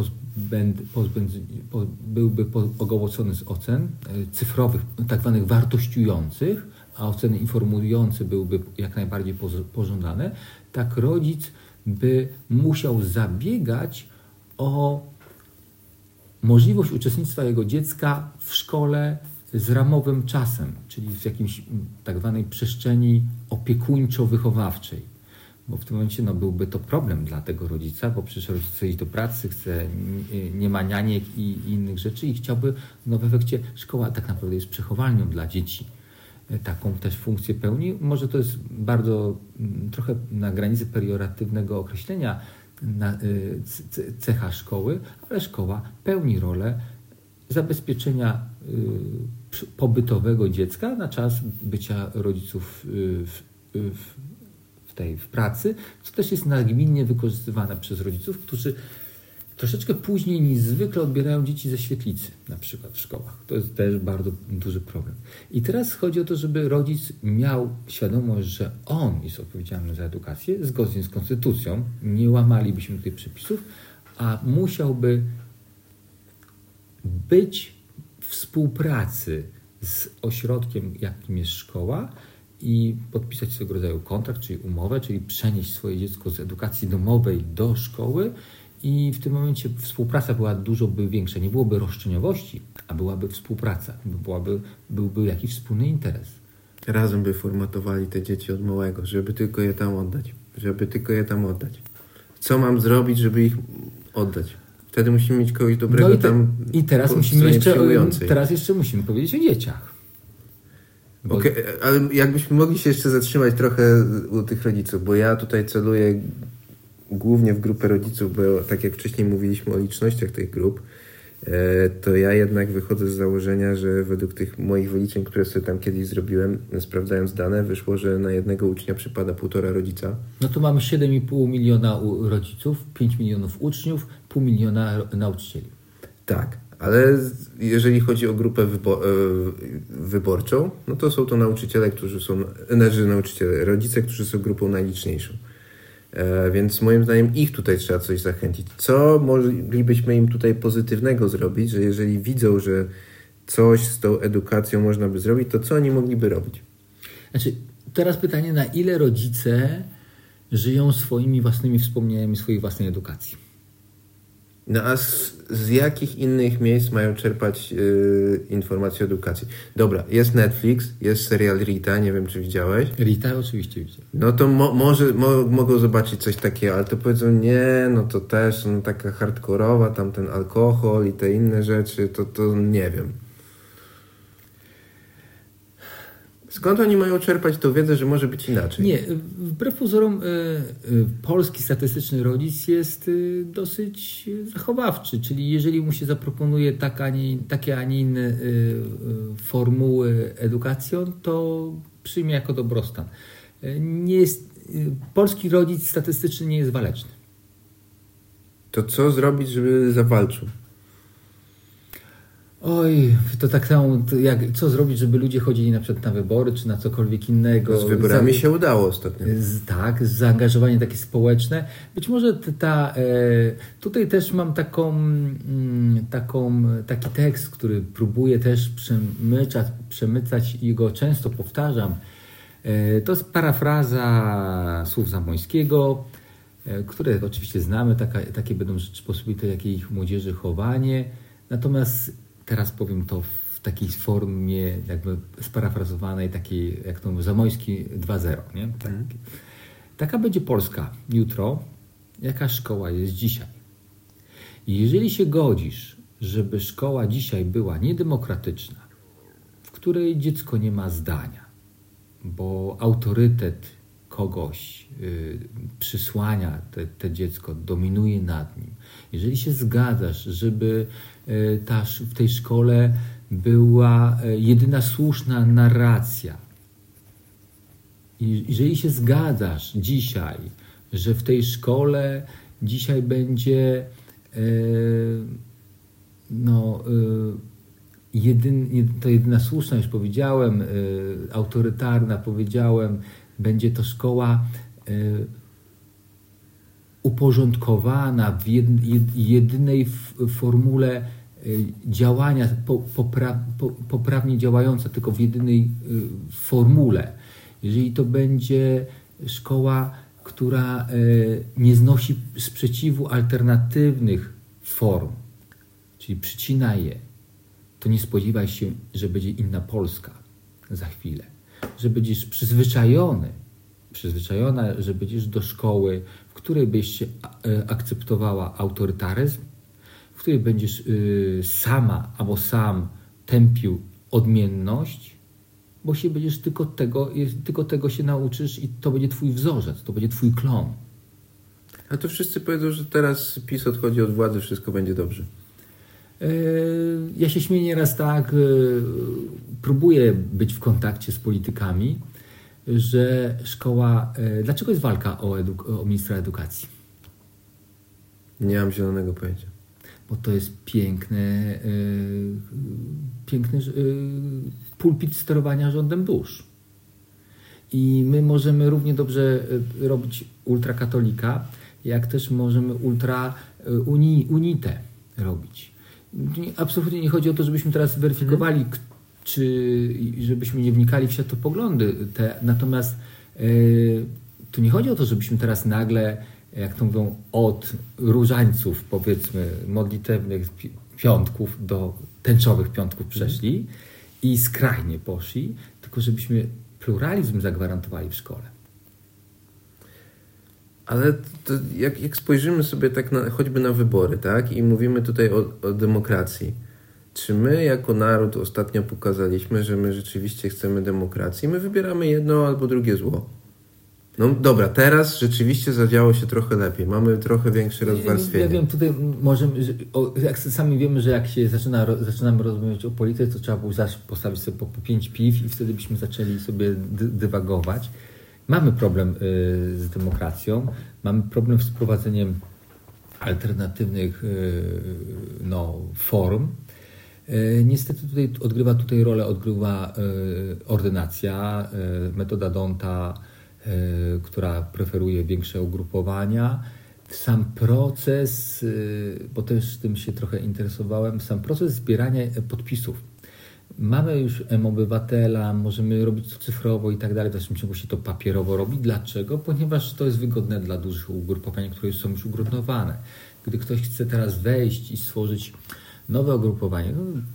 byłby ogołocony z ocen cyfrowych, tak zwanych wartościujących, a oceny informujące byłyby jak najbardziej pożądane, tak rodzic by musiał zabiegać o możliwość uczestnictwa jego dziecka w szkole z ramowym czasem, czyli w jakiejś tak zwanej przestrzeni opiekuńczo-wychowawczej. Bo w tym momencie byłby to problem dla tego rodzica, bo przecież rodzic chce iść do pracy, nie ma nianiek i innych rzeczy i chciałby, w efekcie szkoła tak naprawdę jest przechowalnią dla dzieci. Taką też funkcję pełni. Może to jest bardzo trochę na granicy pejoratywnego określenia cecha szkoły, ale szkoła pełni rolę zabezpieczenia pobytowego dziecka na czas bycia rodziców w pracy, co też jest nagminnie wykorzystywane przez rodziców, którzy troszeczkę później niż zwykle odbierają dzieci ze świetlicy, na przykład w szkołach. To jest też bardzo duży problem. I teraz chodzi o to, żeby rodzic miał świadomość, że on jest odpowiedzialny za edukację, zgodnie z konstytucją, nie łamalibyśmy tutaj przepisów, a musiałby być w współpracy z ośrodkiem, jakim jest szkoła, i podpisać swego rodzaju kontrakt, czyli umowę, czyli przenieść swoje dziecko z edukacji domowej do szkoły I w tym momencie współpraca byłaby większa. Nie byłoby roszczeniowości, a byłaby współpraca. Byłby jakiś wspólny interes. Razem by formatowali te dzieci od małego, żeby tylko je tam oddać. Co mam zrobić, żeby ich oddać? Wtedy musimy mieć kogoś dobrego I teraz jeszcze musimy powiedzieć o dzieciach. Okej, ale jakbyśmy mogli się jeszcze zatrzymać trochę u tych rodziców, bo ja tutaj celuję głównie w grupę rodziców, bo tak jak wcześniej mówiliśmy o licznościach tych grup, to ja jednak wychodzę z założenia, że według tych moich wyliczeń, które sobie tam kiedyś zrobiłem, sprawdzając dane, wyszło, że na jednego ucznia przypada 1,5 rodzica. No to mamy 7,5 miliona rodziców, 5 milionów uczniów, 0,5 miliona nauczycieli. Tak, ale jeżeli chodzi o grupę wyborczą, no to są to nauczyciele, rodzice, którzy są grupą najliczniejszą. Więc moim zdaniem ich tutaj trzeba coś zachęcić. Co moglibyśmy im tutaj pozytywnego zrobić, że jeżeli widzą, że coś z tą edukacją można by zrobić, to co oni mogliby robić? Znaczy, teraz pytanie, na ile rodzice żyją swoimi własnymi wspomnieniami swojej własnej edukacji? No a z jakich innych miejsc mają czerpać informacje o edukacji? Dobra, jest Netflix, jest serial Rita, nie wiem czy widziałeś. Rita oczywiście widziałem. No to mogą zobaczyć coś takiego, ale to powiedzą nie, no to też taka hardkorowa, tam ten alkohol i te inne rzeczy, to nie wiem. Skąd oni mają czerpać tą wiedzę, że może być inaczej? Nie, wbrew pozorom polski statystyczny rodzic jest dosyć zachowawczy, czyli jeżeli mu się zaproponuje takie, a nie inne formuły edukacji, to przyjmie jako dobrostan. Polski rodzic statystyczny nie jest waleczny. To co zrobić, żeby zawalczył? Oj, to tak samo, co zrobić, żeby ludzie chodzili na przykład na wybory, czy na cokolwiek innego. Z wyborami się udało ostatnio. Tak, zaangażowanie takie społeczne. Być może tutaj też mam taki tekst, który próbuję też przemycać i go często powtarzam. To jest parafraza słów Zamoyskiego, które oczywiście znamy, takie będą Rzeczypospolite, jakie ich młodzieży chowanie. Natomiast teraz powiem to w takiej formie jakby sparafrazowanej, takiej jak to Zamoyski 2.0. Nie? Taka będzie Polska jutro, jaka szkoła jest dzisiaj. I jeżeli się godzisz, żeby szkoła dzisiaj była niedemokratyczna, w której dziecko nie ma zdania, bo autorytet kogoś przysłania te dziecko, dominuje nad nim. Jeżeli się zgadzasz, żeby w tej szkole była jedyna słuszna narracja, i jeżeli się zgadzasz dzisiaj, że w tej szkole dzisiaj będzie to jedyna słuszna, już powiedziałem, autorytarna, powiedziałem, będzie to szkoła uporządkowana w jedynej formule działania, poprawnie działająca, tylko w jedynej formule. Jeżeli to będzie szkoła, która nie znosi sprzeciwu alternatywnych form, czyli przycina je, to nie spodziewaj się, że będzie inna Polska za chwilę. Że będziesz przyzwyczajona, że będziesz do szkoły, w której byś akceptowała autorytaryzm, w której będziesz sama albo sam tępił odmienność, bo się będziesz tylko tego się nauczysz i to będzie twój wzorzec, to będzie twój klon. A to wszyscy powiedzą, że teraz PiS odchodzi od władzy, wszystko będzie dobrze. Ja się śmieję nieraz tak, próbuję być w kontakcie z politykami, że szkoła... Dlaczego jest walka o ministra edukacji? Nie mam zielonego pojęcia. Bo to jest piękny pulpit sterowania rządem Bush. I my możemy równie dobrze robić ultrakatolika, jak też możemy unitę robić. Absolutnie nie chodzi o to, żebyśmy teraz weryfikowali, czy żebyśmy nie wnikali w światopoglądy. Natomiast tu nie chodzi o to, żebyśmy teraz nagle jak to mówią, od różańców, powiedzmy, modlitewnych piątków do tęczowych piątków przeszli i skrajnie poszli, tylko żebyśmy pluralizm zagwarantowali w szkole. Ale to jak spojrzymy sobie tak choćby na wybory, tak? I mówimy tutaj o demokracji. Czy my jako naród ostatnio pokazaliśmy, że my rzeczywiście chcemy demokracji? My wybieramy jedno albo drugie zło. No dobra, teraz rzeczywiście zadziało się trochę lepiej. Mamy trochę większe rozwarstwienie. Ja wiem, tutaj możemy, jak sami wiemy, że jak się zaczynamy rozmawiać o polityce, to trzeba było postawić sobie po 5 piw i wtedy byśmy zaczęli sobie dywagować. Mamy problem z demokracją, mamy problem z wprowadzeniem alternatywnych form. Niestety odgrywa rolę ordynacja, metoda Donta, która preferuje większe ugrupowania. Sam proces, bo też tym się trochę interesowałem, sam proces zbierania podpisów. Mamy już M-Obywatela, możemy robić to cyfrowo i tak dalej, w dalszym ciągu się to papierowo robi. Dlaczego? Ponieważ to jest wygodne dla dużych ugrupowań, które są już ugruntowane. Gdy ktoś chce teraz wejść i stworzyć nowe ugrupowanie,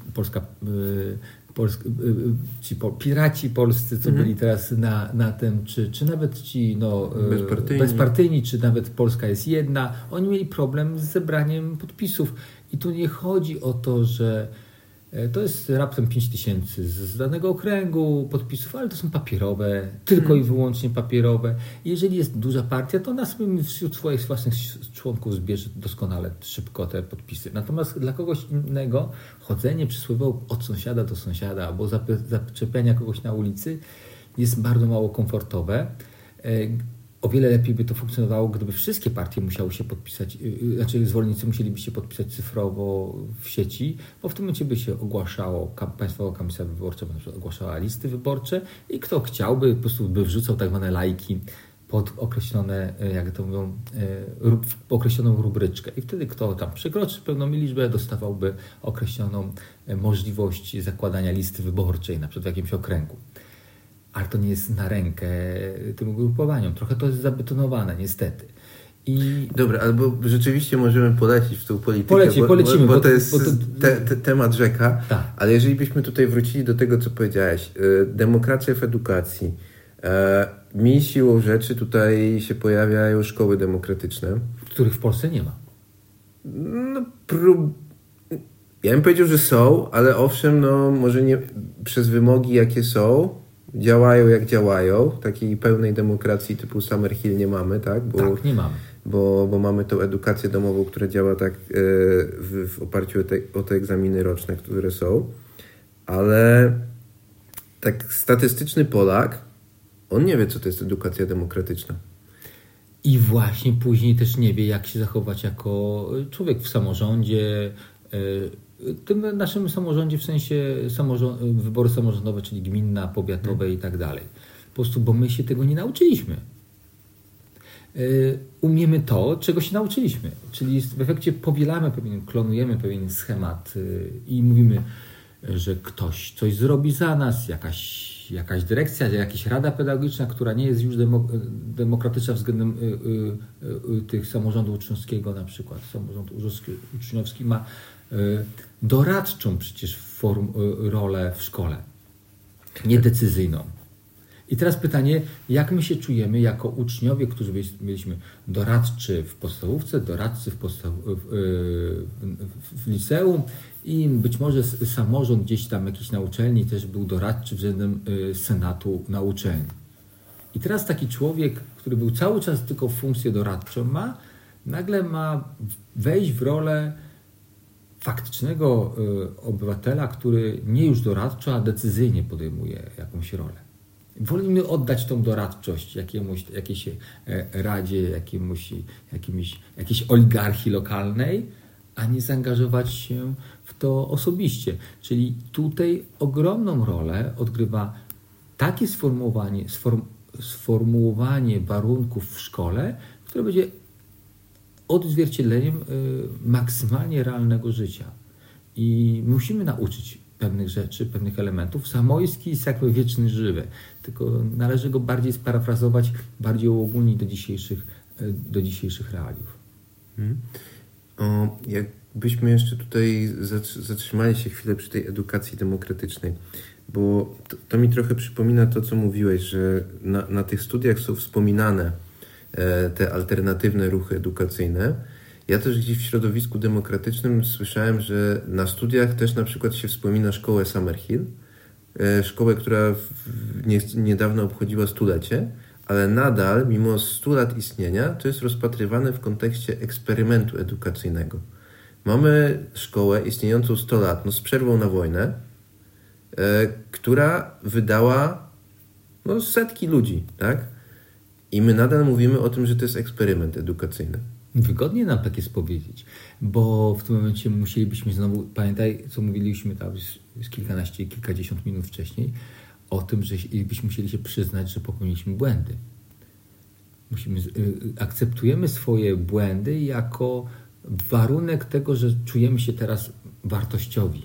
piraci polscy, co byli teraz na tym, czy nawet ci bezpartyjni, czy nawet Polska jest jedna, oni mieli problem z zebraniem podpisów. I tu nie chodzi o to, że to jest raptem 5000 z danego okręgu podpisów, ale to są papierowe, tylko i wyłącznie papierowe. Jeżeli jest duża partia, to ona sobie wśród swoich własnych członków zbierze doskonale szybko te podpisy. Natomiast dla kogoś innego chodzenie przysłowiowo od sąsiada do sąsiada albo zaczepiania kogoś na ulicy jest bardzo mało komfortowe. O wiele lepiej by to funkcjonowało, gdyby wszystkie partie musiały się podpisać, zwolennicy musieliby się podpisać cyfrowo w sieci, bo w tym momencie by się ogłaszało, Państwowa Komisja Wyborcza by na przykład ogłaszała listy wyborcze i kto chciałby, po prostu by wrzucał tak zwane lajki pod określone, jak to mówią, określoną rubryczkę. I wtedy kto tam przekroczy pewną liczbę, dostawałby określoną możliwość zakładania listy wyborczej, na przykład w jakimś okręgu. Ale to nie jest na rękę tym ugrupowaniom. Trochę to jest zabetonowane, niestety. Dobra, albo rzeczywiście możemy polecić w tą politykę, polecimy, bo to jest temat rzeka. Tak. Ale jeżeli byśmy tutaj wrócili do tego, co powiedziałeś, demokracja w edukacji, mi siłą rzeczy tutaj się pojawiają szkoły demokratyczne. Których w Polsce nie ma. Ja bym powiedział, że są, ale owszem, może nie przez wymogi, jakie są, działają jak działają. Takiej pełnej demokracji typu Summerhill nie mamy, tak? Tak, nie mamy. Bo mamy tą edukację domową, która działa tak w oparciu o te egzaminy roczne, które są. Ale tak statystyczny Polak, on nie wie, co to jest edukacja demokratyczna. I właśnie później też nie wie, jak się zachować jako człowiek w samorządzie, tym naszym samorządzie, w sensie wybory samorządowe, czyli gminna, powiatowe i tak dalej. Po prostu, bo my się tego nie nauczyliśmy. Umiemy to, czego się nauczyliśmy. Czyli w efekcie klonujemy pewien schemat i mówimy, że ktoś coś zrobi za nas, jakaś dyrekcja, jakaś rada pedagogiczna, która nie jest już demokratyczna względem tych samorządu uczniowskiego, na przykład samorząd uczniowski ma doradczą przecież rolę w szkole, niedecyzyjną. I teraz pytanie, jak my się czujemy jako uczniowie, którzy mieliśmy doradczy w podstawówce, doradcy w liceum i być może samorząd gdzieś tam jakiś na uczelni też był doradczy względem senatu na uczelni. I teraz taki człowiek, który był cały czas tylko funkcję doradczą nagle ma wejść w rolę faktycznego obywatela, który nie już doradczo, a decyzyjnie podejmuje jakąś rolę. Wolimy oddać tą doradczość jakiejś radzie, jakiejś oligarchii lokalnej, a nie zaangażować się w to osobiście. Czyli tutaj ogromną rolę odgrywa takie sformułowanie warunków w szkole, które będzie odzwierciedleniem maksymalnie realnego życia. I musimy nauczyć pewnych rzeczy, pewnych elementów. Zamojski jest jakby wieczny żywy, tylko należy go bardziej sparafrazować, bardziej uogólnić do dzisiejszych do dzisiejszych realiów. Jakbyśmy jeszcze tutaj zatrzymali się chwilę przy tej edukacji demokratycznej, bo to mi trochę przypomina to, co mówiłeś, że na tych studiach są wspominane te alternatywne ruchy edukacyjne. Ja też gdzieś w środowisku demokratycznym słyszałem, że na studiach też na przykład się wspomina szkołę Summerhill, szkołę, która niedawno obchodziła 100-lecie, ale nadal, mimo 100 lat istnienia, to jest rozpatrywane w kontekście eksperymentu edukacyjnego. Mamy szkołę istniejącą 100 lat, z przerwą na wojnę, która wydała setki ludzi, tak? I my nadal mówimy o tym, że to jest eksperyment edukacyjny. Wygodnie nam tak jest powiedzieć, bo w tym momencie musielibyśmy znowu, pamiętaj, co mówiliśmy tam z kilkanaście, kilkadziesiąt minut wcześniej, o tym, że byśmy musieli się przyznać, że popełniliśmy błędy. Akceptujemy swoje błędy jako warunek tego, że czujemy się teraz wartościowi.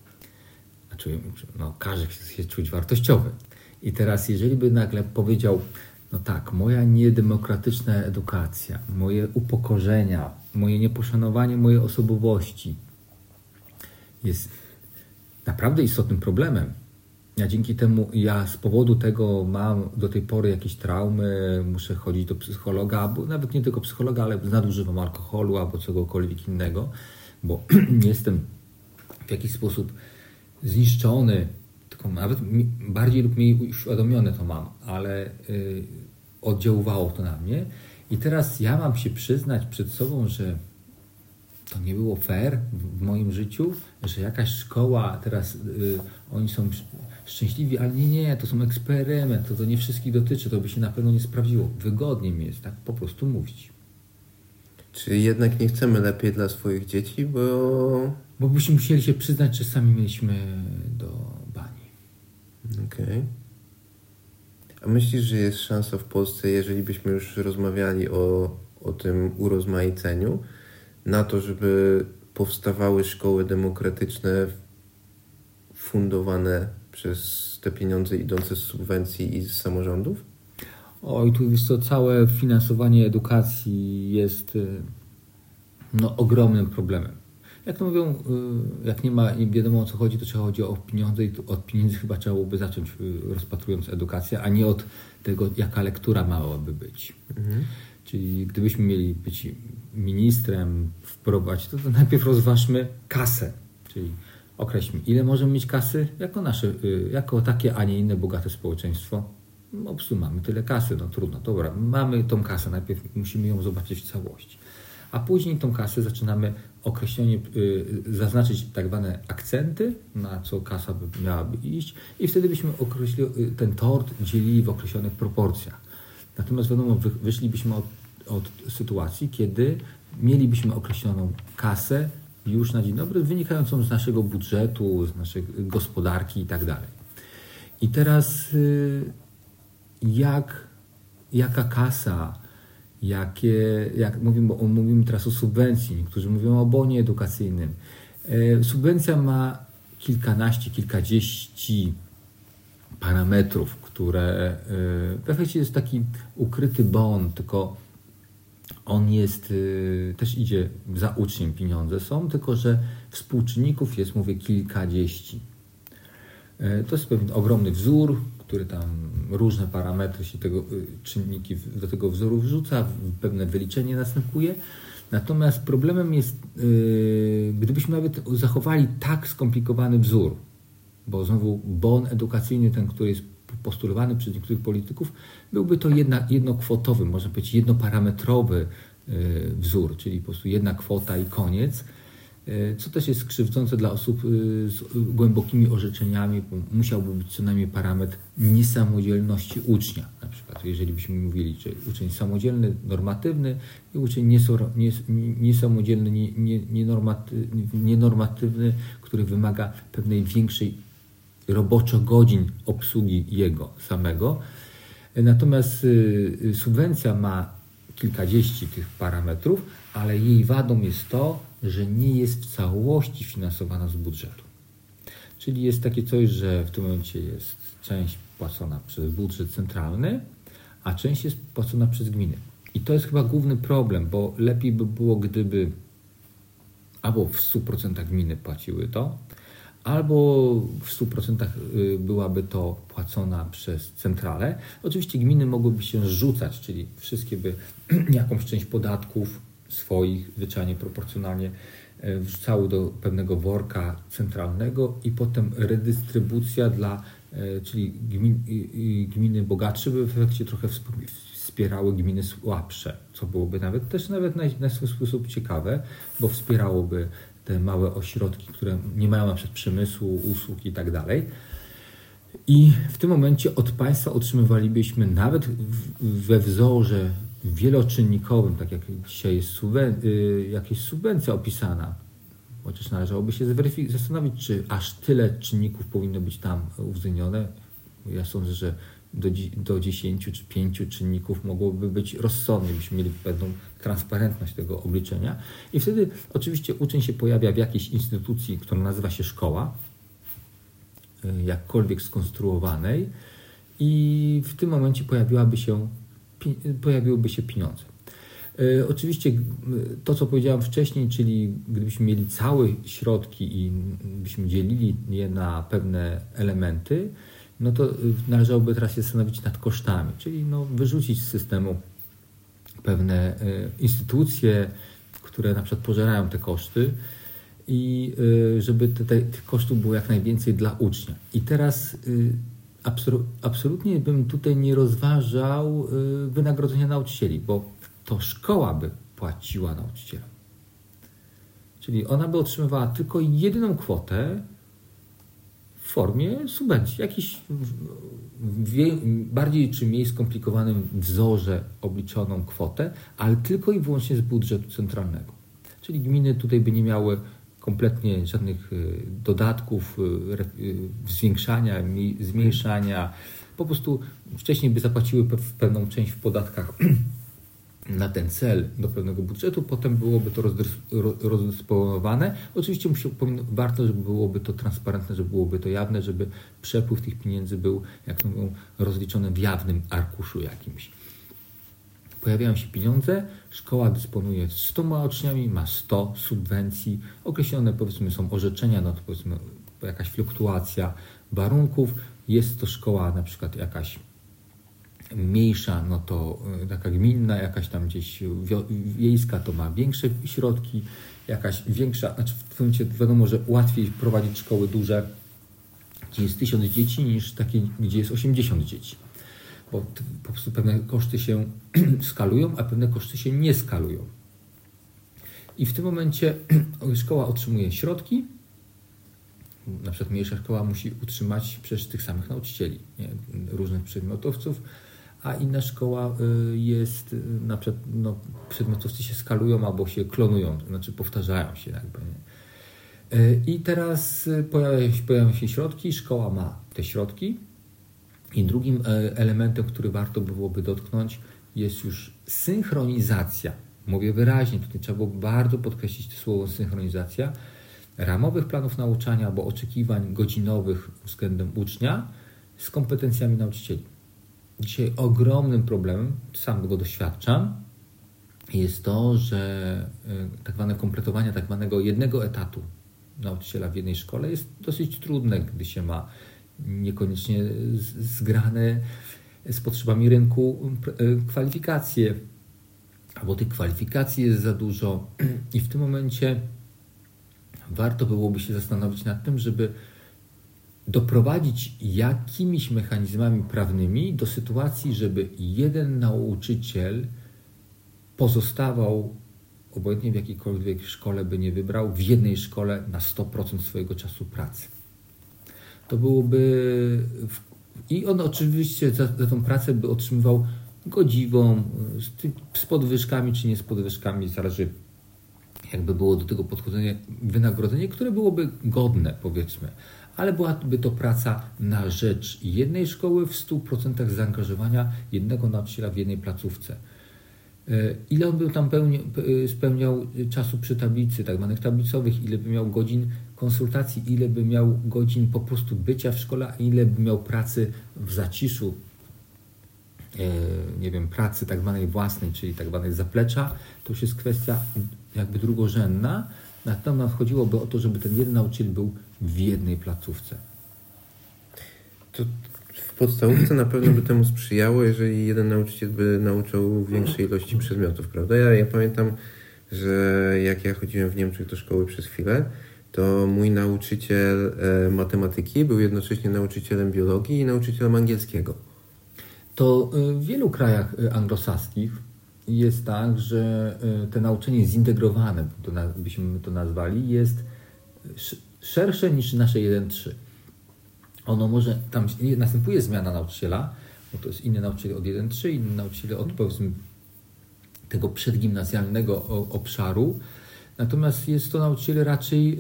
Każdy chce się czuć wartościowy. I teraz, jeżeli by nagle powiedział, moja niedemokratyczna edukacja, moje upokorzenia, moje nieposzanowanie mojej osobowości jest naprawdę istotnym problemem. Ja z powodu tego mam do tej pory jakieś traumy, muszę chodzić do psychologa, albo nawet nie tylko psychologa, ale nadużywam alkoholu albo czegokolwiek innego, bo jestem w jakiś sposób zniszczony, tylko nawet bardziej lub mniej uświadomione to mam, ale oddziaływało to na mnie. I teraz ja mam się przyznać przed sobą, że to nie było fair w moim życiu, że jakaś szkoła, teraz oni są szczęśliwi, ale nie, to są eksperyment, to nie wszystkich dotyczy, to by się na pewno nie sprawdziło. Wygodnie mi jest tak po prostu mówić. Czy jednak nie chcemy lepiej dla swoich dzieci, Bo byśmy musieli się przyznać, że sami mieliśmy do bani. Okej. A myślisz, że jest szansa w Polsce, jeżeli byśmy już rozmawiali o tym urozmaiceniu, na to, żeby powstawały szkoły demokratyczne fundowane przez te pieniądze idące z subwencji i z samorządów? Tu jest to całe finansowanie edukacji jest ogromnym problemem. Jak to mówią, jak nie wiadomo o co chodzi, to trzeba chodzi o pieniądze i od pieniędzy chyba trzeba byłoby zacząć, rozpatrując edukację, a nie od tego, jaka lektura miałaby być. Czyli gdybyśmy mieli być ministrem, wprowadzić, to najpierw rozważmy kasę, czyli określmy, ile możemy mieć kasy jako takie, a nie inne bogate społeczeństwo. Po prostu mamy tyle kasy, trudno, dobra, mamy tą kasę, najpierw musimy ją zobaczyć w całości. A później tą kasę zaczynamy określenie, zaznaczyć tak zwane akcenty, na co kasa miałaby iść i wtedy byśmy ten tort dzielili w określonych proporcjach. Natomiast wiadomo, wyszlibyśmy od sytuacji, kiedy mielibyśmy określoną kasę już na dzień dobry, wynikającą z naszego budżetu, z naszej gospodarki i tak dalej. I teraz jaka kasa, jak mówimy teraz o subwencji, niektórzy mówią o bonie edukacyjnym. Subwencja ma kilkadziesiąt parametrów, które w efekcie jest taki ukryty bon, tylko on jest, też idzie za uczniem, pieniądze są, tylko że współczynników jest, mówię, kilkadziesiąt. To jest pewien ogromny wzór, który tam różne parametry się czynniki do tego wzoru wrzuca, pewne wyliczenie następuje. Natomiast problemem jest, gdybyśmy nawet zachowali tak skomplikowany wzór, bo znowu bon edukacyjny, ten, który jest postulowany przez niektórych polityków, byłby to jednokwotowy, można powiedzieć jednoparametrowy wzór, czyli po prostu jedna kwota i koniec, co też jest krzywdzące dla osób z głębokimi orzeczeniami, bo musiałby być co najmniej parametr niesamodzielności ucznia. Na przykład, jeżeli byśmy mówili, że uczeń samodzielny, normatywny i uczeń niesamodzielny, nienormatywny, który wymaga pewnej większej roboczo godzin obsługi jego samego. Natomiast subwencja ma kilkadziesiąt tych parametrów, ale jej wadą jest to, że nie jest w całości finansowana z budżetu. Czyli jest takie coś, że w tym momencie jest część płacona przez budżet centralny, a część jest płacona przez gminy. I to jest chyba główny problem, bo lepiej by było, gdyby albo w 100% gminy płaciły to, albo w 100% byłaby to płacona przez centralę. Oczywiście gminy mogłyby się rzucać, czyli wszystkie by jakąś część podatków swoich, zwyczajnie proporcjonalnie wrzucały do pewnego worka centralnego i potem redystrybucja czyli gminy bogatsze by w efekcie trochę wspierały gminy słabsze, co byłoby nawet na swój sposób ciekawe, bo wspierałoby te małe ośrodki, które nie mają na przykład przemysłu, usług i tak dalej. I w tym momencie od państwa otrzymywalibyśmy nawet we wzorze wieloczynnikowym, tak jak dzisiaj jest jakaś subwencja opisana, chociaż należałoby się zastanowić, czy aż tyle czynników powinno być tam uwzględnione. Ja sądzę, że do 10 czy 5 czynników mogłoby być rozsądnie, byśmy mieli pewną transparentność tego obliczenia. I wtedy oczywiście uczeń się pojawia w jakiejś instytucji, która nazywa się szkoła, jakkolwiek skonstruowanej, i w tym momencie pojawiłyby się pieniądze. Oczywiście to, co powiedziałem wcześniej, czyli gdybyśmy mieli całe środki i byśmy dzielili je na pewne elementy, no to należałoby teraz się zastanowić nad kosztami, czyli wyrzucić z systemu pewne instytucje, które na przykład pożerają te koszty i żeby tych kosztów było jak najwięcej dla ucznia. I teraz absolutnie bym tutaj nie rozważał wynagrodzenia nauczycieli, bo to szkoła by płaciła nauczycielom. Czyli ona by otrzymywała tylko jedyną kwotę w formie subwencji, jakiś bardziej czy mniej skomplikowanym wzorze obliczoną kwotę, ale tylko i wyłącznie z budżetu centralnego. Czyli gminy tutaj by nie miały kompletnie żadnych dodatków, zwiększania, zmniejszania. Po prostu wcześniej by zapłaciły pewną część w podatkach na ten cel do pewnego budżetu, potem byłoby to rozdysponowane. Oczywiście warto, żeby byłoby to transparentne, żeby byłoby to jawne, żeby przepływ tych pieniędzy był, jak to mówią, rozliczony w jawnym arkuszu jakimś. Pojawiają się pieniądze, szkoła dysponuje 100 uczniami, ma 100 subwencji, określone powiedzmy są orzeczenia, to powiedzmy jakaś fluktuacja warunków, jest to szkoła na przykład jakaś mniejsza, to taka gminna, jakaś tam gdzieś wiejska, to ma większe środki, jakaś większa, w tym momencie wiadomo, że łatwiej prowadzić szkoły duże, gdzie jest 1000 dzieci, niż takie, gdzie jest 80 dzieci. Bo po prostu pewne koszty się skalują, a pewne koszty się nie skalują. I w tym momencie szkoła otrzymuje środki, na przykład mniejsza szkoła musi utrzymać przecież tych samych nauczycieli, różnych przedmiotowców, a inna szkoła jest, na przykład przedmiotowcy się skalują albo się klonują, to znaczy powtarzają się jakby. I teraz pojawiają się środki, szkoła ma te środki i drugim elementem, który warto byłoby dotknąć, jest już synchronizacja. Mówię wyraźnie, tutaj trzeba było bardzo podkreślić to słowo synchronizacja ramowych planów nauczania albo oczekiwań godzinowych względem ucznia z kompetencjami nauczycieli. Dzisiaj ogromnym problemem, sam go doświadczam, jest to, że tak zwane kompletowanie tak zwanego jednego etatu nauczyciela w jednej szkole jest dosyć trudne, gdy się ma niekoniecznie zgrane z potrzebami rynku kwalifikacje, albo tych kwalifikacji jest za dużo i w tym momencie warto byłoby się zastanowić nad tym, żeby doprowadzić jakimiś mechanizmami prawnymi do sytuacji, żeby jeden nauczyciel pozostawał, obojętnie w jakiejkolwiek szkole by nie wybrał, w jednej szkole na 100% swojego czasu pracy. To byłoby... I on oczywiście za tą pracę by otrzymywał godziwą, z podwyżkami czy nie z podwyżkami, zależy jakby było do tego podchodzenie, wynagrodzenie, które byłoby godne, powiedzmy, ale byłaby to praca na rzecz jednej szkoły w 100% zaangażowania jednego nauczyciela w jednej placówce. Ile on by tam spełniał czasu przy tablicy, tak zwanych tablicowych, ile by miał godzin konsultacji, ile by miał godzin po prostu bycia w szkole, a ile by miał pracy w zaciszu nie wiem, pracy tak zwanej własnej, czyli tak zwanej zaplecza, to już jest kwestia jakby drugorzędna. Natomiast chodziłoby o to, żeby ten jeden nauczyciel był w jednej placówce. To w podstawówce na pewno by temu sprzyjało, jeżeli jeden nauczyciel by nauczał większej ilości przedmiotów, prawda? Ja pamiętam, że jak ja chodziłem w Niemczech do szkoły przez chwilę, to mój nauczyciel matematyki był jednocześnie nauczycielem biologii i nauczycielem angielskiego. To w wielu krajach anglosaskich jest tak, że to nauczanie zintegrowane, byśmy to nazwali, jest szersze niż nasze 1-3. Ono może, tam następuje zmiana nauczyciela, bo to jest inny nauczyciel od 1-3, inny nauczyciel od, powiedzmy, tego przedgimnazjalnego obszaru. Natomiast jest to nauczyciel raczej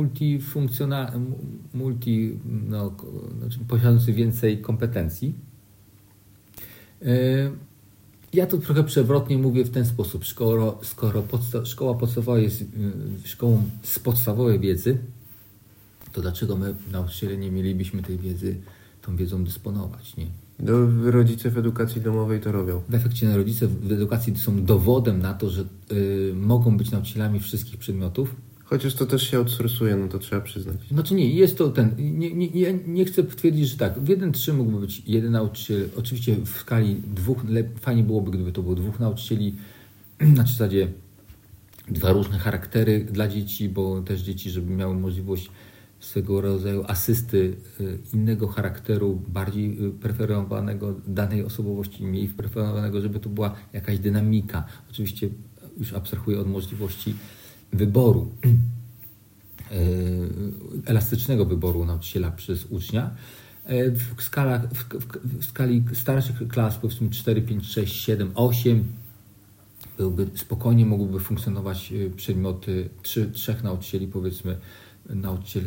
posiadający więcej kompetencji. Ja to trochę przewrotnie mówię w ten sposób. Skoro szkoła podstawowa jest szkołą z podstawowej wiedzy, to dlaczego my, nauczyciele, nie mielibyśmy tej wiedzy, tą wiedzą dysponować, nie? Rodzice w edukacji domowej to robią. W efekcie rodzice w edukacji są dowodem na to, że mogą być nauczycielami wszystkich przedmiotów. Chociaż to też się outsourcuje, no to trzeba przyznać. Znaczy nie, jest to ja nie chcę twierdzić, że tak, w 1-3 mógłby być jeden nauczyciel, oczywiście w skali dwóch, fajnie byłoby, gdyby to było dwóch nauczycieli, na zasadzie dwa różne charaktery dla dzieci, bo też dzieci, żeby miały możliwość swego rodzaju asysty innego charakteru, bardziej preferowanego danej osobowości, mniej preferowanego, żeby to była jakaś dynamika. Oczywiście już abstrahuję od możliwości wyboru, elastycznego wyboru nauczyciela przez ucznia. W skali starszych klas, powiedzmy 4, 5, 6, 7, 8, spokojnie mogłyby funkcjonować przedmioty trzech nauczycieli, powiedzmy nauczyciel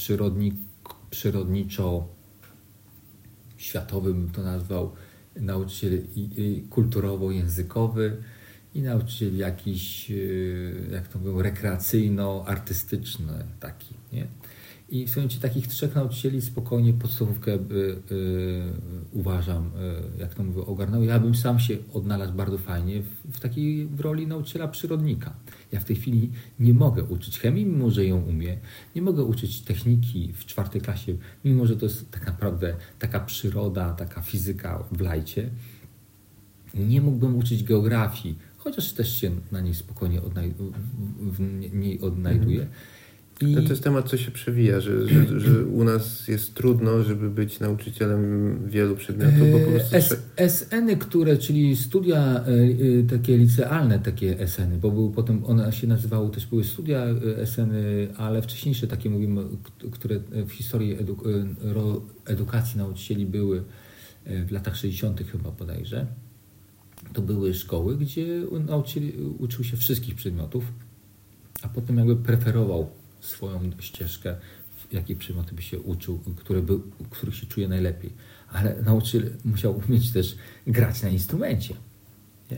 przyrodniczo-światowy bym to nazwał, nauczyciel kulturowo-językowy i nauczyciel jakiś, jak to mówią, rekreacyjno-artystyczny taki, nie? I w sumie takich trzech nauczycieli spokojnie podstawówkę uważam, jak to mówię, ogarnął. Ja bym sam się odnalazł bardzo fajnie w roli nauczyciela przyrodnika. Ja w tej chwili nie mogę uczyć chemii, mimo że ją umiem. Nie mogę uczyć techniki w 4 klasie, mimo że to jest tak naprawdę taka przyroda, taka fizyka w lajcie. Nie mógłbym uczyć geografii, chociaż też się na niej spokojnie odnajduję. No to jest temat, co się przewija, że u nas jest trudno, żeby być nauczycielem wielu przedmiotów, bo po prostu... SN-y, czyli studia takie licealne, takie SN-y, bo były potem, one się nazywały, też były studia SN-y, ale wcześniejsze takie, mówimy, które w historii edukacji nauczycieli były w latach 60. chyba bodajże. To były szkoły, gdzie nauczyciel uczył się wszystkich przedmiotów, a potem jakby preferował swoją ścieżkę, jakie przedmioty by się uczył, których się czuje najlepiej. Ale nauczyciel musiał umieć też grać na instrumencie. Nie?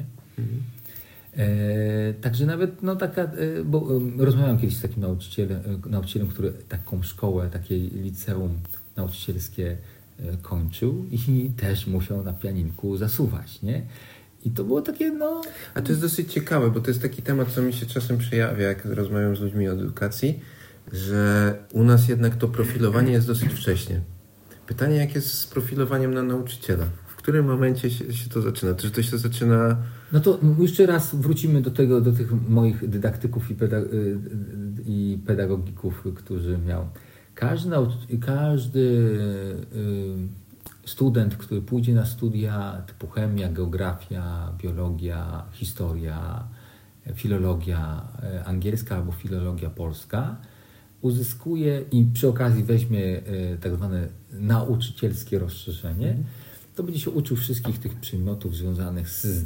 Także nawet bo rozmawiałem kiedyś z takim nauczycielem, który taką szkołę, takie liceum nauczycielskie kończył i też musiał na pianinku zasuwać, nie? I to było takie, A to jest dosyć ciekawe, bo to jest taki temat, co mi się czasem przejawia, jak rozmawiam z ludźmi o edukacji, że u nas jednak to profilowanie jest dosyć wcześnie. Pytanie, jak jest z profilowaniem na nauczyciela? W którym momencie się to zaczyna? Czy to się zaczyna... No to jeszcze raz wrócimy do tych moich dydaktyków i pedagogików, którzy miał. Każdy student, który pójdzie na studia typu chemia, geografia, biologia, historia, filologia angielska albo filologia polska, uzyskuje i przy okazji weźmie tak zwane nauczycielskie rozszerzenie, to będzie się uczył wszystkich tych przedmiotów związanych z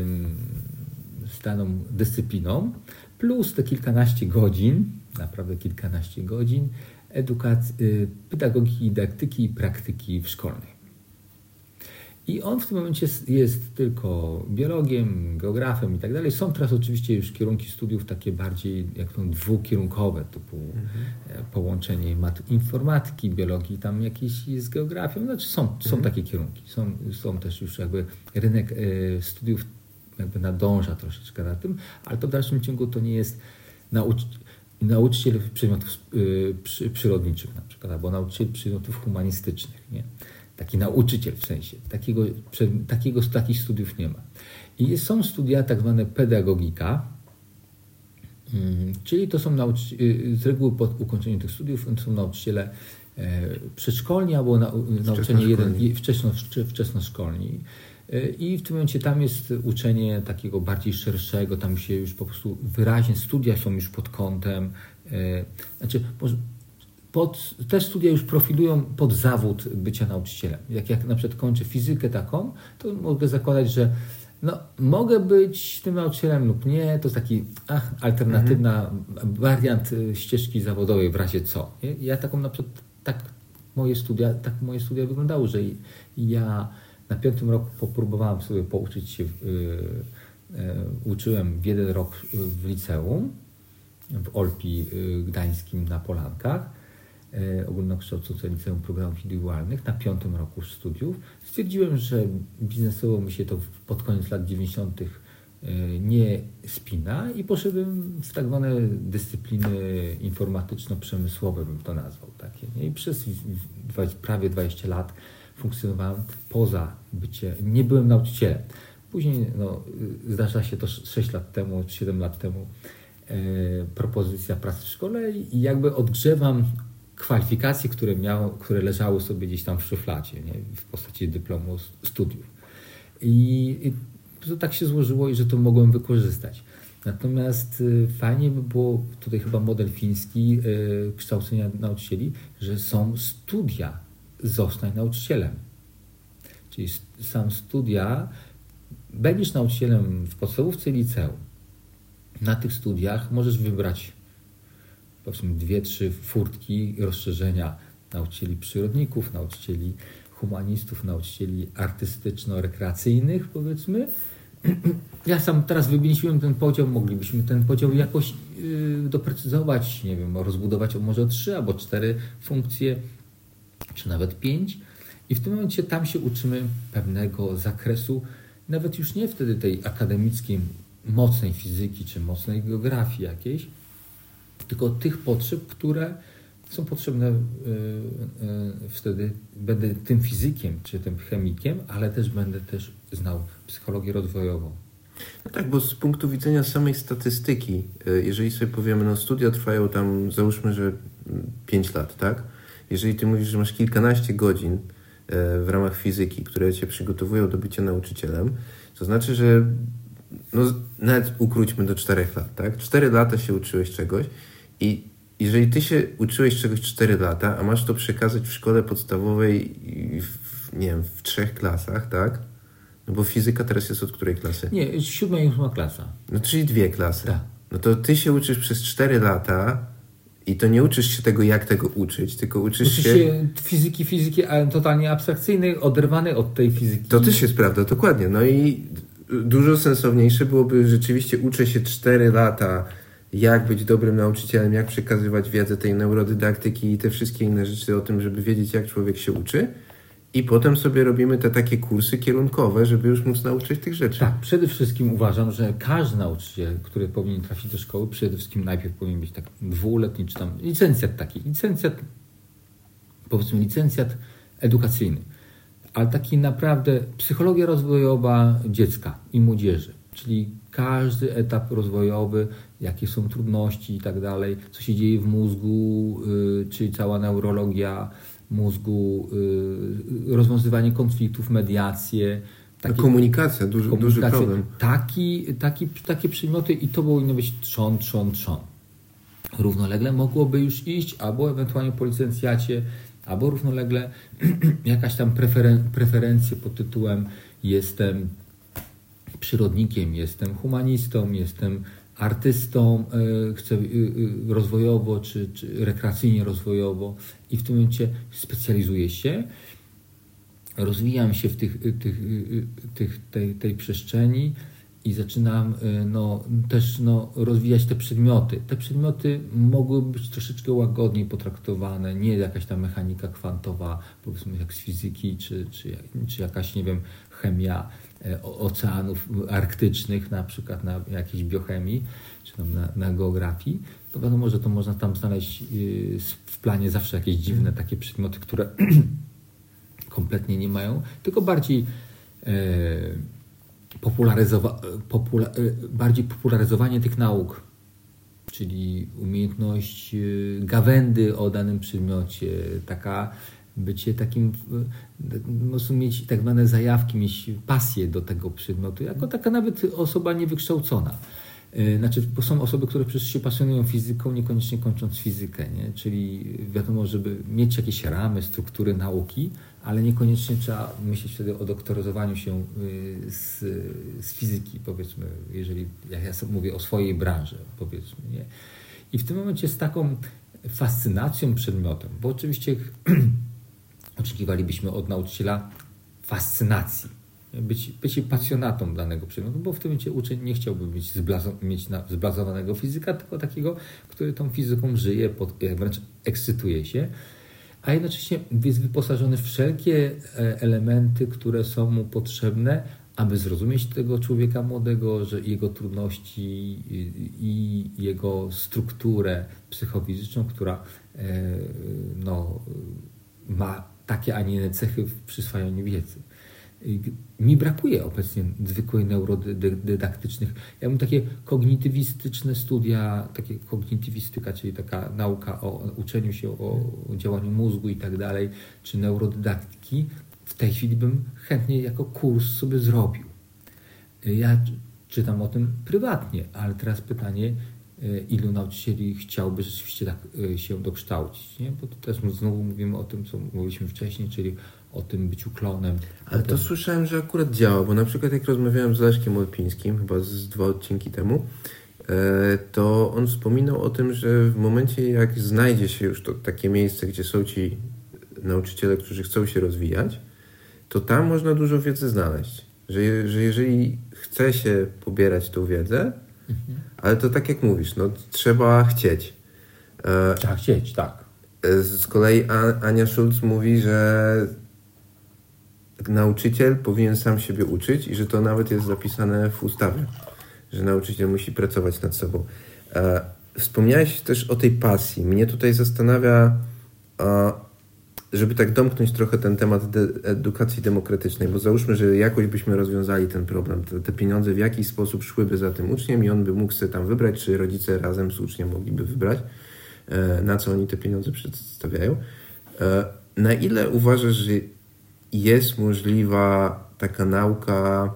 daną dyscypliną, plus te kilkanaście godzin, naprawdę kilkanaście godzin edukacji, pedagogiki, dydaktyki i praktyki szkolnej. I on w tym momencie jest tylko biologiem, geografem i tak dalej. Są teraz oczywiście już kierunki studiów takie bardziej jak to dwukierunkowe, typu połączenie informatyki, biologii, tam jakieś z geografią, znaczy są takie kierunki, są też już jakby rynek studiów jakby nadąża troszeczkę na tym, ale to w dalszym ciągu to nie jest nauczyciel przedmiotów przyrodniczych na przykład, albo nauczyciel przedmiotów humanistycznych, nie? Taki nauczyciel w sensie, takich studiów nie ma. I są studia tak zwane pedagogika, czyli to są z reguły po ukończeniu tych studiów to są nauczyciele przedszkolni albo nauczenie wczesnoszkolni. I w tym momencie tam jest uczenie takiego bardziej szerszego, tam się już po prostu wyraźnie studia są już pod kątem, te studia już profilują pod zawód bycia nauczycielem. Jak na przykład kończę fizykę taką, to mogę zakładać, że mogę być tym nauczycielem lub nie, to jest taki alternatywna wariant ścieżki zawodowej w razie co. Ja taką na przykład, tak moje studia wyglądały, że ja na 5. roku popróbowałem sobie pouczyć się, uczyłem 1 rok w liceum w Olpi Gdańskim na Polankach, ogólnokształcące liceum programów indywidualnych na 5. roku studiów. Stwierdziłem, że biznesowo mi się to pod koniec lat 90. nie spina i poszedłem w tak zwane dyscypliny informatyczno-przemysłowe, bym to nazwał. Takie, nie? I przez prawie 20 lat funkcjonowałem poza nie byłem nauczycielem. Później zdarza się to 6 lat temu, 7 lat temu propozycja pracy w szkole i jakby odgrzewam kwalifikacje, które leżały sobie gdzieś tam w szufladzie, nie? W postaci dyplomu studiów. I to tak się złożyło, że to mogłem wykorzystać. Natomiast fajnie by było, tutaj chyba model fiński kształcenia nauczycieli, że są studia zostań nauczycielem. Czyli sam studia, będziesz nauczycielem w podstawówce i liceum. Na tych studiach możesz wybrać powiedzmy 2-3 furtki rozszerzenia nauczycieli przyrodników, nauczycieli humanistów, nauczycieli artystyczno-rekreacyjnych, powiedzmy. Ja sam teraz wymyśliłem ten podział, moglibyśmy ten podział jakoś doprecyzować, nie wiem, rozbudować może o 3 albo 4 funkcje, czy nawet 5. I w tym momencie tam się uczymy pewnego zakresu, nawet już nie wtedy tej akademickiej, mocnej fizyki, czy mocnej geografii jakiejś, tylko tych potrzeb, które są potrzebne wtedy. Będę tym fizykiem, czy tym chemikiem, ale też będę znał psychologię rozwojową. No tak, bo z punktu widzenia samej statystyki, jeżeli sobie powiemy, studia trwają tam, załóżmy, że 5 lat, tak? Jeżeli ty mówisz, że masz kilkanaście godzin w ramach fizyki, które cię przygotowują do bycia nauczycielem, to znaczy, że nawet ukróćmy do 4 lat, tak? 4 lata się uczyłeś czegoś i jeżeli ty się uczyłeś czegoś 4 lata, a masz to przekazać w szkole podstawowej w 3 klasach, tak? No bo fizyka teraz jest od której klasy? Nie, 7. i 8. klasa. No czyli 2 klasy. Tak. No to ty się uczysz przez 4 lata i to nie uczysz się tego, jak tego uczyć, tylko uczysz się fizyki, ale totalnie abstrakcyjnej, oderwanej od tej fizyki. To też jest prawda, dokładnie. No i dużo sensowniejsze byłoby rzeczywiście uczę się 4 lata, jak być dobrym nauczycielem, jak przekazywać wiedzę tej neurodydaktyki i te wszystkie inne rzeczy o tym, żeby wiedzieć, jak człowiek się uczy. I potem sobie robimy te takie kursy kierunkowe, żeby już móc nauczyć tych rzeczy. Tak, przede wszystkim uważam, że każdy nauczyciel, który powinien trafić do szkoły, przede wszystkim najpierw powinien być tak 2-letni, czy tam licencjat edukacyjny, ale taki naprawdę psychologia rozwojowa dziecka i młodzieży, czyli każdy etap rozwojowy, jakie są trudności i tak dalej, co się dzieje w mózgu, czyli cała neurologia mózgu, rozwiązywanie konfliktów, mediacje. Komunikacja, duży problem. Takie przedmioty i to powinno być trzon. Równolegle mogłoby już iść, albo ewentualnie po licencjacie, albo równolegle jakaś tam preferencje pod tytułem jestem przyrodnikiem, jestem humanistą, jestem artystą, chcę rozwojowo czy rekreacyjnie rozwojowo i w tym momencie specjalizuję się, rozwijam się w tej przestrzeni i zaczynam też rozwijać te przedmioty. Te przedmioty mogłyby być troszeczkę łagodniej potraktowane, nie jakaś tam mechanika kwantowa, powiedzmy jak z fizyki, czy jakaś, nie wiem, chemia oceanów arktycznych, na przykład na jakiejś biochemii, czy tam na geografii. To wiadomo, że to można tam znaleźć w planie zawsze jakieś dziwne takie przedmioty, które kompletnie nie mają, tylko bardziej bardziej popularyzowanie tych nauk, czyli umiejętność gawędy o danym przedmiocie, bycie takim, mieć tak zwane zajawki, mieć pasję do tego przedmiotu, jako taka nawet osoba niewykształcona. Bo są osoby, które przecież się pasjonują fizyką, niekoniecznie kończąc fizykę, nie? Czyli wiadomo, żeby mieć jakieś ramy, struktury nauki, ale niekoniecznie trzeba myśleć wtedy o doktoryzowaniu się z fizyki, powiedzmy, jeżeli jak ja sobie mówię o swojej branży, powiedzmy, nie? I w tym momencie z taką fascynacją przedmiotem, bo oczywiście oczekiwalibyśmy od nauczyciela fascynacji, być pasjonatą danego przedmiotu, bo w tym momencie uczeń nie chciałby mieć zblazowanego fizyka, tylko takiego, który tą fizyką żyje, wręcz ekscytuje się, a jednocześnie jest wyposażony w wszelkie elementy, które są mu potrzebne, aby zrozumieć tego człowieka młodego, że jego trudności i jego strukturę psychofizyczną, która ma takie, a nie inne cechy w przyswajaniu wiedzy. Mi brakuje obecnie zwykłych neurodydaktycznych. Ja mam takie kognitywistyczne studia, takie kognitywistyka, czyli taka nauka o uczeniu się, o działaniu mózgu i tak dalej, czy neurodydaktyki. W tej chwili bym chętnie jako kurs sobie zrobił. Ja czytam o tym prywatnie, ale teraz pytanie, ilu nauczycieli chciałby rzeczywiście tak się dokształcić, nie? Bo to też znowu mówimy o tym, co mówiliśmy wcześniej, czyli o tym byciu klonem. Ale to słyszałem, że akurat działa, bo na przykład jak rozmawiałem z Leszkiem Olpińskim, chyba z 2 odcinki temu, to on wspominał o tym, że w momencie jak znajdzie się już to takie miejsce, gdzie są ci nauczyciele, którzy chcą się rozwijać, to tam można dużo wiedzy znaleźć. Że jeżeli chce się pobierać tą wiedzę, ale to tak jak mówisz, trzeba chcieć. Trzeba chcieć, tak. Z kolei Ania Schulz mówi, że nauczyciel powinien sam siebie uczyć i że to nawet jest zapisane w ustawie, że nauczyciel musi pracować nad sobą. Wspomniałeś też o tej pasji. Mnie tutaj zastanawia, żeby tak domknąć trochę ten temat edukacji demokratycznej, bo załóżmy, że jakoś byśmy rozwiązali ten problem. Te pieniądze w jakiś sposób szłyby za tym uczniem i on by mógł sobie tam wybrać, czy rodzice razem z uczniem mogliby wybrać, na co oni te pieniądze przedstawiają. Na ile uważasz, że jest możliwa taka nauka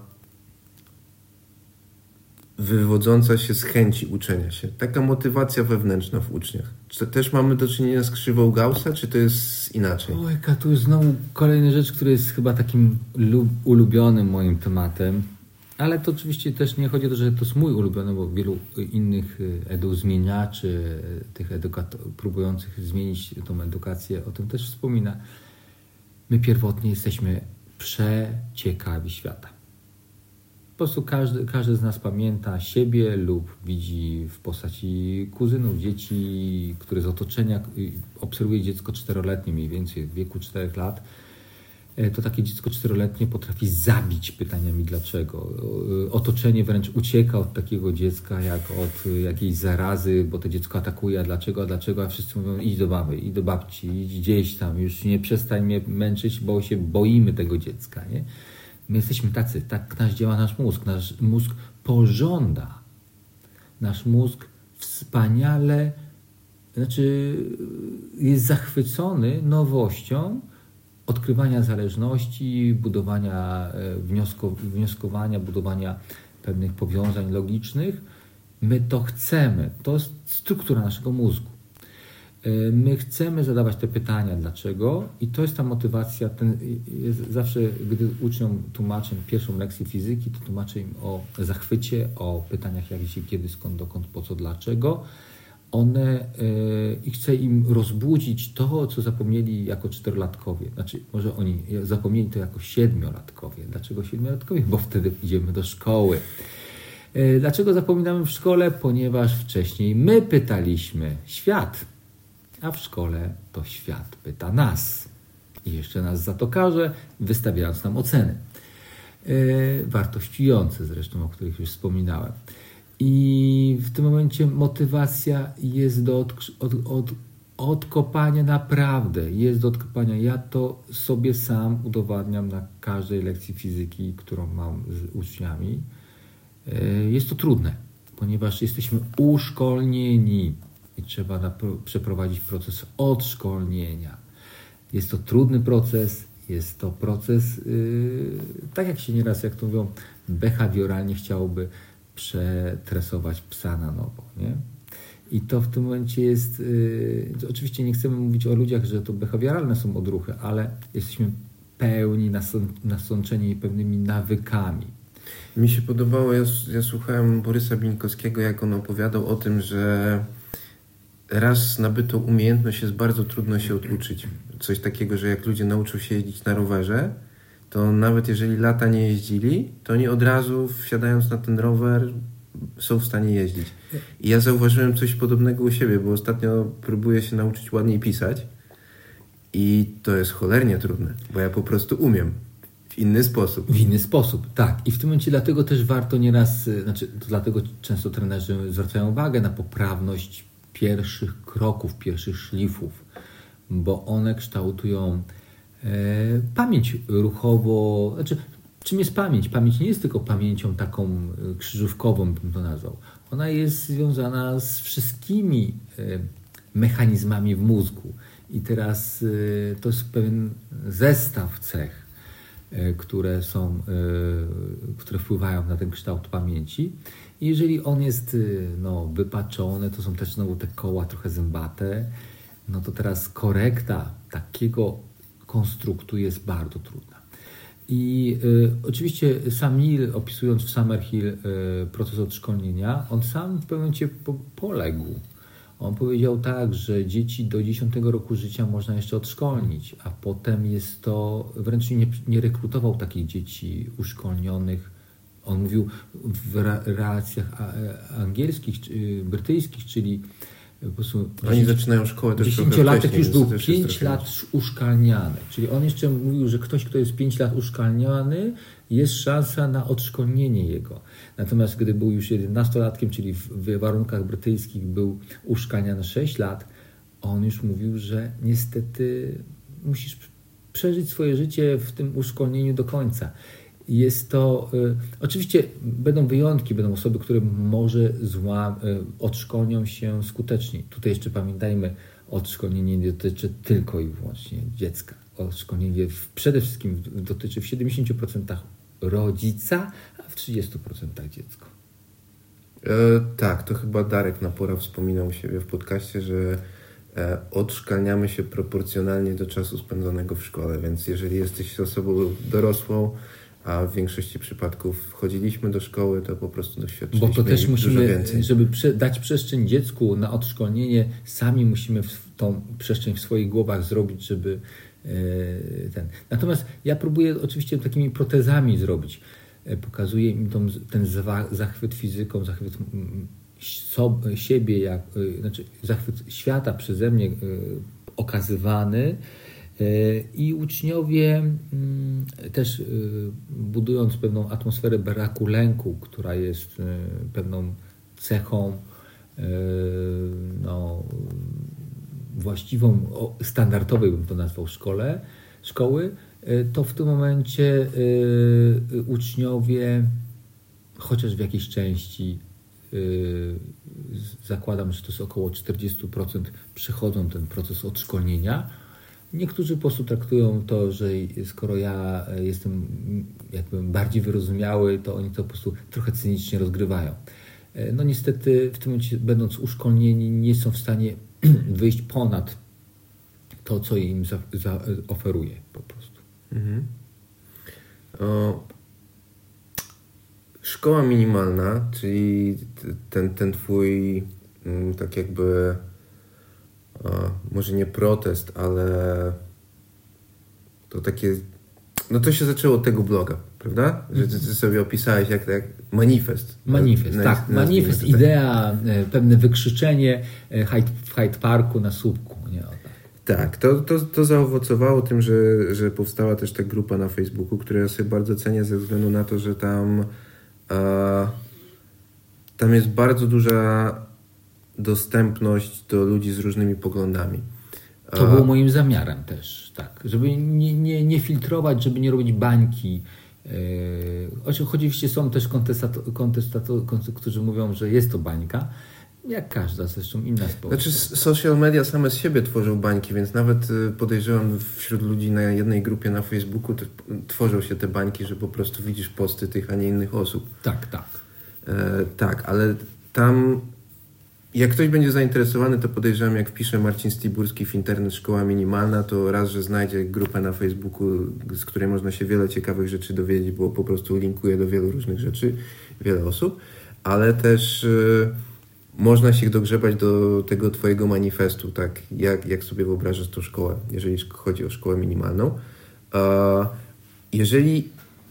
wywodząca się z chęci uczenia się? Taka motywacja wewnętrzna w uczniach. Czy też mamy do czynienia z krzywą Gaussa, czy to jest inaczej? Ojka, tu jest znowu kolejna rzecz, która jest chyba takim ulubionym moim tematem, ale to oczywiście też nie chodzi o to, że to jest mój ulubiony, bo wielu innych zmieniaczy, tych próbujących zmienić tą edukację, o tym też wspomina. My pierwotnie jesteśmy przeciekawi świata. Po prostu każdy z nas pamięta siebie lub widzi w postaci kuzynów, dzieci, które z otoczenia obserwuje dziecko 4-letnie, mniej więcej w wieku 4 lat. To takie dziecko 4-letnie potrafi zabić pytaniami dlaczego. Otoczenie wręcz ucieka od takiego dziecka jak od jakiejś zarazy, bo to dziecko atakuje, a dlaczego, a wszyscy mówią idź do mamy, idź do babci, idź gdzieś tam, już nie przestań mnie męczyć, bo się boimy tego dziecka, nie? My jesteśmy tacy, tak działa nasz mózg. Nasz mózg pożąda. Nasz mózg wspaniale, jest zachwycony nowością, odkrywania zależności, budowania wnioskowania, budowania pewnych powiązań logicznych. My to chcemy. To jest struktura naszego mózgu. My chcemy zadawać te pytania dlaczego i to jest ta motywacja. Zawsze, gdy uczniom tłumaczę pierwszą lekcję fizyki, to tłumaczę im o zachwycie, o pytaniach jak, gdzie, kiedy, skąd, dokąd, po co, dlaczego. I chcę im rozbudzić to, co zapomnieli jako 4-latkowie. Może oni zapomnieli to jako 7-latkowie. Dlaczego 7-latkowie? Bo wtedy idziemy do szkoły. Dlaczego zapominamy w szkole? Ponieważ wcześniej my pytaliśmy świat, a w szkole to świat pyta nas. I jeszcze nas za to karze, wystawiając nam oceny. Wartościujące zresztą, o których już wspominałem. I w tym momencie motywacja jest do odkopania naprawdę. Jest do odkopania. Ja to sobie sam udowadniam na każdej lekcji fizyki, którą mam z uczniami. Jest to trudne, ponieważ jesteśmy uszkolnieni i trzeba przeprowadzić proces odszkolnienia. Jest to trudny proces, jest to proces, tak jak się nieraz, jak to mówią, behawioralnie chciałoby przetresować psa na nowo, nie? I to w tym momencie jest, oczywiście nie chcemy mówić o ludziach, że to behawioralne są odruchy, ale jesteśmy pełni nasączeni pewnymi nawykami. Mi się podobało, ja słuchałem Borysa Bińkowskiego, jak on opowiadał o tym, że raz nabytą umiejętność jest bardzo trudno się oduczyć. Coś takiego, że jak ludzie nauczą się jeździć na rowerze, to nawet jeżeli lata nie jeździli, to oni od razu wsiadając na ten rower są w stanie jeździć. I ja zauważyłem coś podobnego u siebie, bo ostatnio próbuję się nauczyć ładniej pisać i to jest cholernie trudne, bo ja po prostu umiem. W inny sposób. W inny sposób, tak. I w tym momencie dlatego też warto nieraz, dlatego często trenerzy zwracają uwagę na poprawność pierwszych kroków, pierwszych szlifów, bo one kształtują pamięć ruchowo. Czym jest pamięć? Pamięć nie jest tylko pamięcią taką krzyżówkową, bym to nazwał. Ona jest związana z wszystkimi mechanizmami w mózgu. I teraz to jest pewien zestaw cech, które wpływają na ten kształt pamięci. I jeżeli on jest wypaczony, to są też znowu te koła trochę zębate, no to teraz korekta takiego konstruktu jest bardzo trudna. I oczywiście sam Neil, opisując w Summerhill proces odszkolnienia, on sam w pewnym momencie poległ. On powiedział tak, że dzieci do 10 roku życia można jeszcze odszkolnić, a potem jest to, wręcz nie rekrutował takich dzieci uszkolnionych. On mówił w relacjach angielskich, czy brytyjskich, czyli po prostu oni zaczynają szkołę też 10-latek już był 5 lat uszkalniany. Czyli on jeszcze mówił, że ktoś, kto jest 5 lat uszkalniany, jest szansa na odszkolnienie jego. Natomiast gdy był już 11-latkiem, czyli w warunkach brytyjskich był uszkalniany 6 lat, on już mówił, że niestety musisz przeżyć swoje życie w tym uszkolnieniu do końca. Jest to, oczywiście będą wyjątki, będą osoby, które może odszkolnią się skuteczniej. Tutaj jeszcze pamiętajmy, odszkolnienie nie dotyczy tylko i wyłącznie dziecka. Odszkolnienie przede wszystkim dotyczy w 70% rodzica, a w 30% dziecko. Tak, to chyba Darek Napora wspominał u siebie w podcaście, że odszkalniamy się proporcjonalnie do czasu spędzonego w szkole, więc jeżeli jesteś osobą dorosłą, a w większości przypadków chodziliśmy do szkoły, to po prostu doświadczyliśmy. Bo to też musimy, więcej. żeby dać przestrzeń dziecku na odszkolnienie, sami musimy tą przestrzeń w swoich głowach zrobić, żeby Natomiast ja próbuję oczywiście takimi protezami zrobić. Pokazuję im ten zachwyt fizyką, zachwyt siebie, zachwyt świata przeze mnie okazywany. I uczniowie też budując pewną atmosferę braku lęku, która jest pewną cechą właściwą, standardowej bym to nazwał szkoły, to w tym momencie uczniowie chociaż w jakiejś części zakładam, że to jest około 40% przechodzą ten proces odszkolnienia. Niektórzy po prostu traktują to, że skoro ja jestem jakby bardziej wyrozumiały, to oni to po prostu trochę cynicznie rozgrywają. No niestety w tym momencie, będąc uszkolnieni, nie są w stanie wyjść ponad to, co im oferuje po prostu. Mhm. Szkoła minimalna, czyli ten twój tak jakby może nie protest, ale to takie, no to się zaczęło od tego bloga, prawda? Że ty sobie opisałeś jak manifest. Manifest, tak. Manifest, tak. idea, pewne wykrzyczenie w Hyde Parku na słupku. Nie? Tak, to zaowocowało tym, że powstała też ta grupa na Facebooku, którą ja sobie bardzo cenię ze względu na to, że tam jest bardzo duża dostępność do ludzi z różnymi poglądami. To było moim zamiarem też, tak. Żeby nie filtrować, żeby nie robić bańki. Oczywiście są też kontestatorzy, którzy mówią, że jest to bańka, jak każda zresztą inna społeczność. Znaczy social media same z siebie tworzą bańki, więc nawet podejrzewam wśród ludzi na jednej grupie na Facebooku tworzą się te bańki, że po prostu widzisz posty tych, a nie innych osób. Tak. Tak, ale tam jak ktoś będzie zainteresowany, to podejrzewam, jak wpisze Marcin Stiburski w internet Szkoła Minimalna, to raz, że znajdzie grupę na Facebooku, z której można się wiele ciekawych rzeczy dowiedzieć, bo po prostu linkuje do wielu różnych rzeczy, wiele osób, ale też można się dogrzebać do tego twojego manifestu, tak, jak sobie wyobrażasz tą szkołę, jeżeli chodzi o szkołę minimalną. Jeżeli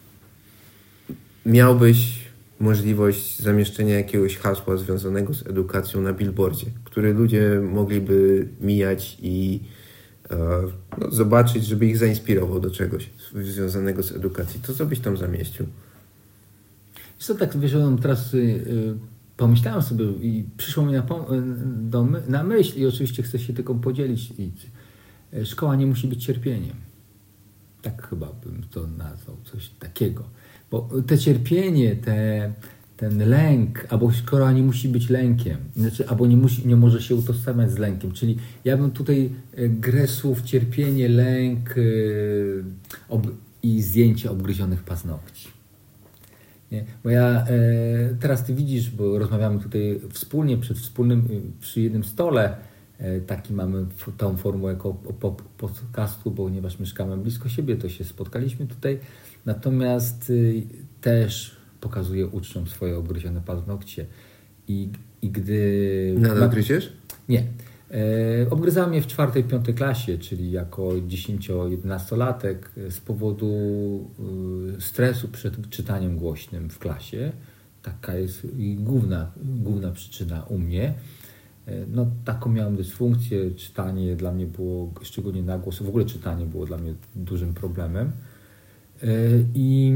miałbyś możliwość zamieszczenia jakiegoś hasła związanego z edukacją na billboardzie, który ludzie mogliby mijać i zobaczyć, żeby ich zainspirował do czegoś związanego z edukacją, to co byś tam zamieścił? Co tak teraz pomyślałem sobie i przyszło mi na myśl i oczywiście chcę się tylko podzielić. Szkoła nie musi być cierpieniem. Tak chyba bym to nazwał, coś takiego. Bo te cierpienie, ten lęk, albo szkoła nie musi być lękiem, znaczy, albo nie może się utożsamiać z lękiem. Czyli ja bym tutaj grę słów cierpienie, lęk i zdjęcie obgryzionych paznokci. Nie? Bo teraz ty widzisz, bo rozmawiamy tutaj wspólnie, przy jednym stole, taki mamy tą formułę podcastu, ponieważ mieszkamy blisko siebie, to się spotkaliśmy tutaj. Natomiast też pokazuję uczniom swoje obgryzione paznokcie. I gdy... Nadal gryziesz? Nie. Obgryzałem je w 4-5 klasie, czyli jako 10-11-latek z powodu stresu przed czytaniem głośnym w klasie. Taka jest główna przyczyna u mnie. No, taką miałem dysfunkcję. Czytanie dla mnie było, szczególnie na głos, w ogóle czytanie było dla mnie dużym problemem. I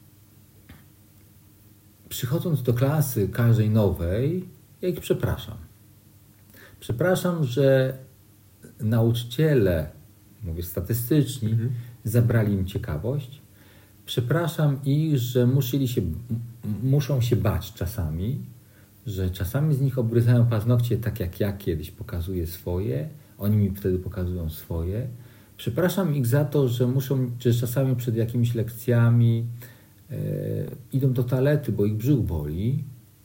przychodząc do klasy każdej nowej, ja ich przepraszam. Przepraszam, że nauczyciele, mówię statystyczni, zabrali im ciekawość. Przepraszam ich, że muszą się bać czasami, że czasami z nich obgryzają paznokcie tak jak ja kiedyś pokazuję swoje, oni mi wtedy pokazują swoje. Przepraszam ich za to, że czasami przed jakimiś lekcjami idą do toalety, bo ich brzuch boli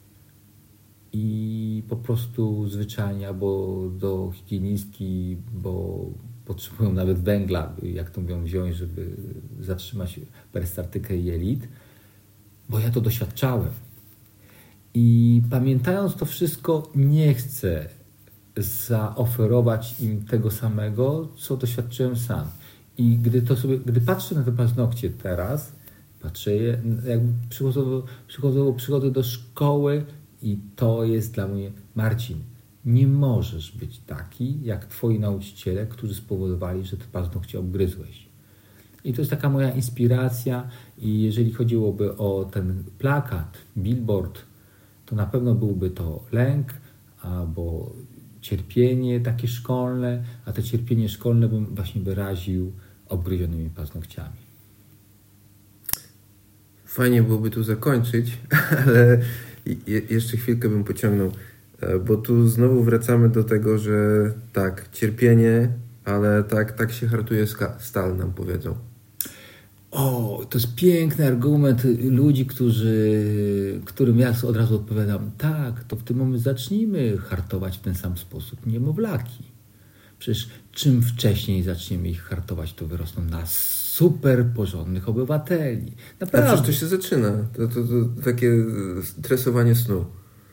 i po prostu zwyczajnie albo do higienistki, bo potrzebują nawet węgla, jak to mówią, wziąć, żeby zatrzymać perystaltykę jelit, bo ja to doświadczałem. I pamiętając to wszystko, nie chcę zaoferować im tego samego, co doświadczyłem sam. I gdy patrzę na te paznokcie teraz, jakby przychodzę do szkoły i to jest dla mnie: Marcin, nie możesz być taki jak twoi nauczyciele, którzy spowodowali, że te paznokcie obgryzłeś. I to jest taka moja inspiracja i jeżeli chodziłoby o ten plakat, billboard, to na pewno byłby to lęk albo cierpienie takie szkolne, a to cierpienie szkolne bym właśnie wyraził obgryzionymi paznokciami. Fajnie byłoby tu zakończyć, ale jeszcze chwilkę bym pociągnął, bo tu znowu wracamy do tego, że tak, cierpienie, ale tak się hartuje stal, nam powiedzą. O, to jest piękny argument ludzi, którym ja od razu odpowiadam: tak, to w tym momencie zacznijmy hartować w ten sam sposób niemowlaki. Przecież czym wcześniej zaczniemy ich hartować, to wyrosną na super porządnych obywateli. Naprawdę. A przecież to się zaczyna. To takie tresowanie snu.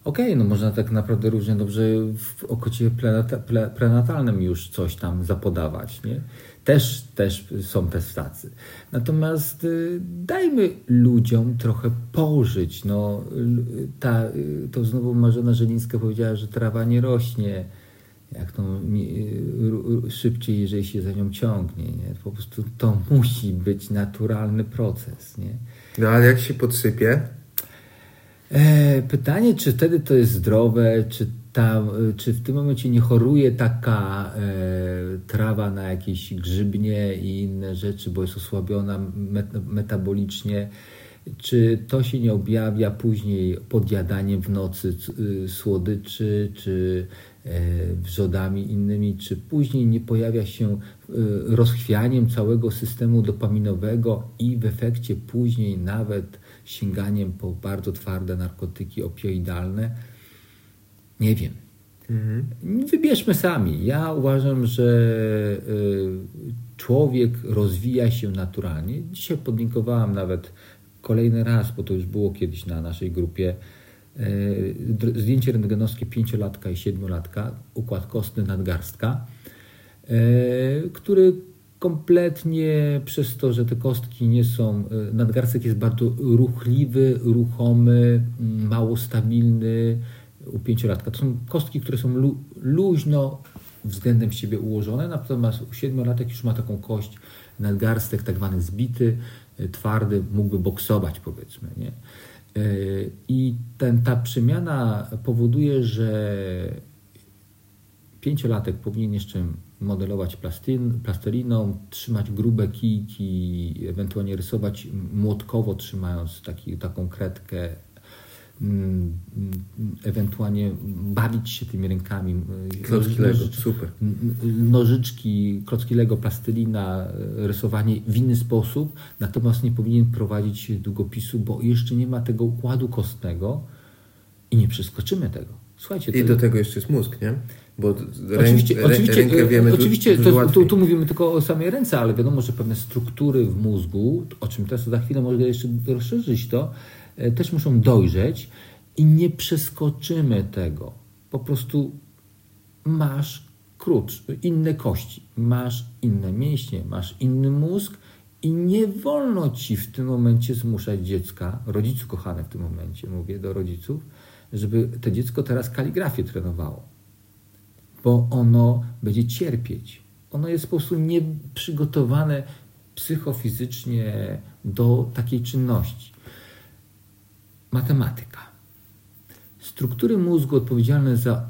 Okej, no można tak naprawdę równie dobrze w okresie prenatalnym już coś tam zapodawać, nie? Też są tacy. Natomiast dajmy ludziom trochę pożyć. No, to znowu Marzena Żelińska powiedziała, że trawa nie rośnie jak to szybciej, jeżeli się za nią ciągnie. Nie? Po prostu to musi być naturalny proces. Nie? No ale jak się podsypie? Pytanie, czy wtedy to jest zdrowe, czy w tym momencie nie choruje taka trawa na jakieś grzybnie i inne rzeczy, bo jest osłabiona metabolicznie, czy to się nie objawia później podjadaniem w nocy słodyczy, czy wrzodami innymi, czy później nie pojawia się rozchwianiem całego systemu dopaminowego i w efekcie później nawet sięganiem po bardzo twarde narkotyki opioidalne. Nie wiem. Wybierzmy sami. Ja uważam, że człowiek rozwija się naturalnie. Dzisiaj podlinkowałem nawet kolejny raz, bo to już było kiedyś na naszej grupie, zdjęcie rentgenowskie 5-latka i 7-latka, układ kostny nadgarstka, który kompletnie przez to, że te kostki nie są, nadgarstek jest bardzo ruchliwy, ruchomy, mało stabilny u 5-latka. To są kostki, które są luźno względem siebie ułożone, natomiast u 7-latek już ma taką kość nadgarstek tak zwany zbity, twardy, mógłby boksować, powiedzmy, nie? I ta przemiana powoduje, że 5-latek powinien jeszcze modelować plasteliną, trzymać grube kijki, ewentualnie rysować młotkowo, trzymając taką kredkę, ewentualnie bawić się tymi rękami. Klocki Lego, super. Nożyczki, klocki Lego, plastelina, rysowanie w inny sposób, natomiast nie powinien prowadzić długopisu, bo jeszcze nie ma tego układu kostnego i nie przeskoczymy tego. Słuchajcie, i do tego jeszcze jest mózg, nie? Bo rękę wiemy oczywiście tu mówimy tylko o samej ręce, ale wiadomo, że pewne struktury w mózgu, o czym teraz za chwilę mogę jeszcze rozszerzyć to, też muszą dojrzeć i nie przeskoczymy tego. Po prostu masz inne kości, masz inne mięśnie, masz inny mózg i nie wolno ci w tym momencie zmuszać dziecka, rodziców kochanych w tym momencie, mówię do rodziców, żeby to dziecko teraz kaligrafię trenowało, bo ono będzie cierpieć. Ono jest po prostu nieprzygotowane psychofizycznie do takiej czynności. Matematyka. Struktury mózgu odpowiedzialne za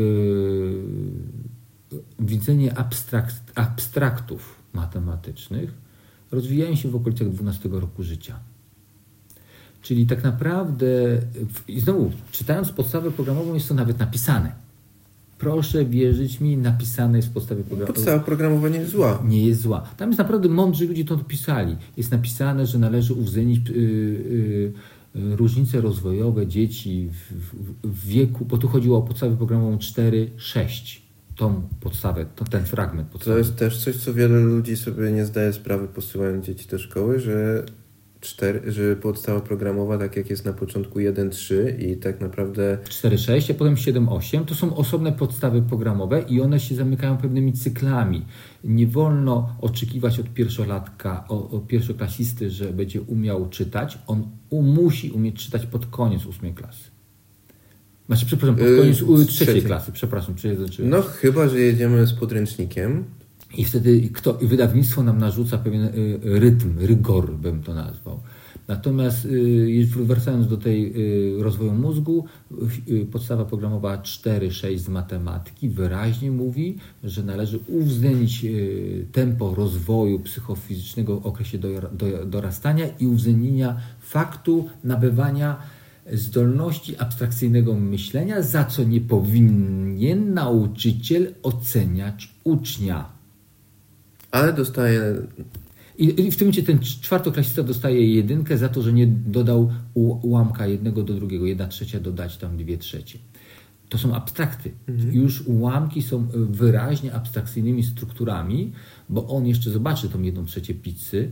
widzenie abstraktów matematycznych rozwijają się w okolicach 12 roku życia. Czyli tak naprawdę, i znowu, czytając podstawę programową, jest to nawet napisane. Proszę wierzyć mi, napisane jest w podstawie programowej. Podstawa programowa nie jest zła. Nie jest zła. Tam jest naprawdę mądrzy ludzie to pisali. Jest napisane, że należy uwzględnić różnice rozwojowe dzieci w wieku, bo tu chodziło o podstawę programową 4-6. Tą podstawę, ten fragment podstawy. To jest też coś, co wiele ludzi sobie nie zdaje sprawy, posyłając dzieci do szkoły, że podstawa programowa, tak jak jest na początku 1-3 i tak naprawdę 4-6, a potem 7-8, to są osobne podstawy programowe i one się zamykają pewnymi cyklami. Nie wolno oczekiwać od pierwszolatka, od pierwszoklasisty, że będzie umiał czytać. On musi umieć czytać pod koniec 8 klasy. Pod koniec 3 klasy, przepraszam. No chyba, że jedziemy z podręcznikiem. I wtedy wydawnictwo nam narzuca pewien rytm, rygor bym to nazwał. Natomiast wracając do tej rozwoju mózgu, podstawa programowa 4-6 z matematyki wyraźnie mówi, że należy uwzględnić tempo rozwoju psychofizycznego w okresie dorastania i uwzględnienia faktu nabywania zdolności abstrakcyjnego myślenia, za co nie powinien nauczyciel oceniać ucznia. Ale dostaje... I w tym momencie ten czwartoklasista dostaje 1 za to, że nie dodał ułamka jednego do drugiego. 1/3 dodać tam 2/3. To są abstrakty. Już ułamki są wyraźnie abstrakcyjnymi strukturami, bo on jeszcze zobaczy tą 1/3 pizzy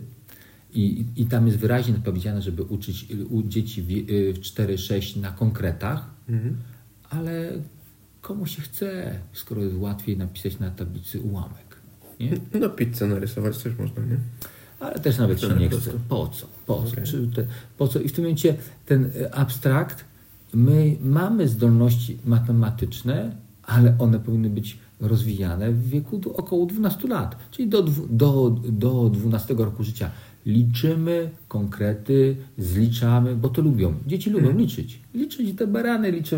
i tam jest wyraźnie powiedziane, żeby uczyć dzieci w 4-6 na konkretach, ale komu się chce, skoro jest łatwiej napisać na tablicy ułamek, nie? No pizzę narysować też można, nie? Ale też nawet się nie chce. Po co? Okay. Po co? I w tym momencie ten abstrakt, my mamy zdolności matematyczne, ale one powinny być rozwijane w wieku około 12 lat, czyli do 12 roku życia. Liczymy konkrety, zliczamy, bo to lubią. Dzieci lubią liczyć. Liczyć te barany liczę.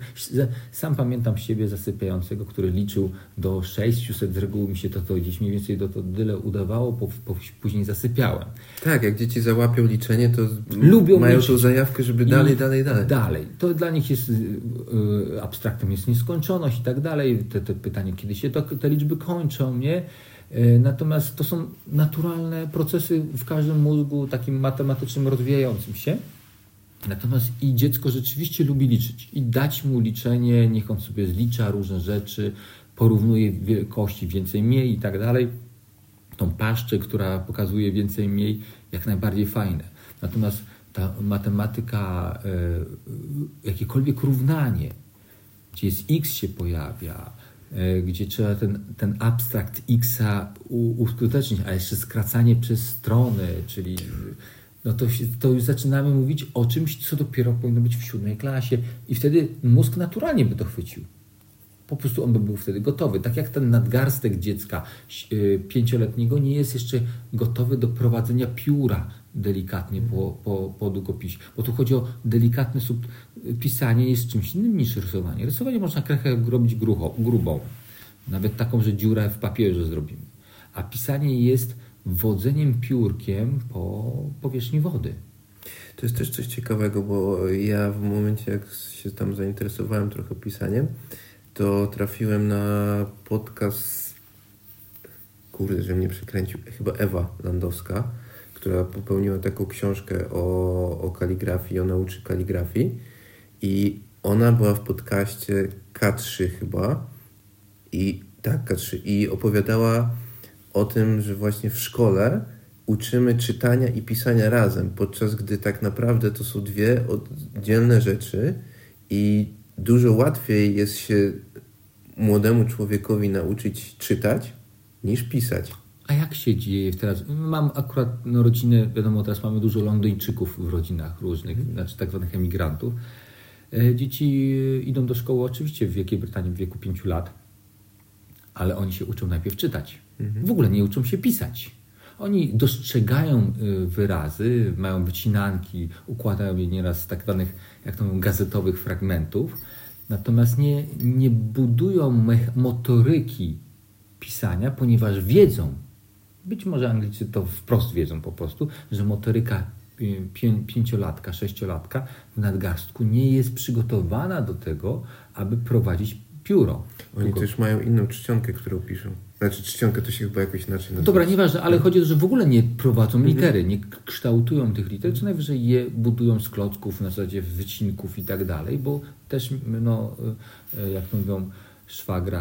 Sam pamiętam siebie zasypiającego, który liczył do 600. Z reguły mi się to gdzieś mniej więcej do tyle udawało, później zasypiałem. Tak, jak dzieci załapią liczenie, to lubią mają liczyć. tą zajawkę, żeby dalej. Dalej. To dla nich jest abstraktem jest nieskończoność i tak dalej. Te pytanie, kiedy się te liczby kończą, nie? Natomiast to są naturalne procesy w każdym mózgu takim matematycznym rozwijającym się. Natomiast i dziecko rzeczywiście lubi liczyć. I dać mu liczenie, niech on sobie zlicza różne rzeczy, porównuje wielkości więcej, mniej i tak dalej. Tą paszczę, która pokazuje więcej, mniej, jak najbardziej fajne. Natomiast ta matematyka, jakiekolwiek równanie, gdzie jest x się pojawia, gdzie trzeba ten abstrakt x-a uskutecznić, a jeszcze skracanie przez strony, czyli no to już zaczynamy mówić o czymś, co dopiero powinno być w 7 klasie i wtedy mózg naturalnie by to chwycił. Po prostu on by był wtedy gotowy. Tak jak ten nadgarstek dziecka 5-letniego nie jest jeszcze gotowy do prowadzenia pióra delikatnie po długopisie. Bo tu chodzi o delikatne pisanie jest czymś innym niż rysowanie. Rysowanie można krechę robić grubą. Nawet taką, że dziurę w papierze zrobimy. A pisanie jest wodzeniem piórkiem po powierzchni wody. To jest też coś ciekawego, bo ja w momencie, jak się tam zainteresowałem trochę pisaniem, to trafiłem na podcast, że mnie przekręcił, chyba Ewa Landowska, która popełniła taką książkę o kaligrafii, o nauce kaligrafii i ona była w podcaście K3 chyba K3 i opowiadała o tym, że właśnie w szkole uczymy czytania i pisania razem, podczas gdy tak naprawdę to są dwie oddzielne rzeczy i dużo łatwiej jest się młodemu człowiekowi nauczyć czytać niż pisać. A jak się dzieje teraz? Mam akurat rodzinę, wiadomo, teraz mamy dużo Londyńczyków w rodzinach różnych, znaczy tak zwanych emigrantów. Dzieci idą do szkoły oczywiście w Wielkiej Brytanii w wieku 5 lat, ale oni się uczą najpierw czytać. W ogóle nie uczą się pisać. Oni dostrzegają wyrazy, mają wycinanki, układają je nieraz z tak zwanych, jak to mówią, gazetowych fragmentów, natomiast nie budują motoryki pisania, ponieważ wiedzą, być może Anglicy to wprost wiedzą po prostu, że motoryka 5-latka, 6-latka w nadgarstku nie jest przygotowana do tego, aby prowadzić pióro. Oni też mają inną czcionkę, którą piszą. Znaczy czcionkę to się chyba jakoś inaczej nazywa. Dobra, nieważne, ale chodzi o to, że w ogóle nie prowadzą litery, nie kształtują tych liter, co najwyżej je budują z klocków, na zasadzie wycinków i tak dalej, bo też, jak to mówią, szwagra,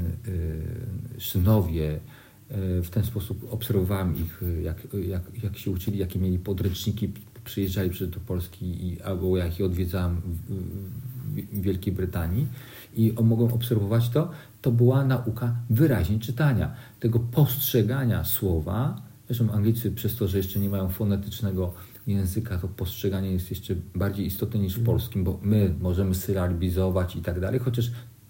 synowie, w ten sposób obserwowałem ich, jak się uczyli, jakie mieli podręczniki, przyjeżdżali do Polski albo jak ich odwiedzałem w Wielkiej Brytanii i mogą obserwować to była nauka wyraźnie czytania, tego postrzegania słowa. Zresztą Anglicy przez to, że jeszcze nie mają fonetycznego języka, to postrzeganie jest jeszcze bardziej istotne niż w polskim, bo my możemy sylabizować i tak dalej, chociaż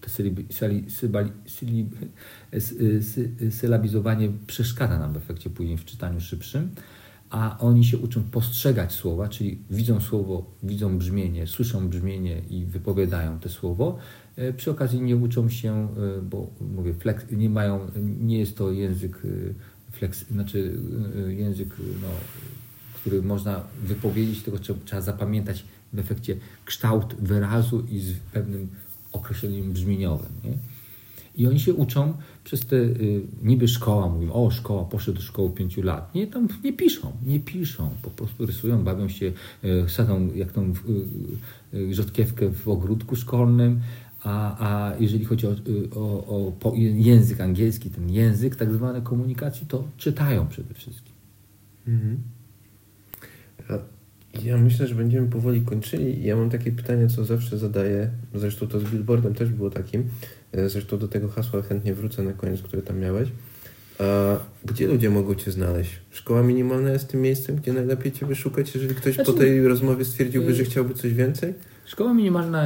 sylabizowanie przeszkadza nam w efekcie później w czytaniu szybszym, a oni się uczą postrzegać słowa, czyli widzą słowo, widzą brzmienie, słyszą brzmienie i wypowiadają to słowo. Przy okazji nie uczą się, bo mówię, nie jest to język, język, który można wypowiedzieć, tylko trzeba zapamiętać w efekcie kształt wyrazu i z pewnym określeniem brzmieniowym. Nie? I oni się uczą przez te, niby szkoła, mówią, szkoła, poszedł do szkoły 5 lat. Nie, tam nie piszą, po prostu rysują, bawią się, sadzą jak tą rzodkiewkę w ogródku szkolnym, a jeżeli chodzi o język angielski, ten język tak zwany komunikacji, to czytają przede wszystkim. Ja myślę, że będziemy powoli kończyli. Ja mam takie pytanie, co zawsze zadaję. Zresztą to z billboardem też było takim. Zresztą do tego hasła chętnie wrócę na koniec, które tam miałeś. A gdzie ludzie mogą Cię znaleźć? Szkoła Minimalna jest tym miejscem, gdzie najlepiej Cię wyszukać, jeżeli ktoś po tej rozmowie stwierdziłby, że chciałby coś więcej? Szkoła Minimalna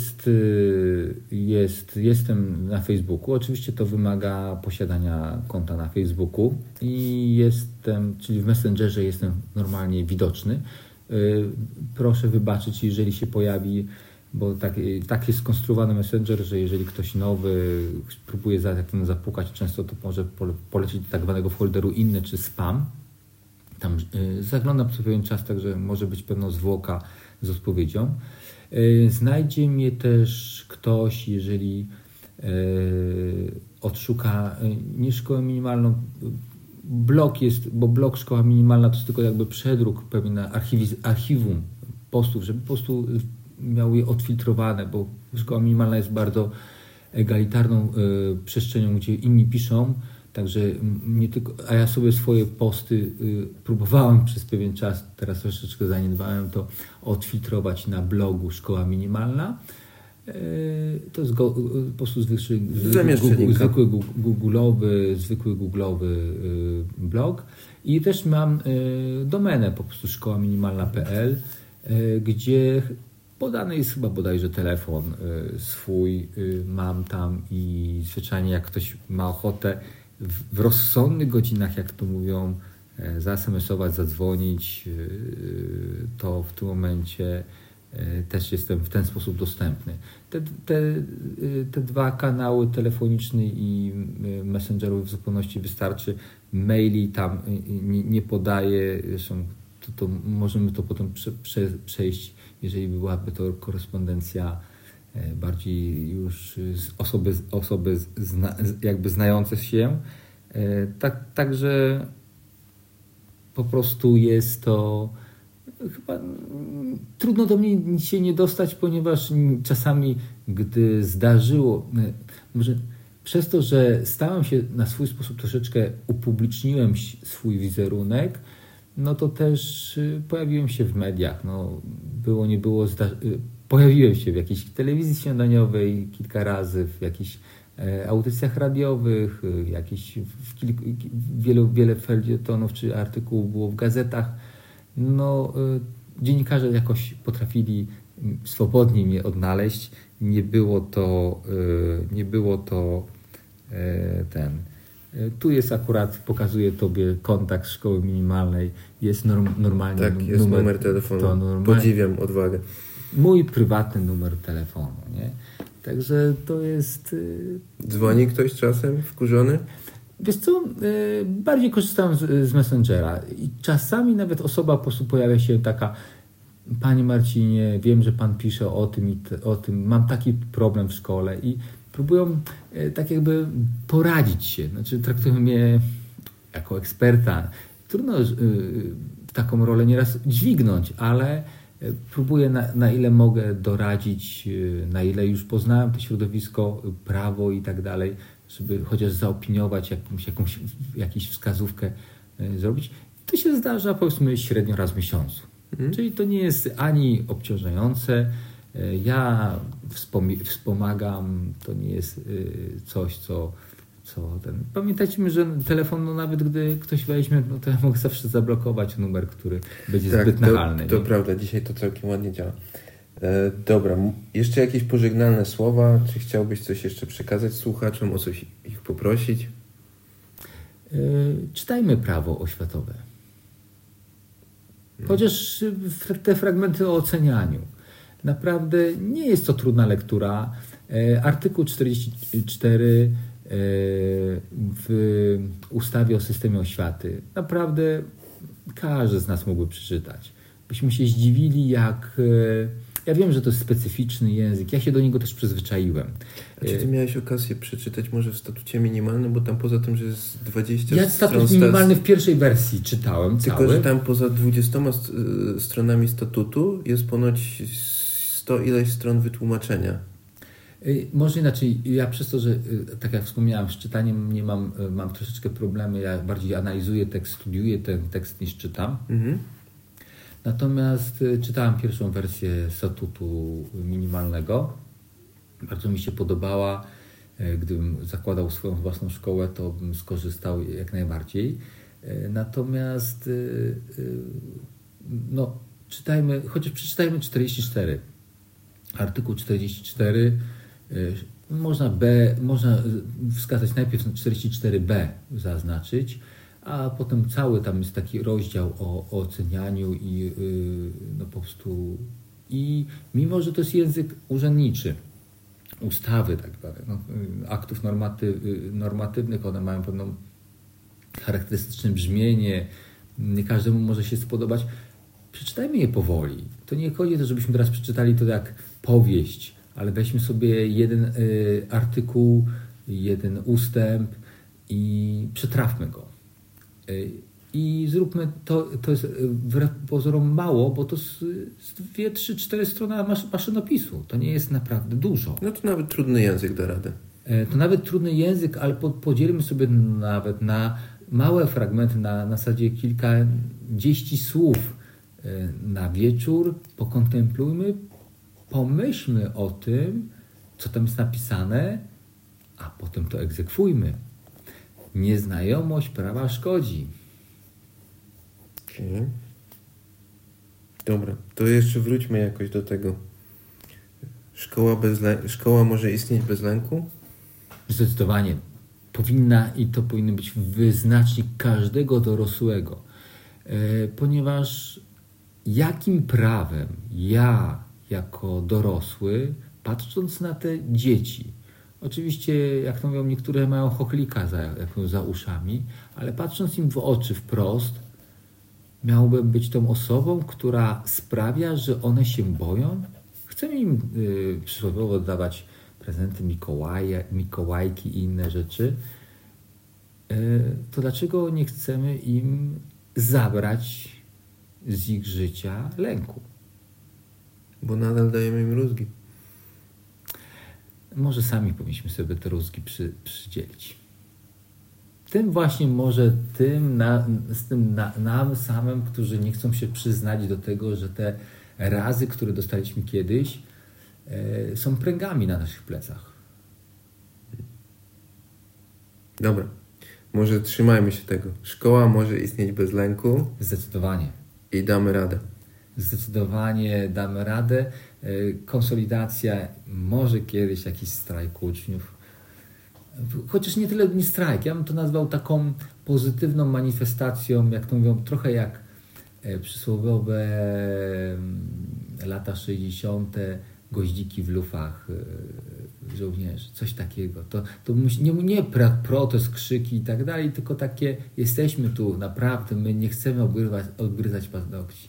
jestem na Facebooku. Oczywiście to wymaga posiadania konta na Facebooku i czyli w Messengerze jestem normalnie widoczny. Proszę wybaczyć, jeżeli się pojawi, bo tak jest skonstruowany Messenger, że jeżeli ktoś nowy próbuje zapukać, często to może polecieć do tak zwanego folderu inne czy spam. Tam zaglądam co pewien czas, także może być pewna zwłoka z odpowiedzią. Znajdzie mnie też ktoś, jeżeli odszuka nie szkołę minimalną, blog jest, bo blog Szkoła Minimalna to jest tylko jakby przedruk pewien archiwum postów, żeby po prostu miał je odfiltrowane, bo Szkoła Minimalna jest bardzo egalitarną przestrzenią, gdzie inni piszą, także nie tylko, a ja sobie swoje posty próbowałem przez pewien czas, teraz troszeczkę zaniedbałem to, odfiltrować na blogu Szkoła Minimalna. To jest po prostu zwykły googlowy blog i też mam domenę po prostu szkołaminimalna.pl, gdzie podany jest chyba bodajże telefon swój, mam tam i zwyczajnie jak ktoś ma ochotę w rozsądnych godzinach, jak to mówią, za-SMS-ować, zadzwonić, to w tym momencie też jestem w ten sposób dostępny. Te dwa kanały, telefoniczny i messengerowy, w zupełności wystarczy. Maili tam nie podaję, zresztą to możemy to potem przejść, jeżeli byłaby to korespondencja bardziej już z osoby jakby znające się. Także po prostu jest to chyba trudno do mnie się nie dostać, ponieważ czasami, gdy zdarzyło, może przez to, że stałem się na swój sposób troszeczkę, upubliczniłem swój wizerunek, no to też pojawiłem się w mediach. No, było, nie było, pojawiłem się w jakiejś telewizji śniadaniowej kilka razy, w jakichś audycjach radiowych, wiele felietonów czy artykułów było w gazetach. No, dziennikarze jakoś potrafili swobodnie mnie odnaleźć. Nie było to tu jest akurat, pokazuję Tobie kontakt Szkoły Minimalnej. Jest normalnie. Tak, jest numer telefonu. Podziwiam odwagę. Mój prywatny numer telefonu, nie? Także to jest... Dzwoni ktoś czasem wkurzony? Wiesz co, bardziej korzystałem z Messengera i czasami nawet osoba po prostu pojawia się taka: Panie Marcinie, wiem, że Pan pisze o tym i o tym, mam taki problem w szkole, i próbują tak jakby poradzić się, znaczy traktują mnie jako eksperta. Trudno taką rolę nieraz dźwignąć, ale próbuję na ile mogę doradzić, na ile już poznałem to środowisko, prawo i tak dalej, żeby chociaż zaopiniować jakąś wskazówkę zrobić. To się zdarza powiedzmy średnio raz w miesiącu. Czyli to nie jest ani obciążające. Ja wspomagam, to nie jest coś, co Pamiętajmy, że telefon, no nawet gdy ktoś weźmie, no to ja mogę zawsze zablokować numer, który będzie zbyt nachalny. To prawda, dzisiaj to całkiem ładnie działa. Dobra, jeszcze jakieś pożegnalne słowa? Czy chciałbyś coś jeszcze przekazać słuchaczom, o coś ich poprosić? Czytajmy prawo oświatowe. Chociaż te fragmenty o ocenianiu. Naprawdę nie jest to trudna lektura. Artykuł 44 w ustawie o systemie oświaty. Naprawdę każdy z nas mógłby przeczytać. Byśmy się zdziwili, jak... Ja wiem, że to jest specyficzny język. Ja się do niego też przyzwyczaiłem. A czy ty miałeś okazję przeczytać może w statucie minimalnym, bo tam poza tym, że jest 20 stron... Ja statut minimalny w pierwszej wersji czytałem tylko, cały. Że tam poza 20 stronami statutu jest ponoć 100 ileś stron wytłumaczenia. Może inaczej, ja przez to, że tak jak wspomniałem, z czytaniem nie mam troszeczkę problemy, ja bardziej analizuję tekst, studiuję ten tekst niż czytam. Natomiast czytałem pierwszą wersję statutu minimalnego. Bardzo mi się podobała. Gdybym zakładał swoją własną szkołę, to bym skorzystał jak najbardziej. Natomiast chociaż przeczytajmy 44. Artykuł 44. Można wskazać najpierw 44b zaznaczyć, a potem cały tam jest taki rozdział o ocenianiu i po prostu mimo, że to jest język urzędniczy, ustawy tak zwane, aktów normatywnych, one mają pewną charakterystyczne brzmienie, nie każdemu może się spodobać. Przeczytajmy je powoli. To nie chodzi o to, żebyśmy teraz przeczytali to jak powieść, ale weźmy sobie jeden artykuł, jeden ustęp i przetrawmy go. I zróbmy to jest wbrew pozorom mało, bo to jest 2, 3, 4 strony maszynopisu. To nie jest naprawdę dużo. No to nawet trudny język da radę. To nawet trudny język, ale podzielmy sobie nawet na małe fragmenty, na zasadzie kilkadziesięciu słów na wieczór. Pokontemplujmy, pomyślmy o tym, co tam jest napisane, a potem to egzekwujmy. Nieznajomość prawa szkodzi. Okay. Dobra, to jeszcze wróćmy jakoś do tego. Szkoła może istnieć bez lęku? Zdecydowanie. To powinien być wyznacznik każdego dorosłego. Ponieważ jakim prawem ja jako dorosły, patrząc na te dzieci, oczywiście, jak to mówią, niektóre mają chochlika za uszami, ale patrząc im w oczy wprost, miałbym być tą osobą, która sprawia, że one się boją. Chcemy im przysłowiowo dawać prezenty Mikołajki i inne rzeczy. To dlaczego nie chcemy im zabrać z ich życia lęku? Bo nadal dajemy im rózgi. Może sami powinniśmy sobie te rózgi przydzielić. Tym właśnie może nam samym, którzy nie chcą się przyznać do tego, że te razy, które dostaliśmy kiedyś, są pręgami na naszych plecach. Dobra. Może trzymajmy się tego. Szkoła może istnieć bez lęku. Zdecydowanie. I damy radę. Zdecydowanie damy radę. Konsolidacja, może kiedyś jakiś strajk uczniów. Chociaż nie tyle nie strajk, ja bym to nazwał taką pozytywną manifestacją, jak to mówią, trochę jak przysłowiowe lata 60. goździki w lufach żołnierzy, coś takiego. To nie protest, krzyki i tak dalej, tylko takie jesteśmy tu, naprawdę, my nie chcemy odgryzać paznokci.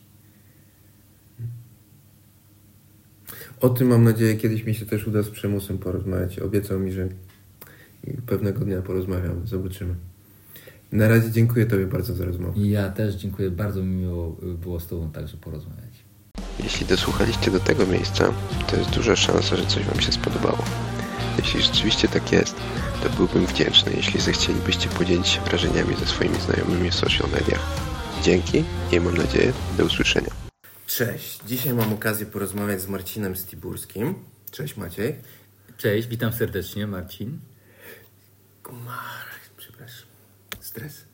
O tym mam nadzieję, kiedyś mi się też uda z Przemusem porozmawiać. Obiecał mi, że pewnego dnia porozmawiamy. Zobaczymy. Na razie dziękuję Tobie bardzo za rozmowę. I ja też dziękuję. Bardzo mi miło było z Tobą także porozmawiać. Jeśli dosłuchaliście do tego miejsca, to jest duża szansa, że coś Wam się spodobało. Jeśli rzeczywiście tak jest, to byłbym wdzięczny, jeśli zechcielibyście podzielić się wrażeniami ze swoimi znajomymi w social mediach. Dzięki i mam nadzieję, do usłyszenia. Cześć. Dzisiaj mam okazję porozmawiać z Marcinem Stiburskim. Cześć Maciej. Cześć, witam serdecznie, Marcin. Przepraszam. Stres.